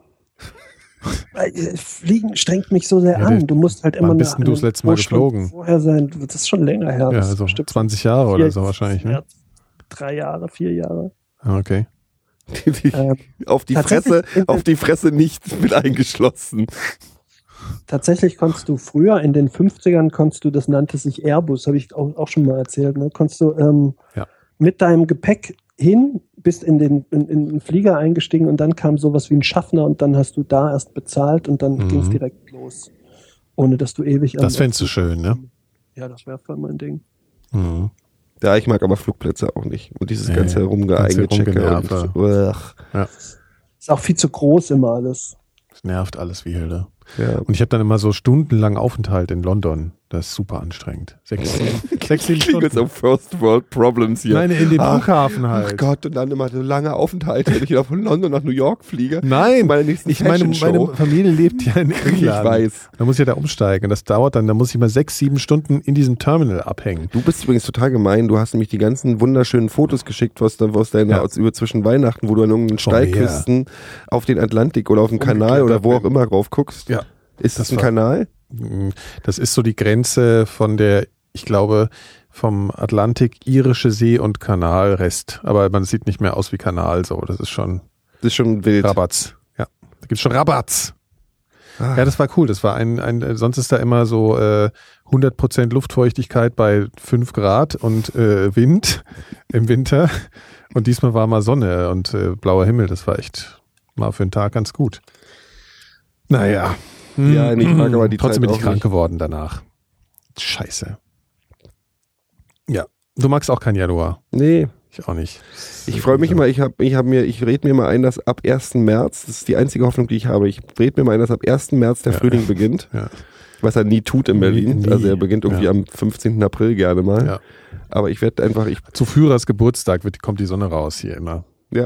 Äh, Fliegen strengt mich so sehr Ja, an. der- Du musst halt immer wann bist eine- denn du das eine letzte Mal zwei Stunden geflogen? Vorher sein. Das ist schon länger her. Ja, Das ist also bestimmt zwanzig Jahre oder vier- so wahrscheinlich. Ne? ja, Drei Jahre, vier Jahre. Ah, Okay. Die, die, Ähm, auf die tatsächlich- Fresse, auf die Fresse nicht mit eingeschlossen. Tatsächlich konntest du früher in den fünfzigern, konntest du, das nannte sich Airbus, habe ich auch, auch schon mal erzählt, ne? Konntest du ähm, Ja. mit deinem Gepäck hin, bist in den, in, in den Flieger eingestiegen und dann kam sowas wie ein Schaffner und dann hast du da erst bezahlt und dann Mhm. ging es direkt los. Ohne dass du ewig am- Das fändest du schön, ne? Ja, das wäre voll mein Ding. Mhm. Ja, ich mag aber Flugplätze auch nicht. Und dieses Nee, ganze ganze Herumgeeingechecke. Rumgenerve. und- Uach. Ist auch viel zu groß immer alles. Das nervt alles wie Hilde. Ja. Und ich habe dann immer so stundenlang Aufenthalt in London. Das ist super anstrengend. Sechs, sieben, sechs, sieben Klingt jetzt Stunden. auf First World Problems hier. Nein, in dem Ach, Flughafen Ach halt. Gott, und dann immer so lange Aufenthalt, wenn ich wieder von London nach New York fliege. Nein, Meine nächsten ich meine, Fashion-Show. meine Familie lebt ja in England. Ich weiß. Da muss ich ja da umsteigen. Und das dauert dann, da muss ich mal sechs, sieben Stunden in diesem Terminal abhängen. Du bist übrigens total gemein. Du hast nämlich die ganzen wunderschönen Fotos geschickt, was da aus deiner Ja. aus, über zwischen Weihnachten, wo du an irgendeinen Vom Meer. Steilküsten auf den Atlantik oder auf den Kanal oder wo auch immer drauf guckst. Ja. Ist das, Das ein war- Kanal? Das ist so die Grenze von der, ich glaube, vom Atlantik, Irische See und Kanalrest. Aber man sieht nicht mehr aus wie Kanal, so. Das ist schon Das ist schon wild. Rabatz. Ja, da gibt's schon Rabatz. Ah. Ja, das war cool. Das war ein, ein sonst ist da immer so äh, hundert Prozent Luftfeuchtigkeit bei fünf Grad und äh, Wind im Winter. Und diesmal war mal Sonne und äh, blauer Himmel. Das war echt mal für einen Tag ganz gut. Naja. Ja, ich mag aber die Trotzdem Zeit bin ich auch krank nicht. geworden danach. Scheiße. Ja, du magst auch kein Januar. Nee. Ich auch nicht. Ich freue mich immer, ich habe ich hab mir, ich rede mir mal ein, dass ab ersten März, das ist die einzige Hoffnung, die ich habe, ich rede mir mal ein, dass ab ersten März der Ja. Frühling beginnt. Ja. Was er nie tut in Nie, Berlin. nie. Also er beginnt irgendwie Ja. am fünfzehnten April gerne mal. Ja. Aber ich werde einfach, ich, Zu Führers Geburtstag wird, kommt die Sonne raus hier immer. ja.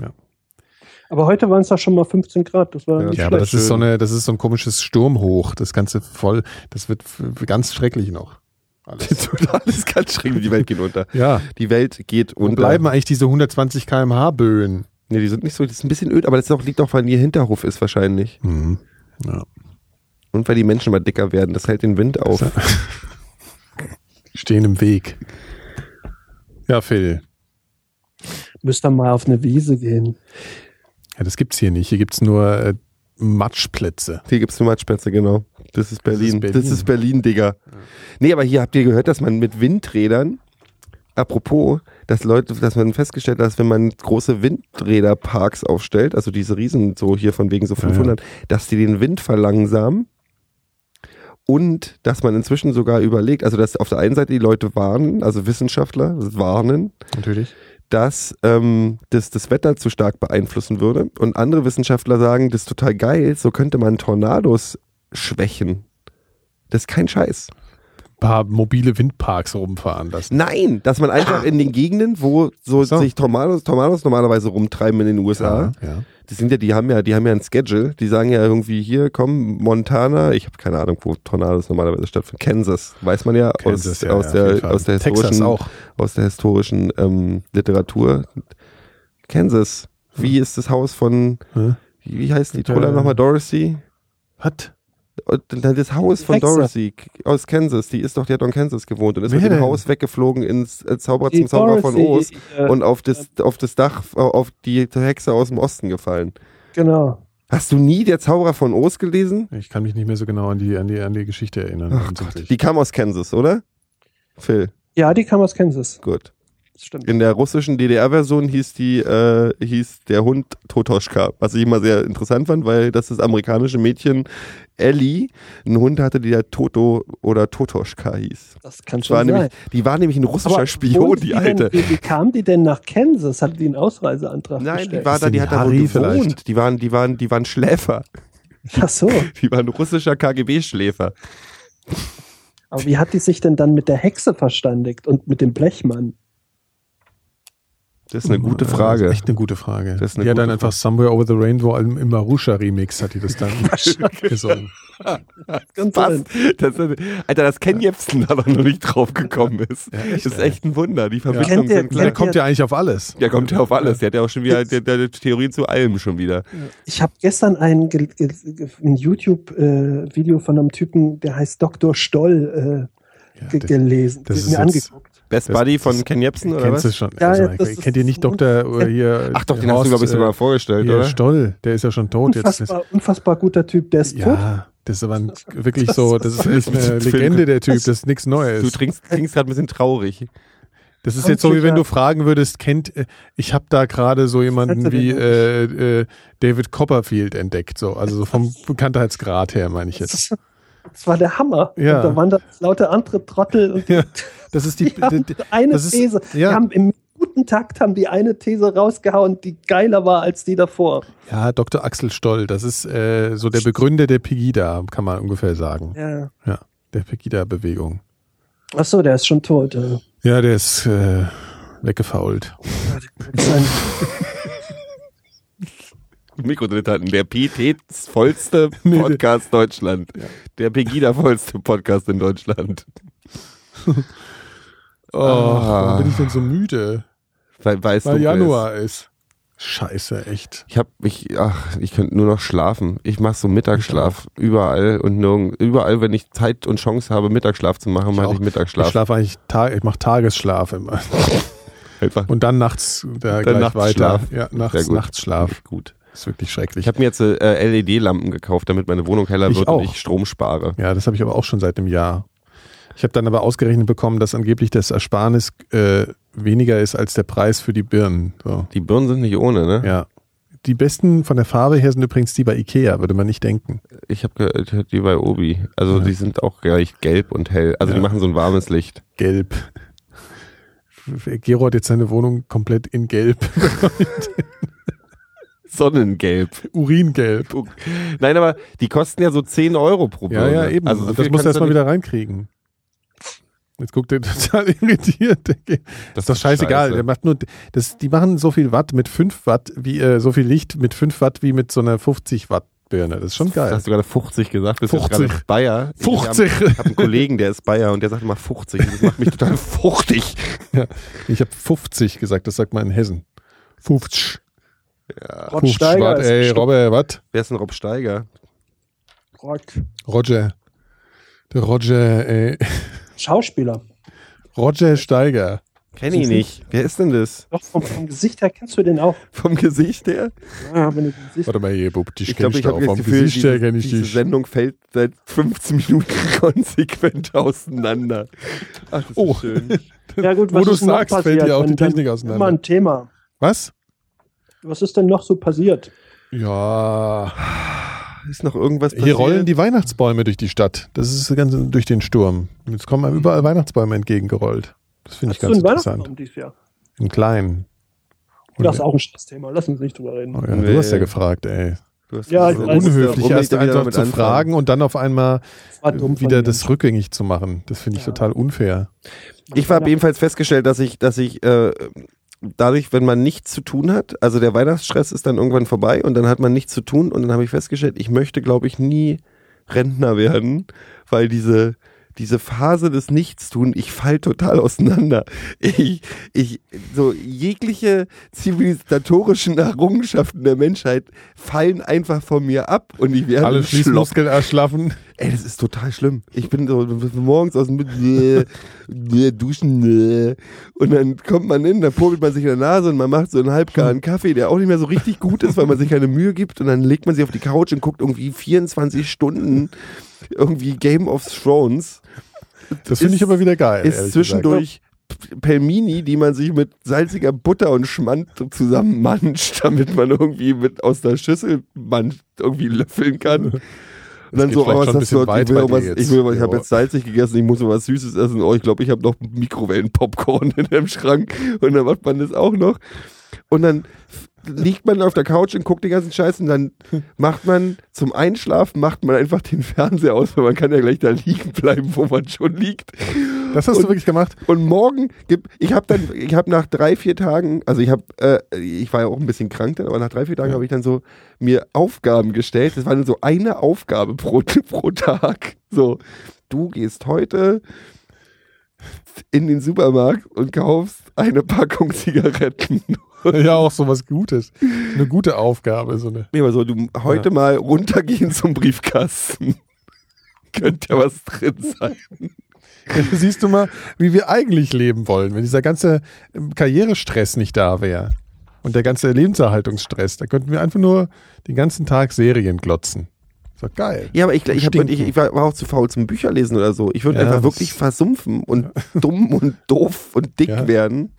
Aber heute waren es doch schon mal fünfzehn Grad. Das war Ja, nicht Ja, aber schlecht. das ist so eine, das ist so ein komisches Sturmhoch. Das Ganze voll, das wird f- ganz schrecklich noch. Alles. Alles ganz schräg, die Welt geht unter. Ja. Die Welt geht Wo unter. bleiben eigentlich diese hundertzwanzig Kilometer pro Stunde Böen? Nee, die sind nicht so, das ist ein bisschen öd, aber das ist auch, liegt auch, weil ihr Hinterhof ist wahrscheinlich. Mhm. Ja. Und weil die Menschen mal dicker werden, das hält den Wind auf. Stehen im Weg. Ja, Phil. Müsst ihr mal auf eine Wiese gehen. Ja, das gibt's hier nicht. Hier gibt's nur äh, Matschplätze. Hier gibt's nur Matschplätze, genau. Das ist Berlin. Das ist Berlin. Berlin, Digga. Nee, aber hier habt ihr gehört, dass man mit Windrädern, apropos, dass Leute, dass man festgestellt hat, dass wenn man große Windräderparks aufstellt, also diese Riesen, so hier von wegen so fünfhundert, dass die den Wind verlangsamen und dass man inzwischen sogar überlegt, also dass auf der einen Seite die Leute warnen, also Wissenschaftler warnen, Natürlich. dass ähm, das das Wetter zu stark beeinflussen würde. Und andere Wissenschaftler sagen, das ist total geil, so könnte man Tornados schwächen. Das ist kein Scheiß. Ein paar mobile Windparks rumfahren lassen. Nein, dass man einfach in den Gegenden, wo so, So. sich Tornados, Tornados normalerweise rumtreiben in den U S A, Ja, ja. die sind ja, die haben ja, die haben ja ein Schedule, die sagen ja irgendwie hier, komm, Montana, ich habe keine Ahnung, wo Tornados normalerweise stattfinden. Kansas, weiß man ja, Kansas, aus, ja, aus, ja, auf jeden der, Fall. aus der Texas historischen, auch. aus der historischen ähm, Literatur. Kansas, wie ist das Haus von, Hm? wie heißt die Äh, Troller nochmal, Dorothy? Was? Und dann das Haus von Hexe. Dorothy aus Kansas, die ist doch, die hat doch in Kansas gewohnt und ist Wer mit dem denn? Haus weggeflogen ins äh, Zauberer Die zum Zauberer von Dorothy, Oz äh, und auf das, auf das Dach, auf die Hexe aus dem Osten gefallen. Genau. Hast du nie der Zauberer von Oz gelesen? Ich kann mich nicht mehr so genau an die, an die, an die Geschichte erinnern. Ach offensichtlich. Die kam aus Kansas, oder? Phil, Ja, die kam aus Kansas. gut. Das stimmt. In der russischen D D R-Version hieß die, äh, hieß der Hund Totoschka, was ich immer sehr interessant fand, weil das das amerikanische Mädchen Ellie einen Hund hatte, der Toto oder Totoschka hieß. Das kann Das war schon nämlich, sein. die war nämlich ein russischer Spion, wohnt die denn- alte. Wie, wie kam die denn nach Kansas? Hatte die einen Ausreiseantrag Nein, gestellt? die war da, die hat da wohl Harry gewohnt. vielleicht? Die waren, die waren, die waren Schläfer. Ach so. Die waren russischer K G B-Schläfer. Aber wie hat die sich denn dann mit der Hexe verständigt und mit dem Blechmann? Das ist eine gute Das Frage. ist echt eine gute Frage. Das ist eine die hat gute dann einfach Somewhere Over the Rainbow im, im Marusha-Remix hat die das dann gesungen. Ganz Was? Das, Alter, dass Ken Jebsen da noch nicht drauf gekommen ist. Ja, echt, das ist ey. echt ein Wunder. Die Kennt Verbindungen ihr- sind Der klar. kennt kommt ja eigentlich auf alles. Der kommt ja auf alles. Der hat ja auch schon wieder der, der, der Theorien zu allem schon wieder. Ich habe gestern ein, ge- ge- ge- ein YouTube-Video von einem Typen, der heißt Doktor Stoll, äh, Ja, ge das- gelesen, das ge- ist mir jetzt- angeguckt. Best Das- Buddy von das- Ken Jebsen oder Kennst was? du schon? Ja, also, ja, das ist- kennt ihr nicht Doktor oder hier? Ach doch, den hast du, glaube ich, sogar vorgestellt, hier, oder? Stoll, der ist ja schon tot jetzt. Unfassbar, unfassbar guter Typ, der ist tot. Ja, das ist aber ein, wirklich so, das ist, ist eine Das- Legende, der Typ, das ist nichts Du Neues. trinkst, klingst gerade ein bisschen traurig. Das ist jetzt so, wie wenn Amtlicher- du fragen würdest, kennt, äh, ich habe da gerade so jemanden Hätte wie der- äh, äh, David Copperfield entdeckt, so, also so vom Bekanntheitsgrad her, meine ich jetzt. Das war der Hammer. Ja. Und da waren da lauter andere Trottel und die, Ja, das ist die, die haben die, eine das ist- These. ja. Die haben im guten Takt haben die eine These rausgehauen, die geiler war als die davor. ja, Doktor Axel Stoll, das ist äh, so der Begründer der Pegida, kann man ungefähr sagen. Ja. Ja, der Pegida-Bewegung. Ach so, der ist schon tot. Ja. Ja, der ist äh, weggefault. Sein, Mikrodilettanten, der pietätsvollste Podcast Deutschland. Der Pegida-vollste Podcast in Deutschland. Oh, warum bin ich denn so müde? Weil, weißt Weil du, Januar ist. Scheiße, echt. Ich hab mich, ach, ich könnte nur noch schlafen. Ich mache so Mittagsschlaf überall und nirgend, überall, wenn ich Zeit und Chance habe, Mittagsschlaf zu machen, mache ich Ich Mittagsschlaf. schlafe eigentlich, Tag, ich mache Tagesschlaf immer. Einfach. Und dann nachts da Dann gleich nachts weiter. Schlaf. Ja, Sehr nachts, gut. Nachtschlaf. Gut. Das ist wirklich schrecklich. Ich habe mir jetzt äh, L E D-Lampen gekauft, damit meine Wohnung heller Ich wird auch. und ich Strom spare. Ja, das habe ich aber auch schon seit einem Jahr. Ich habe dann aber ausgerechnet bekommen, dass angeblich das Ersparnis äh, weniger ist als der Preis für die Birnen. So. Die Birnen sind nicht ohne, ne? Ja. Die besten von der Farbe her sind übrigens die bei Ikea, würde man nicht denken. Ich habe gehört, die bei Obi. Also Ja. die sind auch gleich gelb und hell. Also Ja. die machen so ein warmes Licht. Gelb. Gero hat jetzt seine Wohnung komplett in Gelb. Sonnengelb. Uringelb. Nein, aber die kosten ja so zehn Euro pro Ja, Birne. ja, eben. Also so Und viel das musst du kannst erstmal nicht- wieder reinkriegen. Jetzt guckt er total irritiert. Das ist doch scheißegal. scheiße. Der macht nur, das, die machen so viel Watt mit fünf Watt, wie äh, so viel Licht mit fünf Watt wie mit so einer fünfzig Watt Birne. Das ist schon geil. Hast du gerade fünfzig gesagt? Bist fünfzig. du gerade Bayer? fünfzig. Ich habe hab einen Kollegen, der ist Bayer und der sagt immer fünfzig. Das macht mich total fuchtig. Ja. Ich habe fünfzig gesagt, das sagt man in Hessen. fünfzig. Rod fünfzig Steiger Watt, ist ey, bestimmt Robert, was? Wer ist denn Rob Steiger? Rock. Roger. Der Roger, ey. Schauspieler. Roger Steiger. Kenn ich nicht. Wer ist denn das? Doch, vom, vom Gesicht her kennst du den auch. Vom Gesicht her? Ja, wenn du den siehst. Warte mal hier, Bub, dich Ich kenn glaube, ich ich habe doch. das Vom Gefühl, Gesicht her diese, kenn ich diese dich. Sendung fällt seit fünfzehn Minuten konsequent auseinander. Ach, das ist Oh. schön. Ja gut, Wo was du ist denn noch sagst, fällt passiert? dir auch die Dann- dann Technik auseinander. Immer ein Thema. Was? Was ist denn noch so passiert? Ja. Ist noch irgendwas passiert? Hier rollen die Weihnachtsbäume durch die Stadt. Das ist ganz durch den Sturm. Jetzt kommen einem überall Weihnachtsbäume entgegengerollt. Das finde ich Hast du ganz einen interessant. Weihnachtsbaum dieses Jahr? Einen kleinen. Und- Das ist auch ein Thema. Lass uns nicht drüber reden. Oh ja, Nee. du hast ja gefragt, ey. Du hast Ja, so ich weiß. Unhöflich, Warum erst nicht wieder einfach damit zu anfangen? fragen und dann auf einmal Das war dumm von wieder mir. das rückgängig zu machen. Das finde ich Ja. total unfair. Ich habe ebenfalls festgestellt, dass ich, dass ich äh, dadurch, wenn man nichts zu tun hat, also der Weihnachtsstress ist dann irgendwann vorbei und dann hat man nichts zu tun und dann habe ich festgestellt, ich möchte, glaube ich, nie Rentner werden, weil diese diese Phase des Nichtstun, ich fall total auseinander. Ich, ich, so jegliche zivilisatorischen Errungenschaften der Menschheit fallen einfach von mir ab und ich werde Alle ein Schlock. Schließmuskeln erschlaffen. Ey, das ist total schlimm. Ich bin so morgens aus dem Bett, nee, nee, duschen, nee. Und dann kommt man hin, dann purbelt man sich in der Nase und man macht so einen halbgaren Kaffee, der auch nicht mehr so richtig gut ist, weil man sich keine Mühe gibt. Und dann legt man sich auf die Couch und guckt irgendwie vierundzwanzig Stunden irgendwie Game of Thrones. Das finde ich Ist- aber wieder geil. Ist ehrlich zwischendurch Pelmini, die man sich mit salziger Butter und Schmand zusammen manscht, damit man irgendwie mit aus der Schüssel manscht, irgendwie löffeln kann. Und dann geht so, vielleicht oh, schon was ein hast du? bisschen Ich weit will bei auch was, dir ich jetzt. will, ich habe Ja. jetzt salzig gegessen, ich muss noch was Süßes essen. Oh, ich glaube, ich habe noch Mikrowellen-Popcorn in dem Schrank. Und dann macht man das auch noch. Und dann f- liegt man auf der Couch und guckt den ganzen Scheiß und dann macht man zum Einschlafen, macht man einfach den Fernseher aus, weil man kann ja gleich da liegen bleiben, wo man schon liegt. gesagt. Das hast Und- du wirklich gemacht? Und morgen gibt, ich habe dann, ich habe nach drei, vier Tagen, also ich habe, äh, ich war ja auch ein bisschen krank dann, aber nach drei, vier Tagen Ja. habe ich dann so mir Aufgaben gestellt. Das war dann so eine Aufgabe pro, pro Tag. So, du gehst heute in den Supermarkt und kaufst eine Packung Zigaretten. Ja, auch so was Gutes. Eine gute Aufgabe. So eine. Nee, aber so, du heute Ja. mal runtergehen zum Briefkasten. Könnte ja was drin sein. Ja, siehst du mal, wie wir eigentlich leben wollen, wenn dieser ganze ähm, Karrierestress nicht da wäre. Und der ganze Lebenserhaltungsstress. Da könnten wir einfach nur den ganzen Tag Serien glotzen. Ist doch geil. Ja, aber ich, ich, hab, Stinken. ich, ich war war auch zu faul zum Bücherlesen oder so. Ich würde Ja, einfach das- wirklich versumpfen und dumm und doof und dick Ja. werden.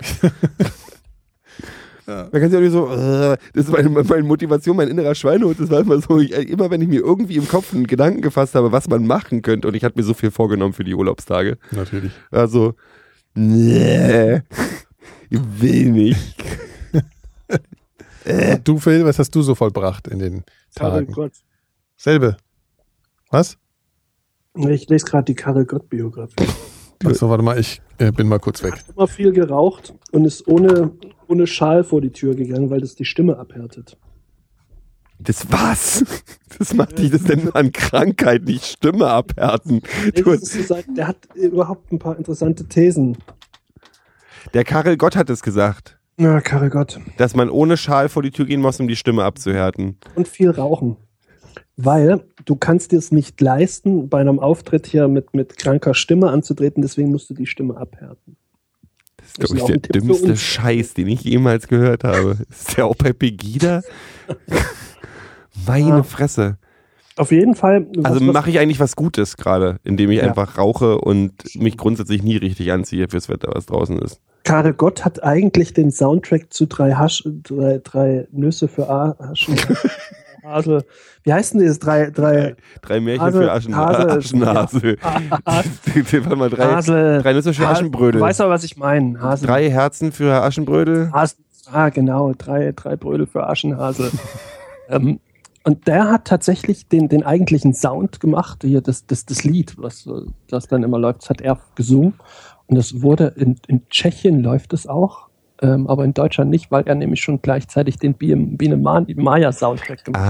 Ja. Man kann sich auch nicht so, äh, das ist meine, meine Motivation, mein innerer Schweinehund, das war immer so, ich, immer wenn ich mir irgendwie im Kopf einen Gedanken gefasst habe, was man machen könnte und ich hatte mir so viel vorgenommen für die Urlaubstage. Natürlich. Also, nee, ich will nicht. Und du, Phil, was hast du so vollbracht in den Karel Tagen? Gott. Selbe. Was? Ich lese gerade die Karel Gott-Biografie. Achso, warte mal, ich äh, bin mal kurz weg. Immer viel geraucht und ist ohne, ohne Schal vor die Tür gegangen, weil das die Stimme abhärtet. Das was? Das macht dich das denn an Krankheit, nicht Stimme abhärten. Du, Das ist so sein- Der hat überhaupt ein paar interessante Thesen. der Karel Gott hat es gesagt. Na, Karre Gott. Dass man ohne Schal vor die Tür gehen muss, um die Stimme abzuhärten. Und viel rauchen. Weil du kannst dir es nicht leisten, bei einem Auftritt hier mit, mit kranker Stimme anzutreten, deswegen musst du die Stimme abhärten. Das ist, glaube ich, der dümmste Scheiß, den ich jemals gehört habe. Ist der auch bei Pegida? Meine Ja. Fresse. Auf jeden Fall. Also mache ich eigentlich was Gutes gerade, indem ich Ja. einfach rauche und mich grundsätzlich nie richtig anziehe fürs Wetter, was draußen ist. Karre Gott hat eigentlich den Soundtrack zu drei, Hasch, drei, drei Nüsse für A- Haschen. Hasel. Wie heißt denn das? Drei, drei, Drei Märchen Hasel- für Aschen, Hasel- Aschenhasel. Warte mal, drei, Hasel. drei Nüsse für Ha- Aschenbrödel. Du weißt aber, was ich meine. Hasel. Drei Herzen für Aschenbrödel. Hasel. Ah, genau. Drei, drei Brödel für Aschenhase. ähm, und der hat tatsächlich den, den eigentlichen Sound gemacht. Hier, das, das, das Lied, was das dann immer läuft, das hat er gesungen. Und das wurde in, in Tschechien läuft es auch. Ähm, aber in Deutschland nicht, weil er nämlich schon gleichzeitig den Biene Maya Soundtrack gemacht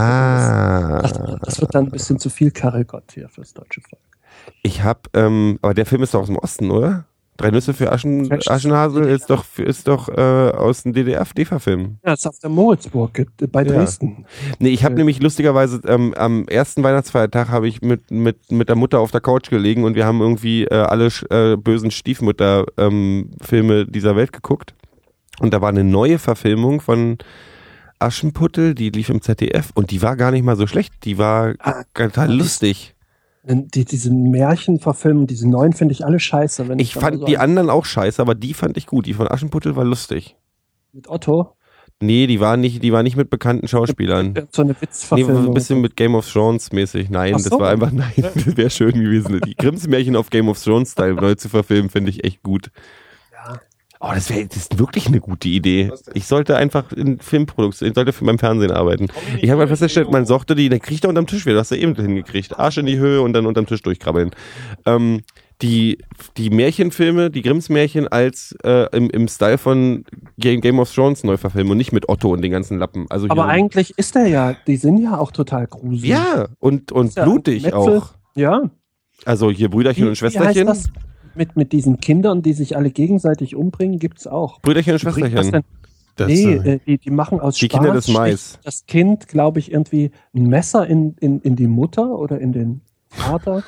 Ah. hat. Das, das wird dann ein bisschen zu viel Karre Gott hier fürs deutsche Volk. Ich hab, ähm, aber der Film ist doch aus dem Osten, oder? Drei Nüsse für Aschen, Aschenhasel ist doch, ist doch äh, aus dem D D R-D E F A-Film. Ja, das ist auf der Moritzburg äh, bei Ja. Dresden. Nee, ich habe Ja. nämlich lustigerweise ähm, am ersten Weihnachtsfeiertag habe ich mit, mit, mit der Mutter auf der Couch gelegen und wir haben irgendwie äh, alle äh, bösen Stiefmutter-Filme dieser Welt geguckt. Und da war eine neue Verfilmung von Aschenputtel, die lief im Z D F und die war gar nicht mal so schlecht. Die war Ah, total lustig. Die, diese Märchenverfilmungen, diese neuen finde ich alle scheiße. Wenn Ich dann mal fand so die an- anderen auch scheiße, aber die fand ich gut. Die von Aschenputtel war lustig. mit Otto. Nee, die war nicht, die war nicht mit bekannten Schauspielern. So eine Nee, Witzverfilmung. ein bisschen mit Game of Thrones mäßig. Nein, Ach das so. war einfach, nein, das wäre schön gewesen. Die Grimms Märchen auf Game of Thrones Style neu zu verfilmen, finde ich echt gut. Ja. Oh, das wäre das ist wirklich eine gute Idee. Ich sollte einfach in Filmproduktion, ich sollte für beim Fernsehen arbeiten. Ich habe mal festgestellt, man Sorte, die, der kriegt da unterm Tisch wieder, das hast du eben hingekriegt. Arsch in die Höhe und dann unterm Tisch durchkrabbeln. Ähm, die, die Märchenfilme, die Grimms Märchen als äh, im, im Style von Game, Game of Thrones neu verfilmen und nicht mit Otto und den ganzen Lappen. Also Aber hier- eigentlich ist er ja, die sind ja auch total gruselig. ja, und, und Ist ja blutig Metzel. auch. Ja. Also hier Brüderchen und Wie heißt Schwesterchen. das? Mit, mit diesen Kindern, die sich alle gegenseitig umbringen, gibt's auch. Brüderchen und Bringt das Schwesterchen. denn? Das, Nee, äh, äh, die, die machen aus Die Spaß, Kinder des Mais. sticht das Kind, glaube ich, irgendwie ein Messer in, in, in die Mutter oder in den Vater.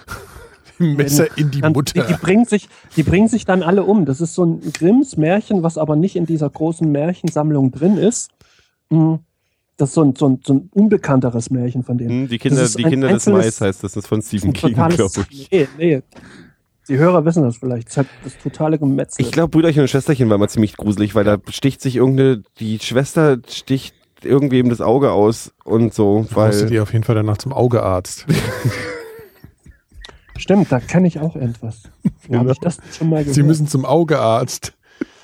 Messer in die Dann- Mutter. Die, die, bringen sich, die bringen sich dann alle um. Das ist so ein Grimms Märchen, was aber nicht in dieser großen Märchensammlung drin ist. Mm, Das ist so ein, so ein, so ein unbekannteres Märchen von denen. Hm, die Kinder, Das ist die ein Kinder des einzelnes- Mais heißt das, das ist von Das ist Stephen ein King, totales, glaube ich. nee, nee. Die Hörer wissen das vielleicht. Das ist halt das totale Gemetzel. Ich glaube, Brüderchen und Schwesterchen war mal ziemlich gruselig, weil da sticht sich irgendeine, die Schwester sticht irgendwem das Auge aus und so, Musstet weil ihr auf jeden Fall danach zum Augearzt. Stimmt, da kenne ich auch etwas. Wo habe ich das schon mal gehört? Sie müssen zum Augearzt.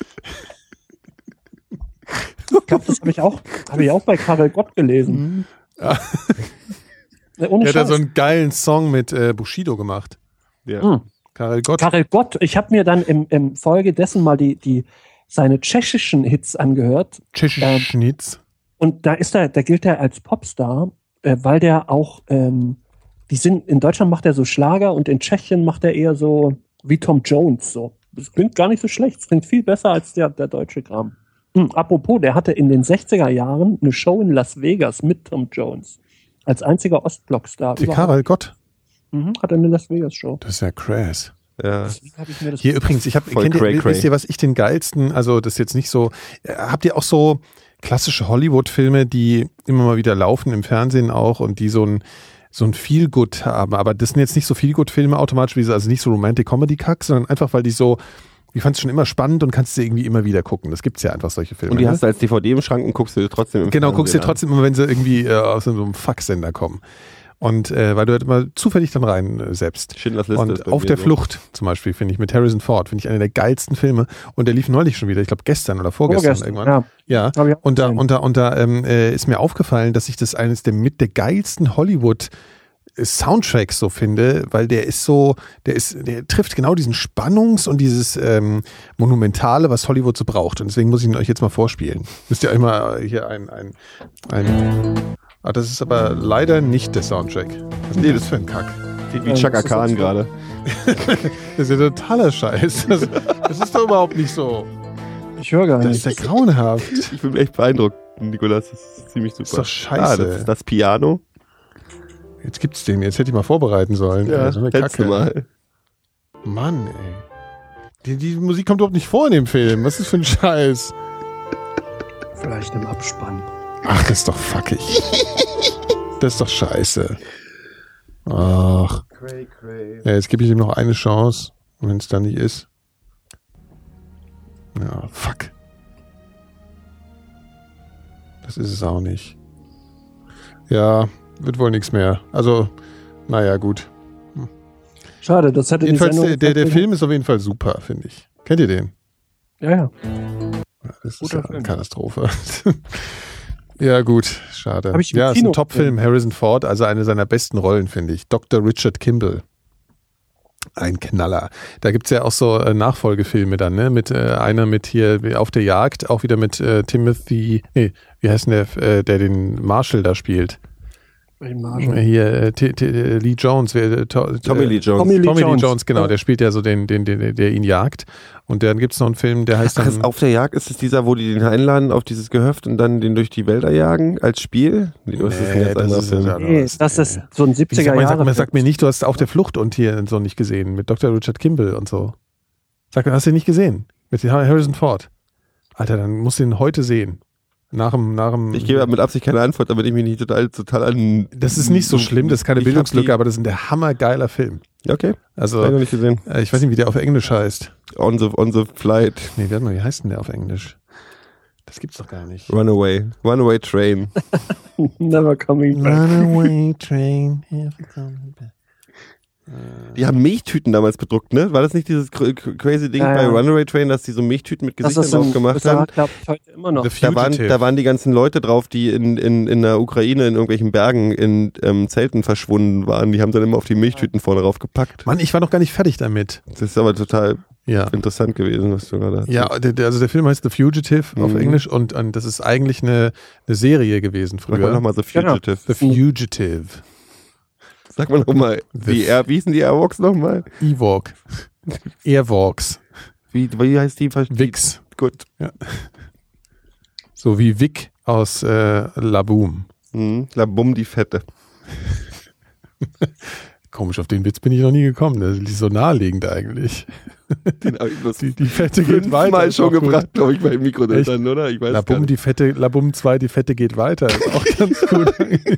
Ich glaube, das habe ich auch, habe ich auch bei Karel Gott gelesen. Ja. Ne, ohne Der hat da Scheiß. so einen geilen Song mit äh, Bushido gemacht. ja. Hm. Karel Gott. Karel Gott, ich habe mir dann im, im Folge dessen mal die, die, seine tschechischen Hits angehört. Tschechischnitz. Und da ist er, da gilt er als Popstar, äh, weil der auch, ähm, die sind, in Deutschland macht er so Schlager und in Tschechien macht er eher so wie Tom Jones. So. Das klingt gar nicht so schlecht, es klingt viel besser als der, der deutsche Kram. Hm, apropos, der hatte in den sechziger Jahren eine Show in Las Vegas mit Tom Jones. Als einziger Ostblockstar. Die überhaupt. Karel Gott. Mhm, hat er eine Las Vegas Show. Das ist ja krass. ja. Deswegen hab ich mir das Hier übrigens, ich habe, Voll kennt cray, ihr, cray. wisst ihr, was ich den geilsten, also das ist jetzt nicht so, äh, habt ihr auch so klassische Hollywood-Filme, die immer mal wieder laufen im Fernsehen auch und die so ein so ein Feel-Good haben, aber das sind jetzt nicht so Feel-Good-Filme automatisch, wie so, also nicht so Romantic-Comedy-Kack, sondern einfach, weil die so, ich fand es schon immer spannend und kannst sie irgendwie immer wieder gucken. Das gibt's ja einfach, solche Filme. Und die ne? hast du als D V D im Schrank und guckst du dir trotzdem im Genau, Fernsehen guckst dir an. trotzdem immer, wenn sie irgendwie äh, aus so einem Fucksender kommen. Und äh, weil du halt immer zufällig dann rein äh, selbst. Schindlers Liste Und ist bei Auf mir der so. Flucht zum Beispiel, finde ich, mit Harrison Ford, finde ich einer der geilsten Filme. Und der lief neulich schon wieder, ich glaube gestern oder vorgestern, Vorgestern, irgendwann. ja. Ja, Hab ich auch und da, gesehen. und da, und da ähm, äh, ist mir aufgefallen, dass ich das eines der mit der geilsten Hollywood Soundtracks so finde, weil der ist so, der ist, der trifft genau diesen Spannungs- und dieses ähm, Monumentale, was Hollywood so braucht. Und deswegen muss ich ihn euch jetzt mal vorspielen. Müsst ihr euch mal hier ein, ein, ein ah, das ist aber leider nicht der Soundtrack. Was ist denn das für ein Kack? Klingt wie Ja, Chaka das ist Khan jetzt- gerade. Das ist ja totaler Scheiß. Das, das ist doch überhaupt nicht so. Ich höre gar Das nicht. ist ja grauenhaft. Ich bin echt beeindruckt, Nikolas. Das ist ziemlich super. ist doch scheiße. Ah, das ist das Piano. Jetzt gibt's den. Jetzt hätte ich mal vorbereiten sollen. Ja, ey, so eine hättest du Kacke. mal. Mann, ey. Die, die Musik kommt überhaupt nicht vor in dem Film. Was ist das für ein Scheiß? Vielleicht im Abspann. Ach, das ist doch fuckig. Das ist doch scheiße. Ach. Cray, cray. Ja, jetzt gebe ich ihm noch eine Chance. Und wenn es dann nicht ist. Ja, fuck. Das ist es auch nicht. Ja, wird wohl nichts mehr. Also, naja, gut. Schade, das hätte Jedenfalls, die der, Sendung... der, der Film ist auf jeden Fall super, finde ich. Kennt ihr den? Ja, ja. Ja, das ist Guter ja eine Film. Katastrophe. Ja, gut, schade. Hab ich im Ja, ist Kino ein Top-Film, Harrison Ford, also eine seiner besten Rollen, finde ich. Doktor Richard Kimball. Ein Knaller. Da gibt's ja auch so äh, Nachfolgefilme dann, ne? Mit äh, einer mit hier Auf der Jagd, auch wieder mit äh, Timothy, nee, wie heißt denn der, äh, der den Marshall da spielt? Welchen Marshall? Äh, Hier, äh, T- T- Lee Jones. Wer, äh, to, Tommy äh, Lee Jones. Tommy Lee Tommy Lee Jones. Jones, genau, Ja. der spielt ja so den, den, den, der ihn jagt. Und dann gibt's noch einen Film, der heißt Ach, dann... ist auf der Jagd ist es dieser, wo die den einladen auf dieses Gehöft und dann den durch die Wälder jagen als Spiel? Nee, das ist ein Nee, ganz das anderer ist Film. ja- Nee, das ist so ein Ich sag siebziger mal, Jahre. sag, mal, sag mir nicht, du hast Auf der Flucht und hier so nicht gesehen, mit Doktor Richard Kimball und so. Sag mir, hast du ihn nicht gesehen? Mit Harrison Ford. Alter, dann musst du ihn heute sehen. Nach dem, nach dem. Ich gebe mit Absicht keine Antwort, damit ich mich nicht total, total an... Das ist nicht so schlimm, das ist keine Ich hab Bildungslücke, die- aber das ist ein der hammergeiler Film. Ja, okay, Also, hab ich noch nicht gesehen. äh, ich weiß nicht, wie der auf Englisch heißt. On the, on the flight, Nee, warte mal, wie heißt denn der auf Englisch? Das gibt's doch gar nicht. runaway, runaway train. Never coming back. Runaway train, here we come back. Die haben Milchtüten damals bedruckt, ne? War das nicht dieses cr- cr- crazy Ding Ja, bei ja. Runaway Train, dass die so Milchtüten mit Das Gesichtern ist drauf im gemacht U S A, haben? glaube ich, heute immer noch. The Da waren, Fugitive. da waren die ganzen Leute drauf, die in, in, in der Ukraine in irgendwelchen Bergen in ähm, Zelten verschwunden waren. Die haben dann immer auf die Milchtüten vorne drauf gepackt. Mann, ich war noch gar nicht fertig damit. Das ist aber total Ja. interessant gewesen, was du gerade hast. Ja, der, der, also der Film heißt The Fugitive auf Mhm. Englisch und, und das ist eigentlich eine, eine Serie gewesen Sag mal früher. nochmal The Fugitive. The Fugitive. Sag mal nochmal, The wie, Air, wie hießen die Airwalks nochmal? Ewok. Airwalks. Wie, wie heißt die? Wix. Gut. So wie Vic aus äh, Laboom. Mhm. La Bum, die Fette. Komisch, auf den Witz bin ich noch nie gekommen. Das ist so naheliegend eigentlich. Den habe ich bloß Die, die Fette geht weiter. fünfmal ist schon auch gut. gebracht, glaube ich, beim Mikro dann, oder? Ich weiß gar Labum, nicht. die Fette, Labum zwei, die Fette geht weiter. Ist auch ganz gut.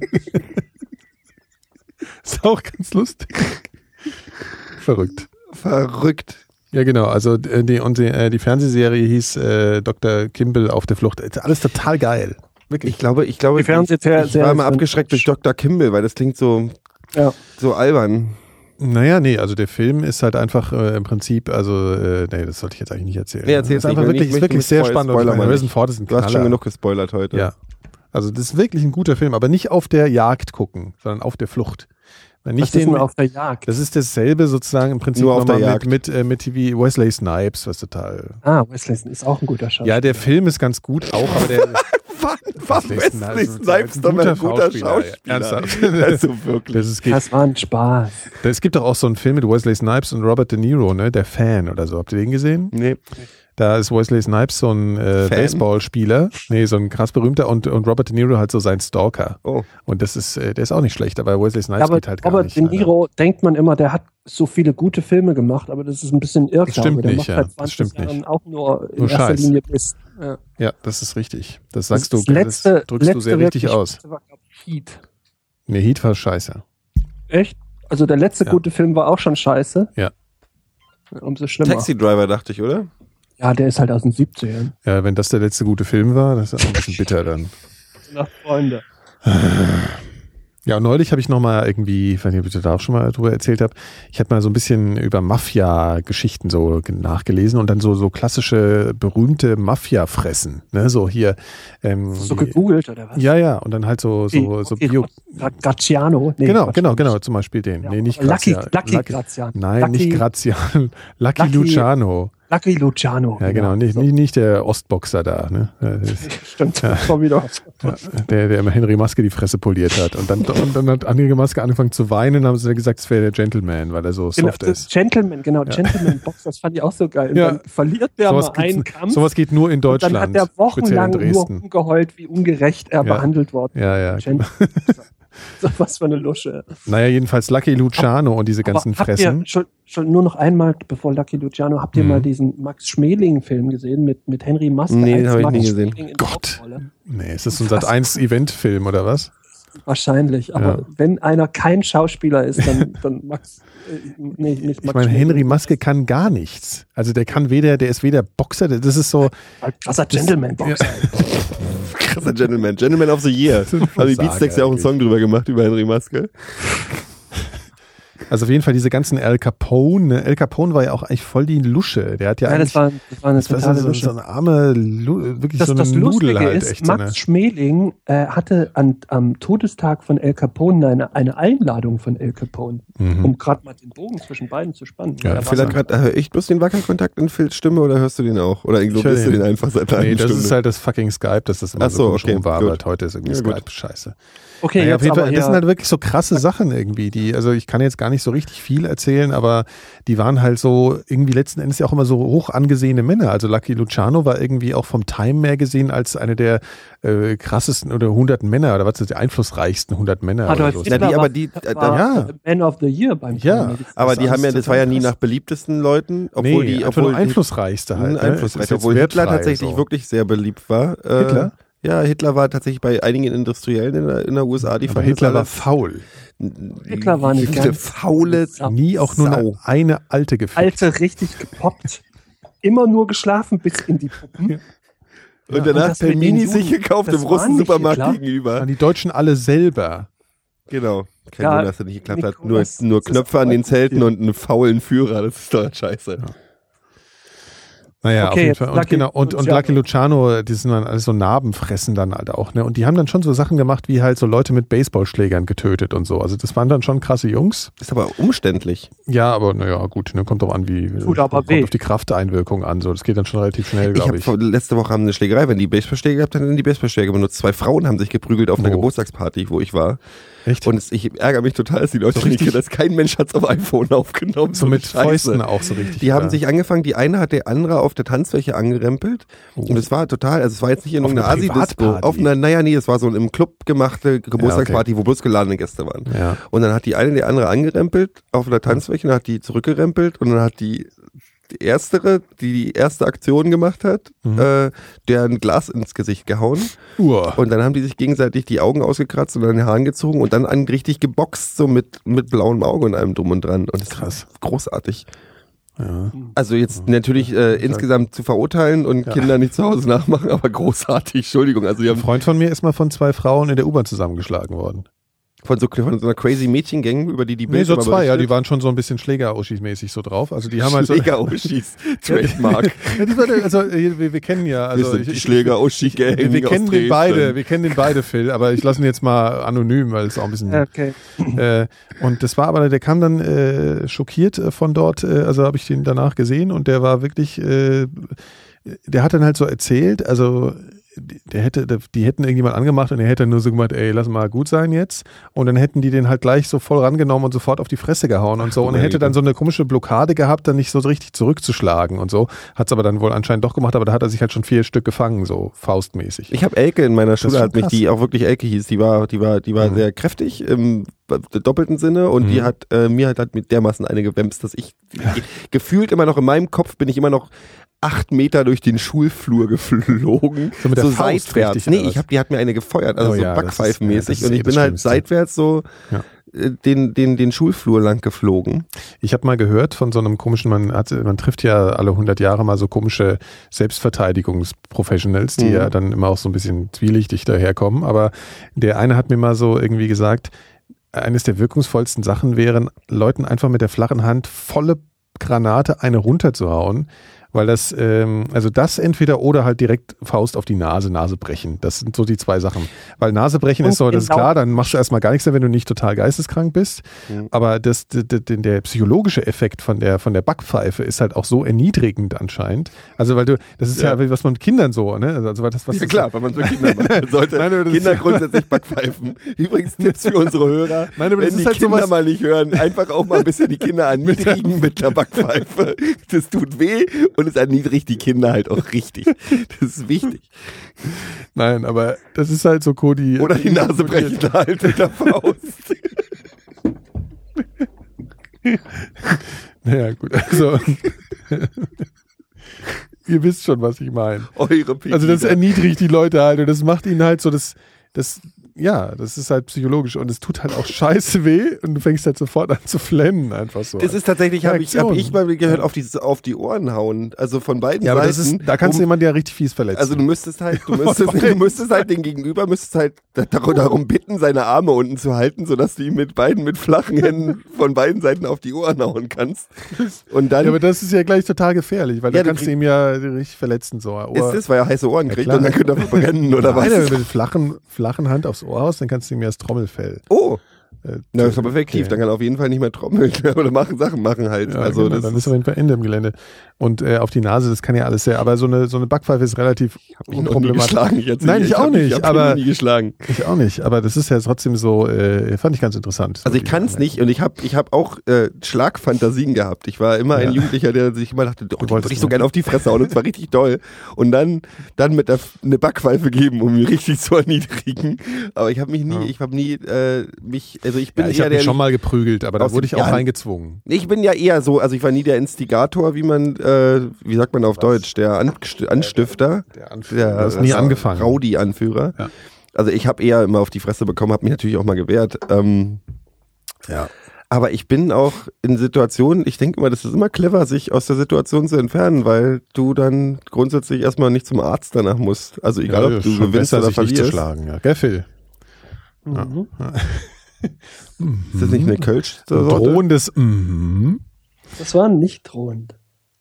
Ist auch ganz lustig. Verrückt. Verrückt. Ja, genau. Also äh, die, und die, äh, die Fernsehserie hieß äh, Doktor Kimball auf der Flucht. Ist alles total geil. Wirklich. Ich glaube, ich glaube, Die Fernsehserie ich, ich war mal sind- abgeschreckt durch Doktor Kimball, weil das klingt so, Ja. so albern. Naja, nee, also der Film ist halt einfach äh, im Prinzip, also, äh, nee, das sollte ich jetzt eigentlich nicht erzählen. Nee, erzähl's ist nicht, einfach wenn wirklich, nicht, ist möchte wirklich mit sehr Spoil- spannend. Spoiler Und mal Harrison nicht. Ford ist ein Du hast schon Knaller. genug gespoilert heute. Ja. Also das ist wirklich ein guter Film, aber nicht auf der Jagd gucken, sondern auf der Flucht. Weil Was nicht ist denn den, auf der Jagd? das ist dasselbe sozusagen im Prinzip Nur auf der nochmal Jagd. mit, mit, äh, mit wie Wesley Snipes, was total. Ah, Wesley ist auch ein guter Schauspieler. Ja, der Film ist ganz gut auch, aber der Was? Wesley Wesley Snipes Snipes ist doch mal ein guter guter Schauspieler, Schauspieler. ja. Ernsthaft. Also wirklich. das ist, geht, Das war ein Spaß. es gibt doch auch so einen Film mit Wesley Snipes und Robert De Niro, ne? Der Fan oder so. Habt ihr den gesehen? Nee. Da ist Wesley Snipes so ein äh, Fan? Baseballspieler, nee, so ein krass berühmter und, und Robert De Niro halt so sein Stalker. Oh. Und das ist, äh, der ist auch nicht schlecht, aber Wesley Snipes Ja, aber geht halt gar Robert nicht. De Niro denkt man immer, der hat so viele gute Filme gemacht, aber das ist ein bisschen Irrglaube. stimmt der nicht, macht ja. seit Das zwanzig stimmt Jahren nicht. auch nur in Nur erster Scheiß. Linie Mist. Ja. Ja, das ist richtig. Das sagst das du, letzte, das drückst du letzte sehr richtig wirklich aus. gute war, glaub ich, Heat. Nee, Heat war scheiße. Echt? Also der letzte Ja. gute Film war auch schon scheiße. Ja. Umso schlimmer. Taxi Driver, dachte ich, oder? Ja, der ist halt aus den siebzigern. Ja, wenn das der letzte gute Film war, das ist auch ein bisschen bitter dann. Nach Freunde. Ja, und neulich habe ich nochmal irgendwie, ich weiß nicht, ob ich da auch schon mal drüber erzählt habe, ich habe mal so ein bisschen über Mafia-Geschichten so nachgelesen und dann so, so klassische, berühmte Mafia-Fressen, ne, so hier. Ähm, So die- gegoogelt oder was? Ja, ja, und dann halt so, so, so Okay, Bio. Gra- Graziano. Nee, Genau, Quatsch. genau, genau, zum Beispiel den. Ja, Nee, nicht Lucky, Grazia- Lucky Graziano. Nein, Lucky- nicht Grazian. Lucky, Lucky- Luciano. Lucky Luciano. Ja, genau, nicht, So. nicht, nicht der Ostboxer da, ne? Das ist, Stimmt, ja. War wieder was. ja, der, der immer Henry Maske die Fresse poliert hat. Und dann, und dann hat Henry Maske angefangen zu weinen, haben sie gesagt, es wäre der Gentleman, weil er so Genau, soft das ist. Gentleman, genau, Gentleman Box, das fand ich auch so geil. Und Ja. dann verliert der Sowas, mal einen gibt's- Kampf. sowas geht nur in und Deutschland. dann hat der wochenlang speziell in nur Dresden. rumgeheult, wie ungerecht er Ja. behandelt worden Ja, ja. Gentleman. So, was für eine Lusche. Naja, jedenfalls Lucky Luciano und diese ganzen Aber habt Fressen. Ihr, schon, schon nur noch einmal, bevor Lucky Luciano, habt ihr Mhm. mal diesen Max Schmeling-Film gesehen mit, mit Henry Maske? Nee, als den hab ich Max nie gesehen. Schmeling in der Gott. Hauptrolle? Nee, ist das so ein Sat eins Eventfilm oder was? Wahrscheinlich, aber Ja. wenn einer kein Schauspieler ist, dann, dann Max, äh, nee, nicht Max Ich meine, Schmeling. Henry Maske kann gar nichts. Also der kann weder, der ist weder Boxer, der- das ist so, Krasser Gentleman-Boxer. Krasser Gentleman. Gentleman of the Year. Haben die Versager Beatsteaks ja auch einen eigentlich. Song drüber gemacht, über Henry Maske. also auf jeden Fall diese ganzen Al Capone. Ne? Al Capone war ja auch eigentlich voll die Lusche. Der hat ja, Ja, eigentlich, das war, das war eine das war totale so, Lusche. so eine arme, Lu wirklich Das, so eine das Nudel Lustige halt. ist, Echt so Max eine. Schmeling äh, hatte an, am Todestag von El Capone eine, eine Einladung von El Capone, Mhm. um gerade mal den Bogen zwischen beiden zu spannen. Ja, Da war Phil so- hat gerade, höre ich bloß den Wackelkontakt in Phils Stimme oder hörst du den auch? Oder ignorierst Ich du höre den den. einfach seit einer Nee, das Stunde? ist halt das fucking Skype, dass das immer Ach so, so, komisch okay, rumwabert. gut. Heute ist irgendwie Ja, gut. Skype scheiße. okay, Naja, jetzt auf jeden aber Fall, das hier, sind halt wirklich so krasse Sachen irgendwie, die, also ich kann jetzt gar nicht so richtig viel erzählen, aber die waren halt so irgendwie letzten Endes ja auch immer so hoch angesehene Männer. Also Lucky Luciano war irgendwie auch vom Time mehr gesehen als eine der äh, krassesten oder hunderten Männer oder was ist der einflussreichsten hundert Männer Adolf oder so. Ja, Hitler die, war, aber die, äh, war ja. Man of the Year beim Ja, Time. aber Das die ist haben ja, das war ja nie total nach beliebtesten Leuten, obwohl nee, die, einfach obwohl nur einflussreichste die, halt. mh, ne? einflussreich, Ist jetzt obwohl Hitler wertfrei tatsächlich so. wirklich sehr beliebt war. Äh, Hitler? Ja, Hitler war tatsächlich bei einigen Industriellen in der, in der U S A, die Aber fanden Hitler das war alles- faul. Hitler war eine Diese ganz- faule Sau. Nie auch nur eine, Sau. eine alte gefickt. Alte richtig gepoppt. Immer nur geschlafen bis in die Puppen. Und und danach das mit den Termini Juden, sich gekauft das im war russen nicht Supermarkt Hitler. gegenüber. Waren die Deutschen alle selber. Genau. Kein Ja, Wunder, dass das nicht geklappt hat. Nur, Nikolas, nur das ist Knöpfe an den auch Zelten hier. und einen faulen Führer. Das ist doch scheiße. Naja, Okay, auf jeden jetzt Fall. Und, Lucky genau, und, und Luciano. Lucky Luciano, die sind dann alles so Narbenfressen dann halt auch, ne? Und die haben dann schon so Sachen gemacht, wie halt so Leute mit Baseballschlägern getötet und so. Also das waren dann schon krasse Jungs. Ist aber umständlich. Ja, aber naja, gut, ne, kommt drauf an, wie Tut aber kommt weh. auf die Krafteinwirkung an. So, das geht dann schon relativ schnell, Ich glaube habe ich. vor- letzte Woche haben eine Schlägerei, wenn die Baseballschläge gehabt haben, dann die Baseballschläge benutzt. Zwei Frauen haben sich geprügelt auf einer Wo? Geburtstagsparty, wo ich war. Echt? Und es, ich ärgere mich total, dass die Leute So nicht, richtig- dass kein Mensch hat's auf iPhone aufgenommen. so mit eine Scheiße. Fäusten auch so richtig. Die haben ja. sich angefangen, die eine hat der andere auf der Tanzfläche angerempelt. Und es war total, also es war jetzt nicht in Auf irgendeiner einer Asi-Disco. Privatparty? Auf einer, naja, nee, es war so im Club gemachte Geburtstagsparty, wo bloß geladene Gäste waren. Ja. Und dann hat die eine die andere angerempelt auf der Tanzfläche, dann hat die zurückgerempelt und dann hat die, die erstere, die die erste Aktion gemacht hat, Mhm. äh, der ein Glas ins Gesicht gehauen. Uah. Und dann haben die sich gegenseitig die Augen ausgekratzt und an den Haaren gezogen und dann an richtig geboxt, so mit, mit blauem Auge und allem drum und dran. Und das Krass. ist großartig. Ja. Also jetzt natürlich äh, insgesamt zu verurteilen und Ja. Kinder nicht zu Hause nachmachen, aber großartig, Entschuldigung. Also die Ein haben Freund von mir ist mal von zwei Frauen in der U-Bahn zusammengeschlagen worden. von so, von so einer crazy Mädchengang, über die die Nee, Bild so immer zwei, ja, die berichtet. waren schon so ein bisschen Schläger-Oschis-mäßig so drauf. Also die haben halt so. Schläger-Oschis, Trademark. Ja, die waren, also äh, wir, wir kennen ja, also Wir sind ich- die ich- Schläger-Oschi-Gang wir, wir aus kennen den Dresden. beide, wir kennen den beide, Phil, aber ich lasse ihn jetzt mal anonym, weil es auch ein bisschen. Okay. Äh, und das war aber, der kam dann äh, schockiert äh, von dort, äh, also habe ich den danach gesehen und der war wirklich, äh, der hat dann halt so erzählt, also der hätte, die hätten irgendjemand angemacht und er hätte nur so gemacht, ey, lass mal gut sein jetzt. Und dann hätten die den halt gleich so voll rangenommen und sofort auf die Fresse gehauen und so. Und er hätte dann so eine komische Blockade gehabt, dann nicht so richtig zurückzuschlagen und so. Hat es aber dann wohl anscheinend doch gemacht, aber da hat er sich halt schon vier Stück gefangen, so faustmäßig. Ich habe Elke in meiner ist Schule, schon hat mich, krass. die auch wirklich Elke hieß, die war, die war, die war Mhm. sehr kräftig im doppelten Sinne und Mhm. die hat äh, mir halt, halt mit dermaßen eine gewämst, dass ich ge- gefühlt immer noch in meinem Kopf bin ich immer noch acht Meter durch den Schulflur geflogen, So mit der Faust seitwärts. richtig, Nee, oder was? ich hab, die hat mir eine gefeuert, also Oh so ja, das ist- backpfeifenmäßig ja, das ist und eh ich das bin halt Schlimmste. seitwärts so Ja. äh, den, den, den Schulflur lang geflogen. Ich habe mal gehört von so einem komischen, man hat, man trifft ja alle hundert Jahre mal so komische Selbstverteidigungsprofessionals, die Mhm. ja dann immer auch so ein bisschen zwielichtig daherkommen. Aber der eine hat mir mal so irgendwie gesagt, eines der wirkungsvollsten Sachen wären, Leuten einfach mit der flachen Hand volle Granate eine runterzuhauen. Weil das, ähm, also das entweder oder halt direkt Faust auf die Nase, Nase brechen. Das sind so die zwei Sachen. Weil Nase brechen Und ist so, das ist genau- klar, dann machst du erstmal gar nichts mehr, wenn du nicht total geisteskrank bist. Mhm. Aber das, der, der psychologische Effekt von der, von der Backpfeife ist halt auch so erniedrigend anscheinend. Also weil du, das ist ja, Ja. was man mit Kindern so, ne? Also was, was Ja das- klar, weil man so Kinder macht. Sollte Nein, aber das Kinder ist- grundsätzlich Backpfeifen. Übrigens Tipps für unsere Hörer. Nein, aber das wenn die ist halt Kinder sowas- mal nicht hören, einfach auch mal ein bisschen die Kinder erniedrigen mit der Backpfeife. Das tut weh und es erniedrigt die Kinder halt auch richtig. Das ist wichtig. Nein, aber das ist halt so Cody. Oder die Nase brechen halt mit der Faust. Naja, gut. Also, ihr wisst schon, was ich meine. Eure Pegida. Also das erniedrigt die Leute halt und das macht ihnen halt so das, das, ja, das ist halt psychologisch und es tut halt auch scheiße weh und du fängst halt sofort an zu flennen, einfach so. Das ist tatsächlich, habe ich, hab Reaktion. ich mal gehört, auf die, auf die Ohren hauen. Also von beiden ja, aber Seiten. das ist, da kannst du um- jemanden ja richtig fies verletzen. Also du müsstest halt, du müsstest, du müsstest halt den Gegenüber, müsstest halt dar- darum bitten, seine Arme unten zu halten, sodass du ihm mit beiden, mit flachen Händen von beiden Seiten auf die Ohren hauen kannst. Und dann ja, aber das ist ja gleich total gefährlich, weil Ja, da du kannst du krieg- ihm ja richtig verletzen. So. Ohr- ist das, weil er heiße Ohren Ja, kriegt klar. und dann könnte er verbrennen oder Nein, was? Mit der flachen, flachen Hand aufs Ohr haust, dann kannst du ihm ja das Trommelfell. Oh, Äh, na, das ist aber effektiv, okay. dann kann er auf jeden Fall nicht mehr trommeln oder machen Sachen machen halt. Ja, also genau, das dann ist auf jeden Fall Ende im Gelände. Und äh, auf die Nase, das kann ja alles sehr, aber so eine, so eine Backpfeife ist relativ ich noch nie unproblematisch. geschlagen. Ich erzähl Nein, dir, ich auch hab- nicht, Ich hab aber- noch nie geschlagen. Ich auch nicht, aber das ist ja trotzdem so, äh, fand ich ganz interessant. Also ich kann es nicht und ich habe ich hab auch äh, Schlagfantasien gehabt. Ich war immer ein Ja. Jugendlicher, der sich immer dachte, doch, die wolltest würde ich so mal. gerne auf die Fresse hauen und zwar richtig doll. Und dann, dann mit der, eine Backpfeife geben, um ihn richtig zu erniedrigen. Aber ich habe mich nie, Ja. ich habe nie äh, mich, also ich bin Ja, ich eher habe der, mich schon mal geprügelt, aber da aus wurde dem- ich auch ja. reingezwungen. ich bin ja eher so, also ich war nie der Instigator, wie man, äh, wie sagt man auf Deutsch, der Anst- Anstifter. Der Anführer. Der, Du hast nie das angefangen. Rowdy-Anführer. Ja. Also ich habe eher immer auf die Fresse bekommen, habe mich natürlich auch mal gewehrt. Ähm, Ja. aber ich bin auch in Situationen, ich denke immer, das ist immer clever, sich aus der Situation zu entfernen, weil du dann grundsätzlich erstmal nicht zum Arzt danach musst. Also egal, Ja, ob du ist schon gewinnst besser, oder sich nicht zu verlierst. schlagen. Ja. Gell, Phil? Mhm. Ist das nicht eine Kölsch? So drohendes mhm. Das war nicht drohend.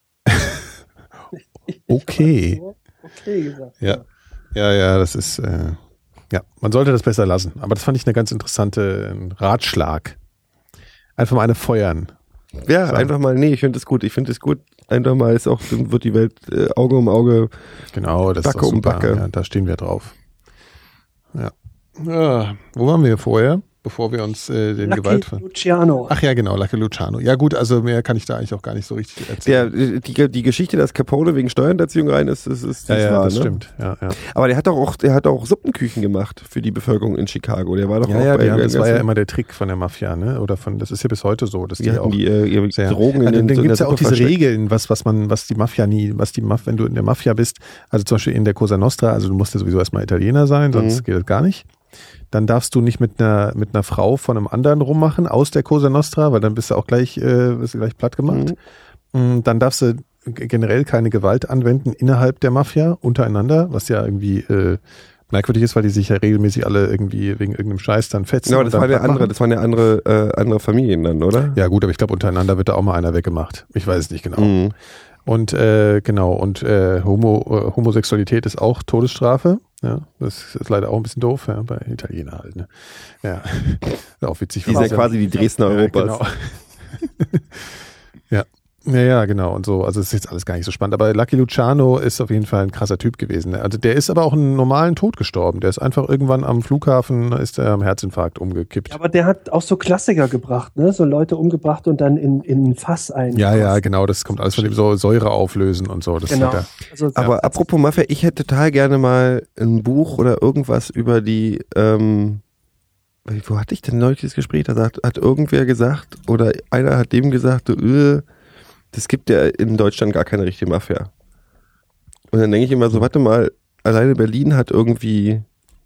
Okay. Okay gesagt. Ja. Ja, ja, das ist, äh, ja, man sollte das besser lassen. Aber das fand ich eine ganz interessante äh, Ratschlag. Einfach mal eine feuern. Ja, So. einfach mal, nee, ich finde das gut. Ich finde es gut. Einfach mal ist auch, dann wird die Welt äh, Auge um Auge. Genau, das Backe ist doch um super. Backe. Ja, da stehen wir drauf. Ja. ja. Wo waren wir vorher, bevor wir uns äh, den Lucky Gewalt... Luciano. Ach ja, genau, Lucky Luciano. Ja gut, also mehr kann ich da eigentlich auch gar nicht so richtig erzählen. Der, äh, die, die Geschichte, dass Capone wegen Steuerhinterziehung rein ist, ist, ist, ja, ist ja, wahr, das ne? stimmt. Ja, ja. Aber der hat doch auch, der hat doch auch Suppenküchen gemacht für die Bevölkerung in Chicago. Der war doch Ja, auch ja, bei die haben, das war ja ganzen- immer der Trick von der Mafia, ne? Oder von, das ist ja bis heute so, dass die die, hatten auch die äh, ihre sehr, Drogen in also, den dann in gibt es der ja auch Suppe diese versteckt. Regeln, was, was man, was die Mafia nie, was die Mafia, wenn du in der Mafia bist, also zum Beispiel in der Cosa Nostra, also du musst ja sowieso erstmal Italiener sein, sonst Mhm. geht das gar nicht. Dann darfst du nicht mit einer, mit einer Frau von einem anderen rummachen aus der Cosa Nostra, weil dann bist du auch gleich, äh, bist du gleich platt gemacht. Mhm. Dann darfst du g- generell keine Gewalt anwenden innerhalb der Mafia, untereinander, was ja irgendwie äh, merkwürdig ist, weil die sich ja regelmäßig alle irgendwie wegen irgendeinem Scheiß dann fetzen. Ja, aber und das dann waren ja platt andere, machen. das waren ja andere, äh, andere Familien dann, oder? Ja gut, aber ich glaube, untereinander wird da auch mal einer weggemacht. Ich weiß es nicht genau. Mhm. Und äh, genau, und äh, Homo, äh, Homosexualität ist auch Todesstrafe. Ja, das ist leider auch ein bisschen doof, ja, bei Italiener halt. Ne? Ja, auch witzig. Die sind ja quasi die Dresdner Europas. Ja, genau. ja. Ja, ja, genau. Und so, also es ist jetzt alles gar nicht so spannend. Aber Lucky Luciano ist auf jeden Fall ein krasser Typ gewesen. Ne? Also der ist aber auch einen normalen Tod gestorben. Der ist einfach irgendwann am Flughafen, ist er am Herzinfarkt umgekippt. Ja, aber der hat auch so Klassiker gebracht, ne? So Leute umgebracht und dann in, in ein Fass ein. Ja, ja, genau. Das kommt alles von dem so Säure auflösen und so. Das Genau. hat er. Also, Aber ja, apropos Mafia, ich hätte total gerne mal ein Buch oder irgendwas über die, ähm, wo hatte ich denn neulich das Gespräch? Da sagt, hat irgendwer gesagt, oder einer hat dem gesagt, äh, das gibt ja in Deutschland gar keine richtige Mafia. Und dann denke ich immer so, warte mal, alleine Berlin hat irgendwie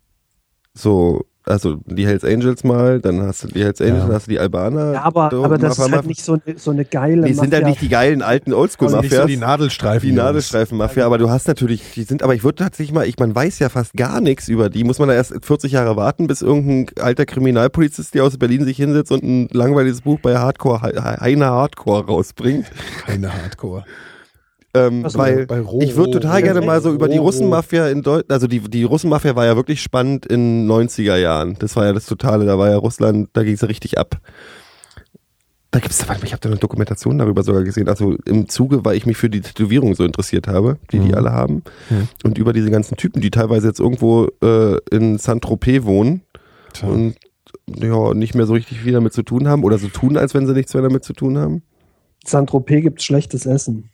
so, also die Hells Angels mal, dann hast du die Hells Angels, Ja. dann hast du die Albaner. ja, aber, So, aber das ist Mafia- halt nicht so, eine- so eine geile Die sind halt nicht die geilen alten Also nicht so Oldschool-Mafias. die Nadelstreifen. Die Nadelstreifen-Mafia, aber du hast natürlich, die sind, aber ich würde tatsächlich mal, ich, man weiß ja fast gar nichts über die. Muss man da erst vierzig Jahre warten, bis irgendein alter Kriminalpolizist, der aus Berlin sich hinsetzt und ein langweiliges Buch bei Hardcore, Heiner Hardcore rausbringt. Keine Hardcore. Ähm, Ach so, weil bei Ro- ich würde total Ro- gerne mal so über die Ro- Russenmafia in Deutschland, also die, die Russenmafia war ja wirklich spannend in neunziger Jahren. Das war ja das Totale, da war ja Russland, da ging es ja richtig ab. Da gibt's, warte mal, ich habe da eine Dokumentation darüber sogar gesehen, also im Zuge, weil ich mich für die Tätowierung so interessiert habe, die die Mhm. alle haben. Mhm. Und über diese ganzen Typen, die teilweise jetzt irgendwo äh, in Saint-Tropez wohnen Tja. und ja, nicht mehr so richtig viel damit zu tun haben oder so tun, als wenn sie nichts mehr damit zu tun haben. Saint-Tropez gibt's schlechtes Essen.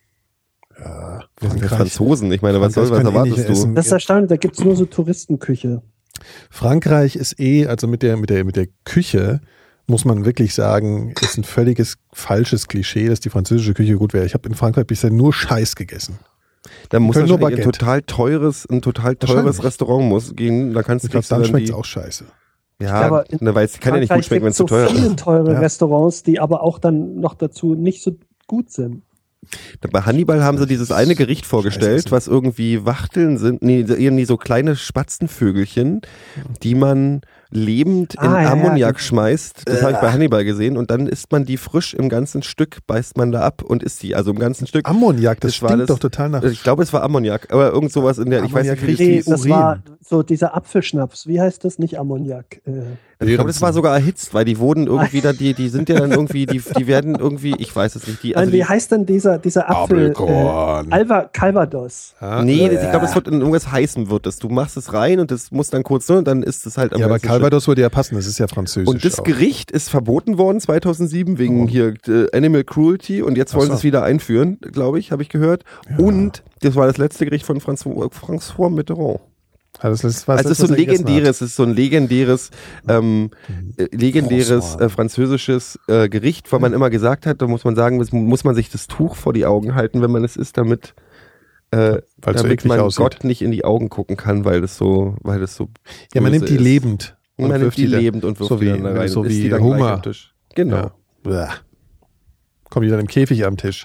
Ja, Wir sind ja Frankreich, Franzosen, ich meine, was soll, Frankreich was können eh erwartest nicht du? essen. Das ist erstaunlich, da gibt's nur so Touristenküche. Frankreich ist eh, also mit der, mit der, mit der Küche, muss man wirklich sagen, ist ein völliges falsches Klischee, dass die französische Küche gut wäre. Ich habe in Frankreich bisher nur Scheiß gegessen. Da muss können nur wahrscheinlich ein Baguette. total teures, ein total teures Wahrscheinlich. Restaurant muss gehen, da kannst du Ich glaube, kriegst du dann dann schmeckt die, es auch scheiße. ja, Aber in ne, weil es kann ja nicht gut Frankreich schmecken, wenn es zu gibt's teuer so viele ist. teure Ja. Restaurants, die aber auch dann noch dazu nicht so gut sind. Bei Hannibal haben sie dieses eine Gericht vorgestellt, Scheiße. was irgendwie Wachteln sind, nee, irgendwie so kleine Spatzenvögelchen, die man lebend in Ah, ja, ja, Ammoniak das- schmeißt. Das habe ich bei Hannibal gesehen. Und dann isst man die frisch im ganzen Stück, beißt man da ab und isst die, also im ganzen Stück. Ammoniak, das, Das war stinkt das- doch total nach. Ich glaube, es war Ammoniak, aber irgend sowas in der, ich weiß Ammoniak nicht, wie riecht das wie Nee, hieß. das Urin. war so dieser Apfelschnaps. Wie heißt das? Nicht Ammoniak. Äh, Ich glaube, das war sogar erhitzt, weil die wurden irgendwie da, die, die sind ja dann irgendwie, die, die werden irgendwie, ich weiß es nicht, die, also Nein, wie die, heißt denn dieser, dieser Apfel? Äh, Apfelkorn. Alva, Calvados. Ja, nee, äh, ich glaube, es wird in irgendwas heißen wird es. Du machst es rein und das muss dann kurz, ne, und dann ist es halt am ja, aber ganzen Calvados würde ja passen, das ist ja französisch. Und das auch. Gericht ist verboten worden zweitausendsieben wegen Oh. hier äh, Animal Cruelty und jetzt Ach wollen so. sie es wieder einführen, glaube ich, habe ich gehört. Ja. Und das war das letzte Gericht von François, François Mitterrand. Ja, das ist, was Also es ist so ein legendäres, es ist so ein legendäres, ähm, äh, legendäres François. äh, französisches äh, Gericht, weil man immer gesagt hat, da muss man sagen, muss, muss man sich das Tuch vor die Augen halten, wenn man es isst, damit äh, Weil es so damit eklig man aussieht. Gott nicht in die Augen gucken kann, weil das so, weil das so Ja, man böse nimmt die ist. lebend. Man nimmt wirft die dann- lebend und wirft so die wie, dann da rein so und isst wie die dann gleich Hummer. am Tisch. Genau. Ja. Bäh. Kommen die dann im Käfig am Tisch?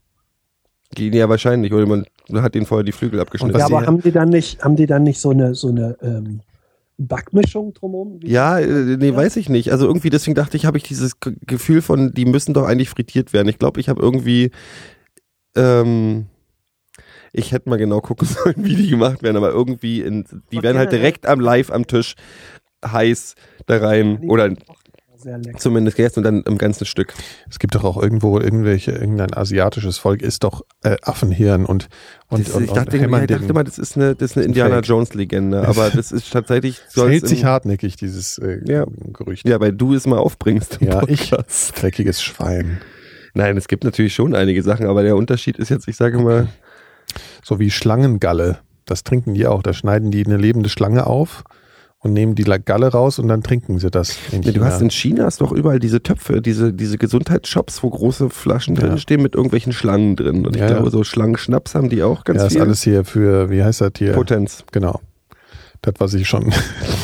Gehen ja wahrscheinlich, oder man hat ihnen vorher die Flügel abgeschnitten. Was Ja, sie- aber haben die dann nicht, haben die dann nicht so eine, so eine ähm, Backmischung drumherum? Wie- Ja, äh, nee, Ja. weiß ich nicht. Also irgendwie, deswegen dachte ich, habe ich dieses G- Gefühl von, die müssen doch eigentlich frittiert werden. Ich glaube, ich habe irgendwie, ähm, ich hätte mal genau gucken sollen, wie die gemacht werden, aber irgendwie, in, die Aber werden halt generell- direkt am Live am Tisch heiß da rein oder Sehr lecker. zumindest gegessen und dann im ganzen Stück. Es gibt doch auch irgendwo irgendwelche, irgendein asiatisches Volk isst doch äh, Affenhirn und, und, Das, und, ich dachte, und hämmern ich dachte den- mal, das ist eine, das ist eine Ein Indiana Fake. Jones Legende, aber das ist tatsächlich, es soll's hält im- sich hartnäckig, dieses äh, Ja. Gerücht. ja, weil du es mal aufbringst. im Ja, ich, Podcast. dreckiges Schwein. Nein, es gibt natürlich schon einige Sachen, aber der Unterschied ist jetzt, ich sage mal, So wie Schlangengalle. Das trinken die auch. Da schneiden die eine lebende Schlange auf und nehmen die Galle raus und dann trinken sie das. In nee, du China. hast in China hast doch überall diese Töpfe, diese, diese Gesundheitsshops, wo große Flaschen Ja. drin stehen mit irgendwelchen Schlangen drin. Und ich Ja, ja. glaube, so Schlangenschnaps haben die auch ganz ja, ist viel. alles hier für, wie heißt das hier? Potenz. Genau. Das, was ich schon,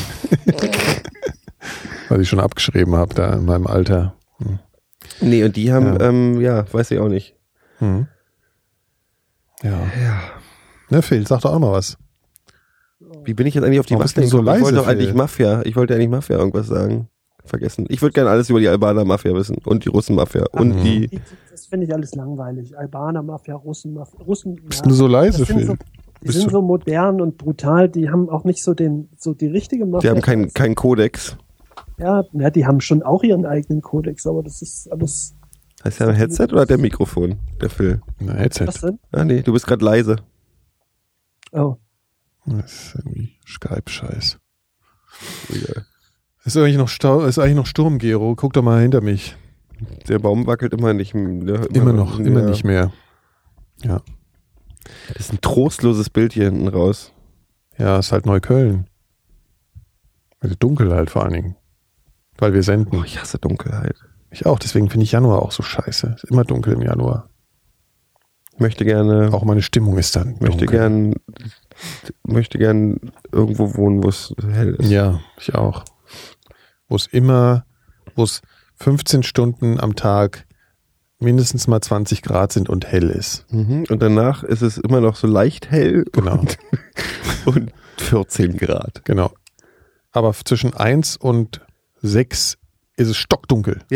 was ich schon abgeschrieben habe da in meinem Alter. Hm. Nee, und die haben, Ja. ähm, ja, weiß ich auch nicht. Hm. Ja. Ja. Na, Phil, sag doch auch mal was. Wie bin ich jetzt eigentlich auf die Warum bist du so gekommen? Ich leise, wollte doch Phil? eigentlich Mafia. Ich wollte eigentlich Mafia irgendwas sagen. Vergessen. Ich würde gerne alles über die Albaner Mafia wissen und die Russen-Mafia und Mhm. die. Die- Das finde ich alles langweilig. Albaner Mafia, Russen Mafia, Russen. Bist du so leise, das sind Phil? so, die Bist sind du- so modern und brutal. Die haben auch nicht so den, so die richtige Mafia. Die haben keinen kein Kodex. Ja, ja, die haben schon auch ihren eigenen Kodex, aber das ist alles. Heißt der ein Headset oder hat der Mikrofon? Der Phil. Na, Headset. Was denn? Ah, nee, du bist gerade leise. Oh. Das ist irgendwie Skype-Scheiß. Egal. Ist eigentlich noch Stau, ist eigentlich noch Sturm, Gero. Guck doch mal hinter mich. Der Baum wackelt immer nicht. Ne, Immer noch, ja. immer nicht mehr. Ja. Das ist ein trostloses Bild hier hinten raus. Ja, ist halt Neukölln. Also dunkel halt vor allen Dingen. Weil wir senden. Oh, ich hasse Dunkelheit. Ich auch, deswegen finde ich Januar auch so scheiße. Ist immer dunkel im Januar. Ich möchte gerne, Auch meine Stimmung ist dann möchte dunkel. gern, möchte gern irgendwo wohnen, wo es hell ist. Ja, ich auch. Wo es immer, wo es fünfzehn Stunden am Tag mindestens mal zwanzig Grad sind und hell ist. Mhm. Und danach ist es immer noch so leicht hell. Genau. Und, und vierzehn Grad. Genau. Aber zwischen eins und sechs ist es stockdunkel. Ja,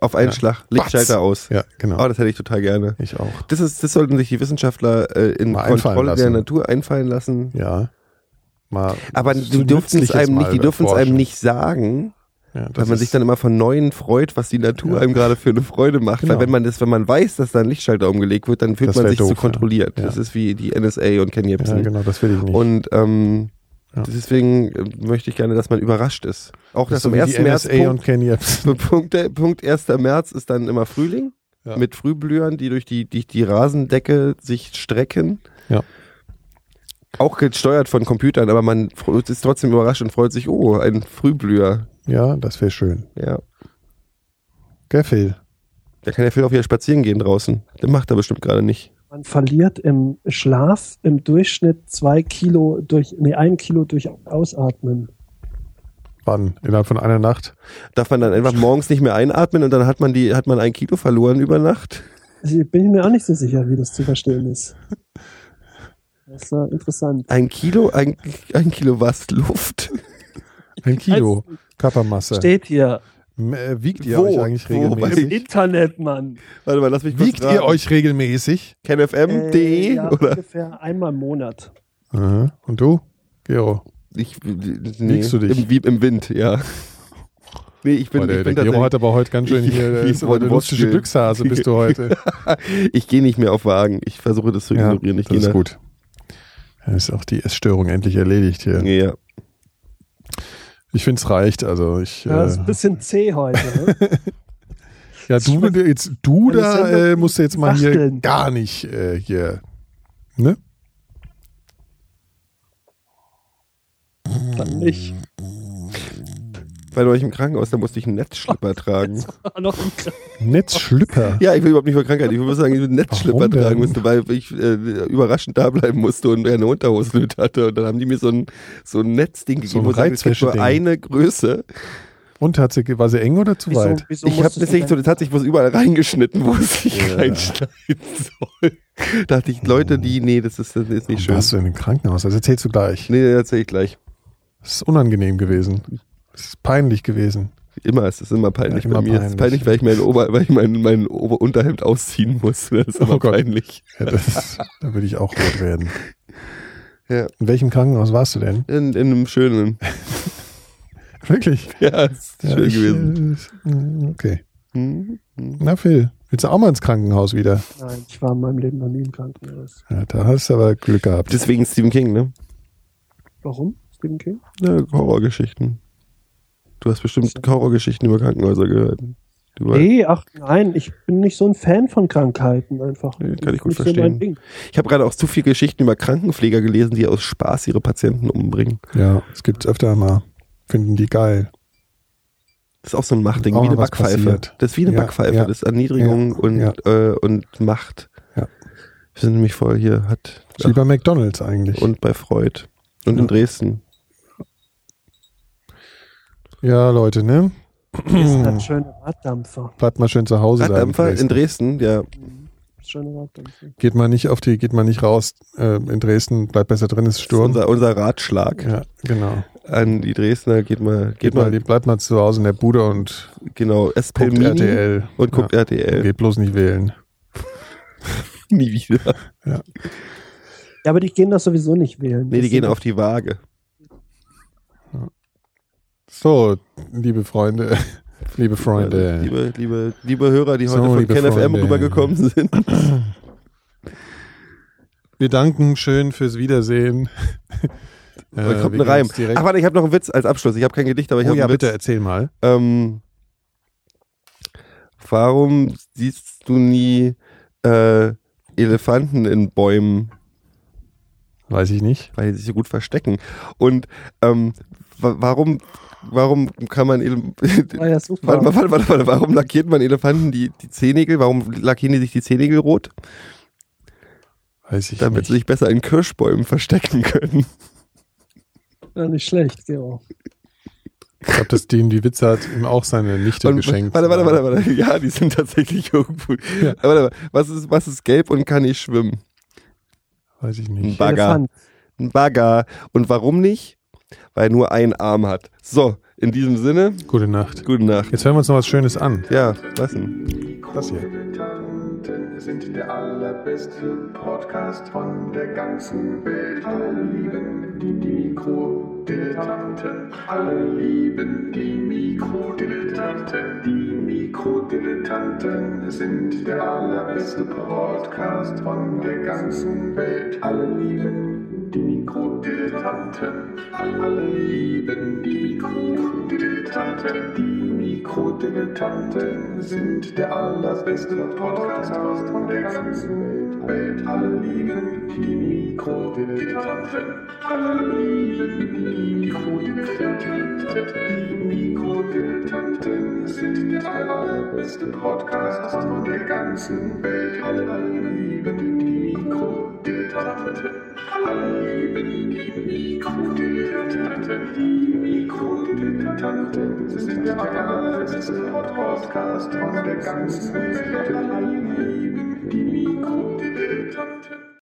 Auf einen Ja. Schlag. Lichtschalter aus. Ja, genau. Oh, das hätte ich total gerne. Ich auch. Das, ist, das sollten sich die Wissenschaftler äh, in Mal einfallen Kontrolle der lassen. Natur einfallen lassen. Ja. Mal Aber so die dürfen es Nützliches einem nicht, mal die dürfen es einem erforschen. nicht sagen, Ja, das weil man ist- sich dann immer von Neuen freut, was die Natur Ja. einem gerade für eine Freude macht. Genau. Weil wenn man das, wenn man weiß, dass da ein Lichtschalter umgelegt wird, dann fühlt Das man wär sich doof, zu ja. kontrolliert. Ja. Das ist wie die N S A und Ken Ja, Jebsen. genau, das will ich nicht. Und ähm, Ja. deswegen äh, möchte ich gerne, dass man überrascht ist. Auch das dass am so wie die ersten März N S A und Punkt, Ken Jebsen. Punkt, Punkt erster März ist dann immer Frühling Ja. mit Frühblühern, die durch die, die, die Rasendecke sich strecken. Ja. Auch gesteuert von Computern, aber man fro- ist trotzdem überrascht und freut sich, oh, ein Frühblüher. Ja, das wäre schön. Ja. Gell, Phil? Da kann der Phil auch wieder spazieren gehen draußen. Der macht er bestimmt gerade nicht. Man verliert im Schlaf im Durchschnitt zwei Kilo durch, nee, ein Kilo durch Ausatmen. Wann? Innerhalb von einer Nacht? Darf man dann einfach morgens nicht mehr einatmen und dann hat man die, hat man ein Kilo verloren über Nacht? Also, bin ich mir auch nicht so sicher, wie das zu verstehen ist. Das ist äh, interessant. Ein Kilo, ein, ein Kilo was? Luft? Ein Kilo Körpermasse. Steht hier M- äh, Wiegt ihr Wo? euch eigentlich Wo? im regelmäßig? Internet, Mann. Warte mal, lass mich kurz Wiegt ihr euch regelmäßig? KenFM punkt de Äh, ja, oder? ungefähr einmal im Monat. Aha. Und du, Gero? Ich, nee, Wiegst du dich? Im, wie im Wind, ja. Nee, ich bin, Oh, der ich bin der Gero tatsächlich- hat aber heute ganz schön Ich- hier, ich äh, ist aber wollte eine lustige Wurst Glückshase bist du heute. ich gehe nicht mehr auf Wagen. Ich versuche das zu Ja, ignorieren. Ich das ist gehe gut. Dann ist auch die Essstörung endlich erledigt hier. nach- Ja. Ich finde es reicht. Also ich. Ja, ist Äh, ein bisschen zäh heute. Ne? ja, du, jetzt, du Eine da Sendung äh, musst du jetzt mal hier basteln. gar nicht äh, hier. Ne? Dann nicht. Weil war ich im Krankenhaus, da musste ich einen Netzschlipper tragen. Noch im Krankenhaus. Netzschlüpper. Ja, ich will überhaupt nicht vor Krankheit. Ich würde sagen, ich einen Netzschlipper Warum denn? tragen musste, weil ich äh, überraschend da bleiben musste und eine Unterhosenhütte hatte. Und dann haben die mir so ein, so ein Netzding So ein gegeben und gesagt, es gibt nur Reizwäscheding. eine Größe. Und hat sie, war sie eng oder zu Wieso, weit? wieso Ich habe musstest das du nicht so, denn- das hat sich was überall reingeschnitten, wo es sich Ja. reinschneiden soll. Da dachte ich, Leute, die, nee, das ist, das ist nicht Warum schön. warst du in einem Krankenhaus? Das erzählst du gleich. Nee, das erzähl ich gleich. Das ist unangenehm gewesen. Das ist peinlich gewesen. Immer, es ist immer peinlich Ja, immer bei mir. Es ist peinlich. peinlich, weil ich mein, Ober, weil ich mein, mein Ober Unterhemd ausziehen muss. Das ist immer Oh Gott. peinlich. Ja, das, da würde ich auch rot werden. Ja. In welchem Krankenhaus warst du denn? In, in einem schönen. Wirklich? Ja, es ist Ja, schön ich, gewesen. äh, Okay. Hm, hm. Na Phil, willst du auch mal ins Krankenhaus wieder? Nein, ich war in meinem Leben noch nie im Krankenhaus. Ja, da hast du aber Glück gehabt. Deswegen Stephen King, ne? Warum? Stephen King? Ja, Horrorgeschichten. Du hast bestimmt Horrorgeschichten über Krankenhäuser gehört. Über, Nee, ach nein, ich bin nicht so ein Fan von Krankheiten einfach. Nee, kann ich gut Nicht so verstehen. mein Ding. Ich habe gerade auch zu viele Geschichten über Krankenpfleger gelesen, die aus Spaß ihre Patienten umbringen. Ja, es gibt's öfter mal. Finden die geil. Das ist auch so ein Machtding, Auch wie mal eine was Backpfeife. passiert. Das ist wie eine Ja, Backpfeife. ja. Das ist Erniedrigung Ja, und, ja. Äh, und Macht. Ja. Wir sind nämlich voll hier, hat Ist wie bei McDonalds eigentlich. und bei Freud. Und Ja. in Dresden. ja, Leute, ne? Ist halt schöne Raddampfer. Bleibt mal schön zu Hause. da in Raddampfer in Dresden. Dresden, ja. Schöne Raddampfer. Geht mal nicht auf die, geht mal nicht raus. Äh, in Dresden bleibt besser drin, ist Das ist Sturm. unser, unser Ratschlag Ja, genau. an die Dresdner. Geht mal, geht, Geht mal, mal, bleibt mal zu Hause in der Bude und genau, S P guckt R T L. und guckt ja. R T L. Geht bloß nicht wählen. Nie wieder. Ja, aber die gehen das sowieso nicht wählen. Nee, die Das gehen sind- auf die Waage. So, liebe Freunde, liebe Freunde. Liebe, liebe, liebe Hörer, die So, heute von liebe KenFM Freunde. rübergekommen sind. Wir danken schön fürs Wiedersehen. Da Äh, kommt wir ein gehen Reim. jetzt direkt- Ach warte, ich habe noch einen Witz als Abschluss. Ich habe kein Gedicht, aber ich Oh habe ja, einen Witz. bitte erzähl mal. Ähm, warum siehst du nie äh, Elefanten in Bäumen? Weiß ich nicht. Weil die sich so gut verstecken. Und ähm, wa warum, warum kann man Ele War ja super. warte, mal, warte, warte, warte, warum lackiert man Elefanten die, die Zehennägel? Warum lackieren die sich die Zehennägel rot? Weiß ich Damit nicht. sie sich besser in Kirschbäumen verstecken können. Ja, nicht schlecht, Gero. Ich glaube, dass dem die Witze hat ihm auch seine Nichte Und, geschenkt. warte, warte, warte, warte. Ja, die sind tatsächlich irgendwo. Ja. Aber warte, mal. was ist, was ist gelb und kann nicht schwimmen? Weiß ich Ein nicht. Bagger. Elefant. Ein Bagger. Und warum nicht? Weil er nur einen Arm hat. So, In diesem Sinne, Gute Nacht. gute Nacht. Jetzt hören wir uns noch was Schönes an. Ja, was denn? Das hier. Dilettanten sind der allerbeste Podcast von der ganzen Welt. Alle lieben die, die Mikrodilettanten. Alle lieben die Mikrodilettanten. Die Mikrodilettanten sind der allerbeste Podcast von der ganzen Welt. Alle lieben die Mikrodilettanten. Alle lieben die Mikrodilettanten. Die Mikrodilettanten sind der allerbeste Podcast von der ganzen Welt. Alle lieben die Mikrodilettanten. Alle lieben die Mikrodilettanten. Die Mikrodilettanten sind der allerbeste Podcast von der ganzen Welt. Alle lieben die Mikrodilettanten. Alle lieben die Mikrodilettanten. Die Mikrodilettanten sind der allerbeste Podcast von der ganzen Welt.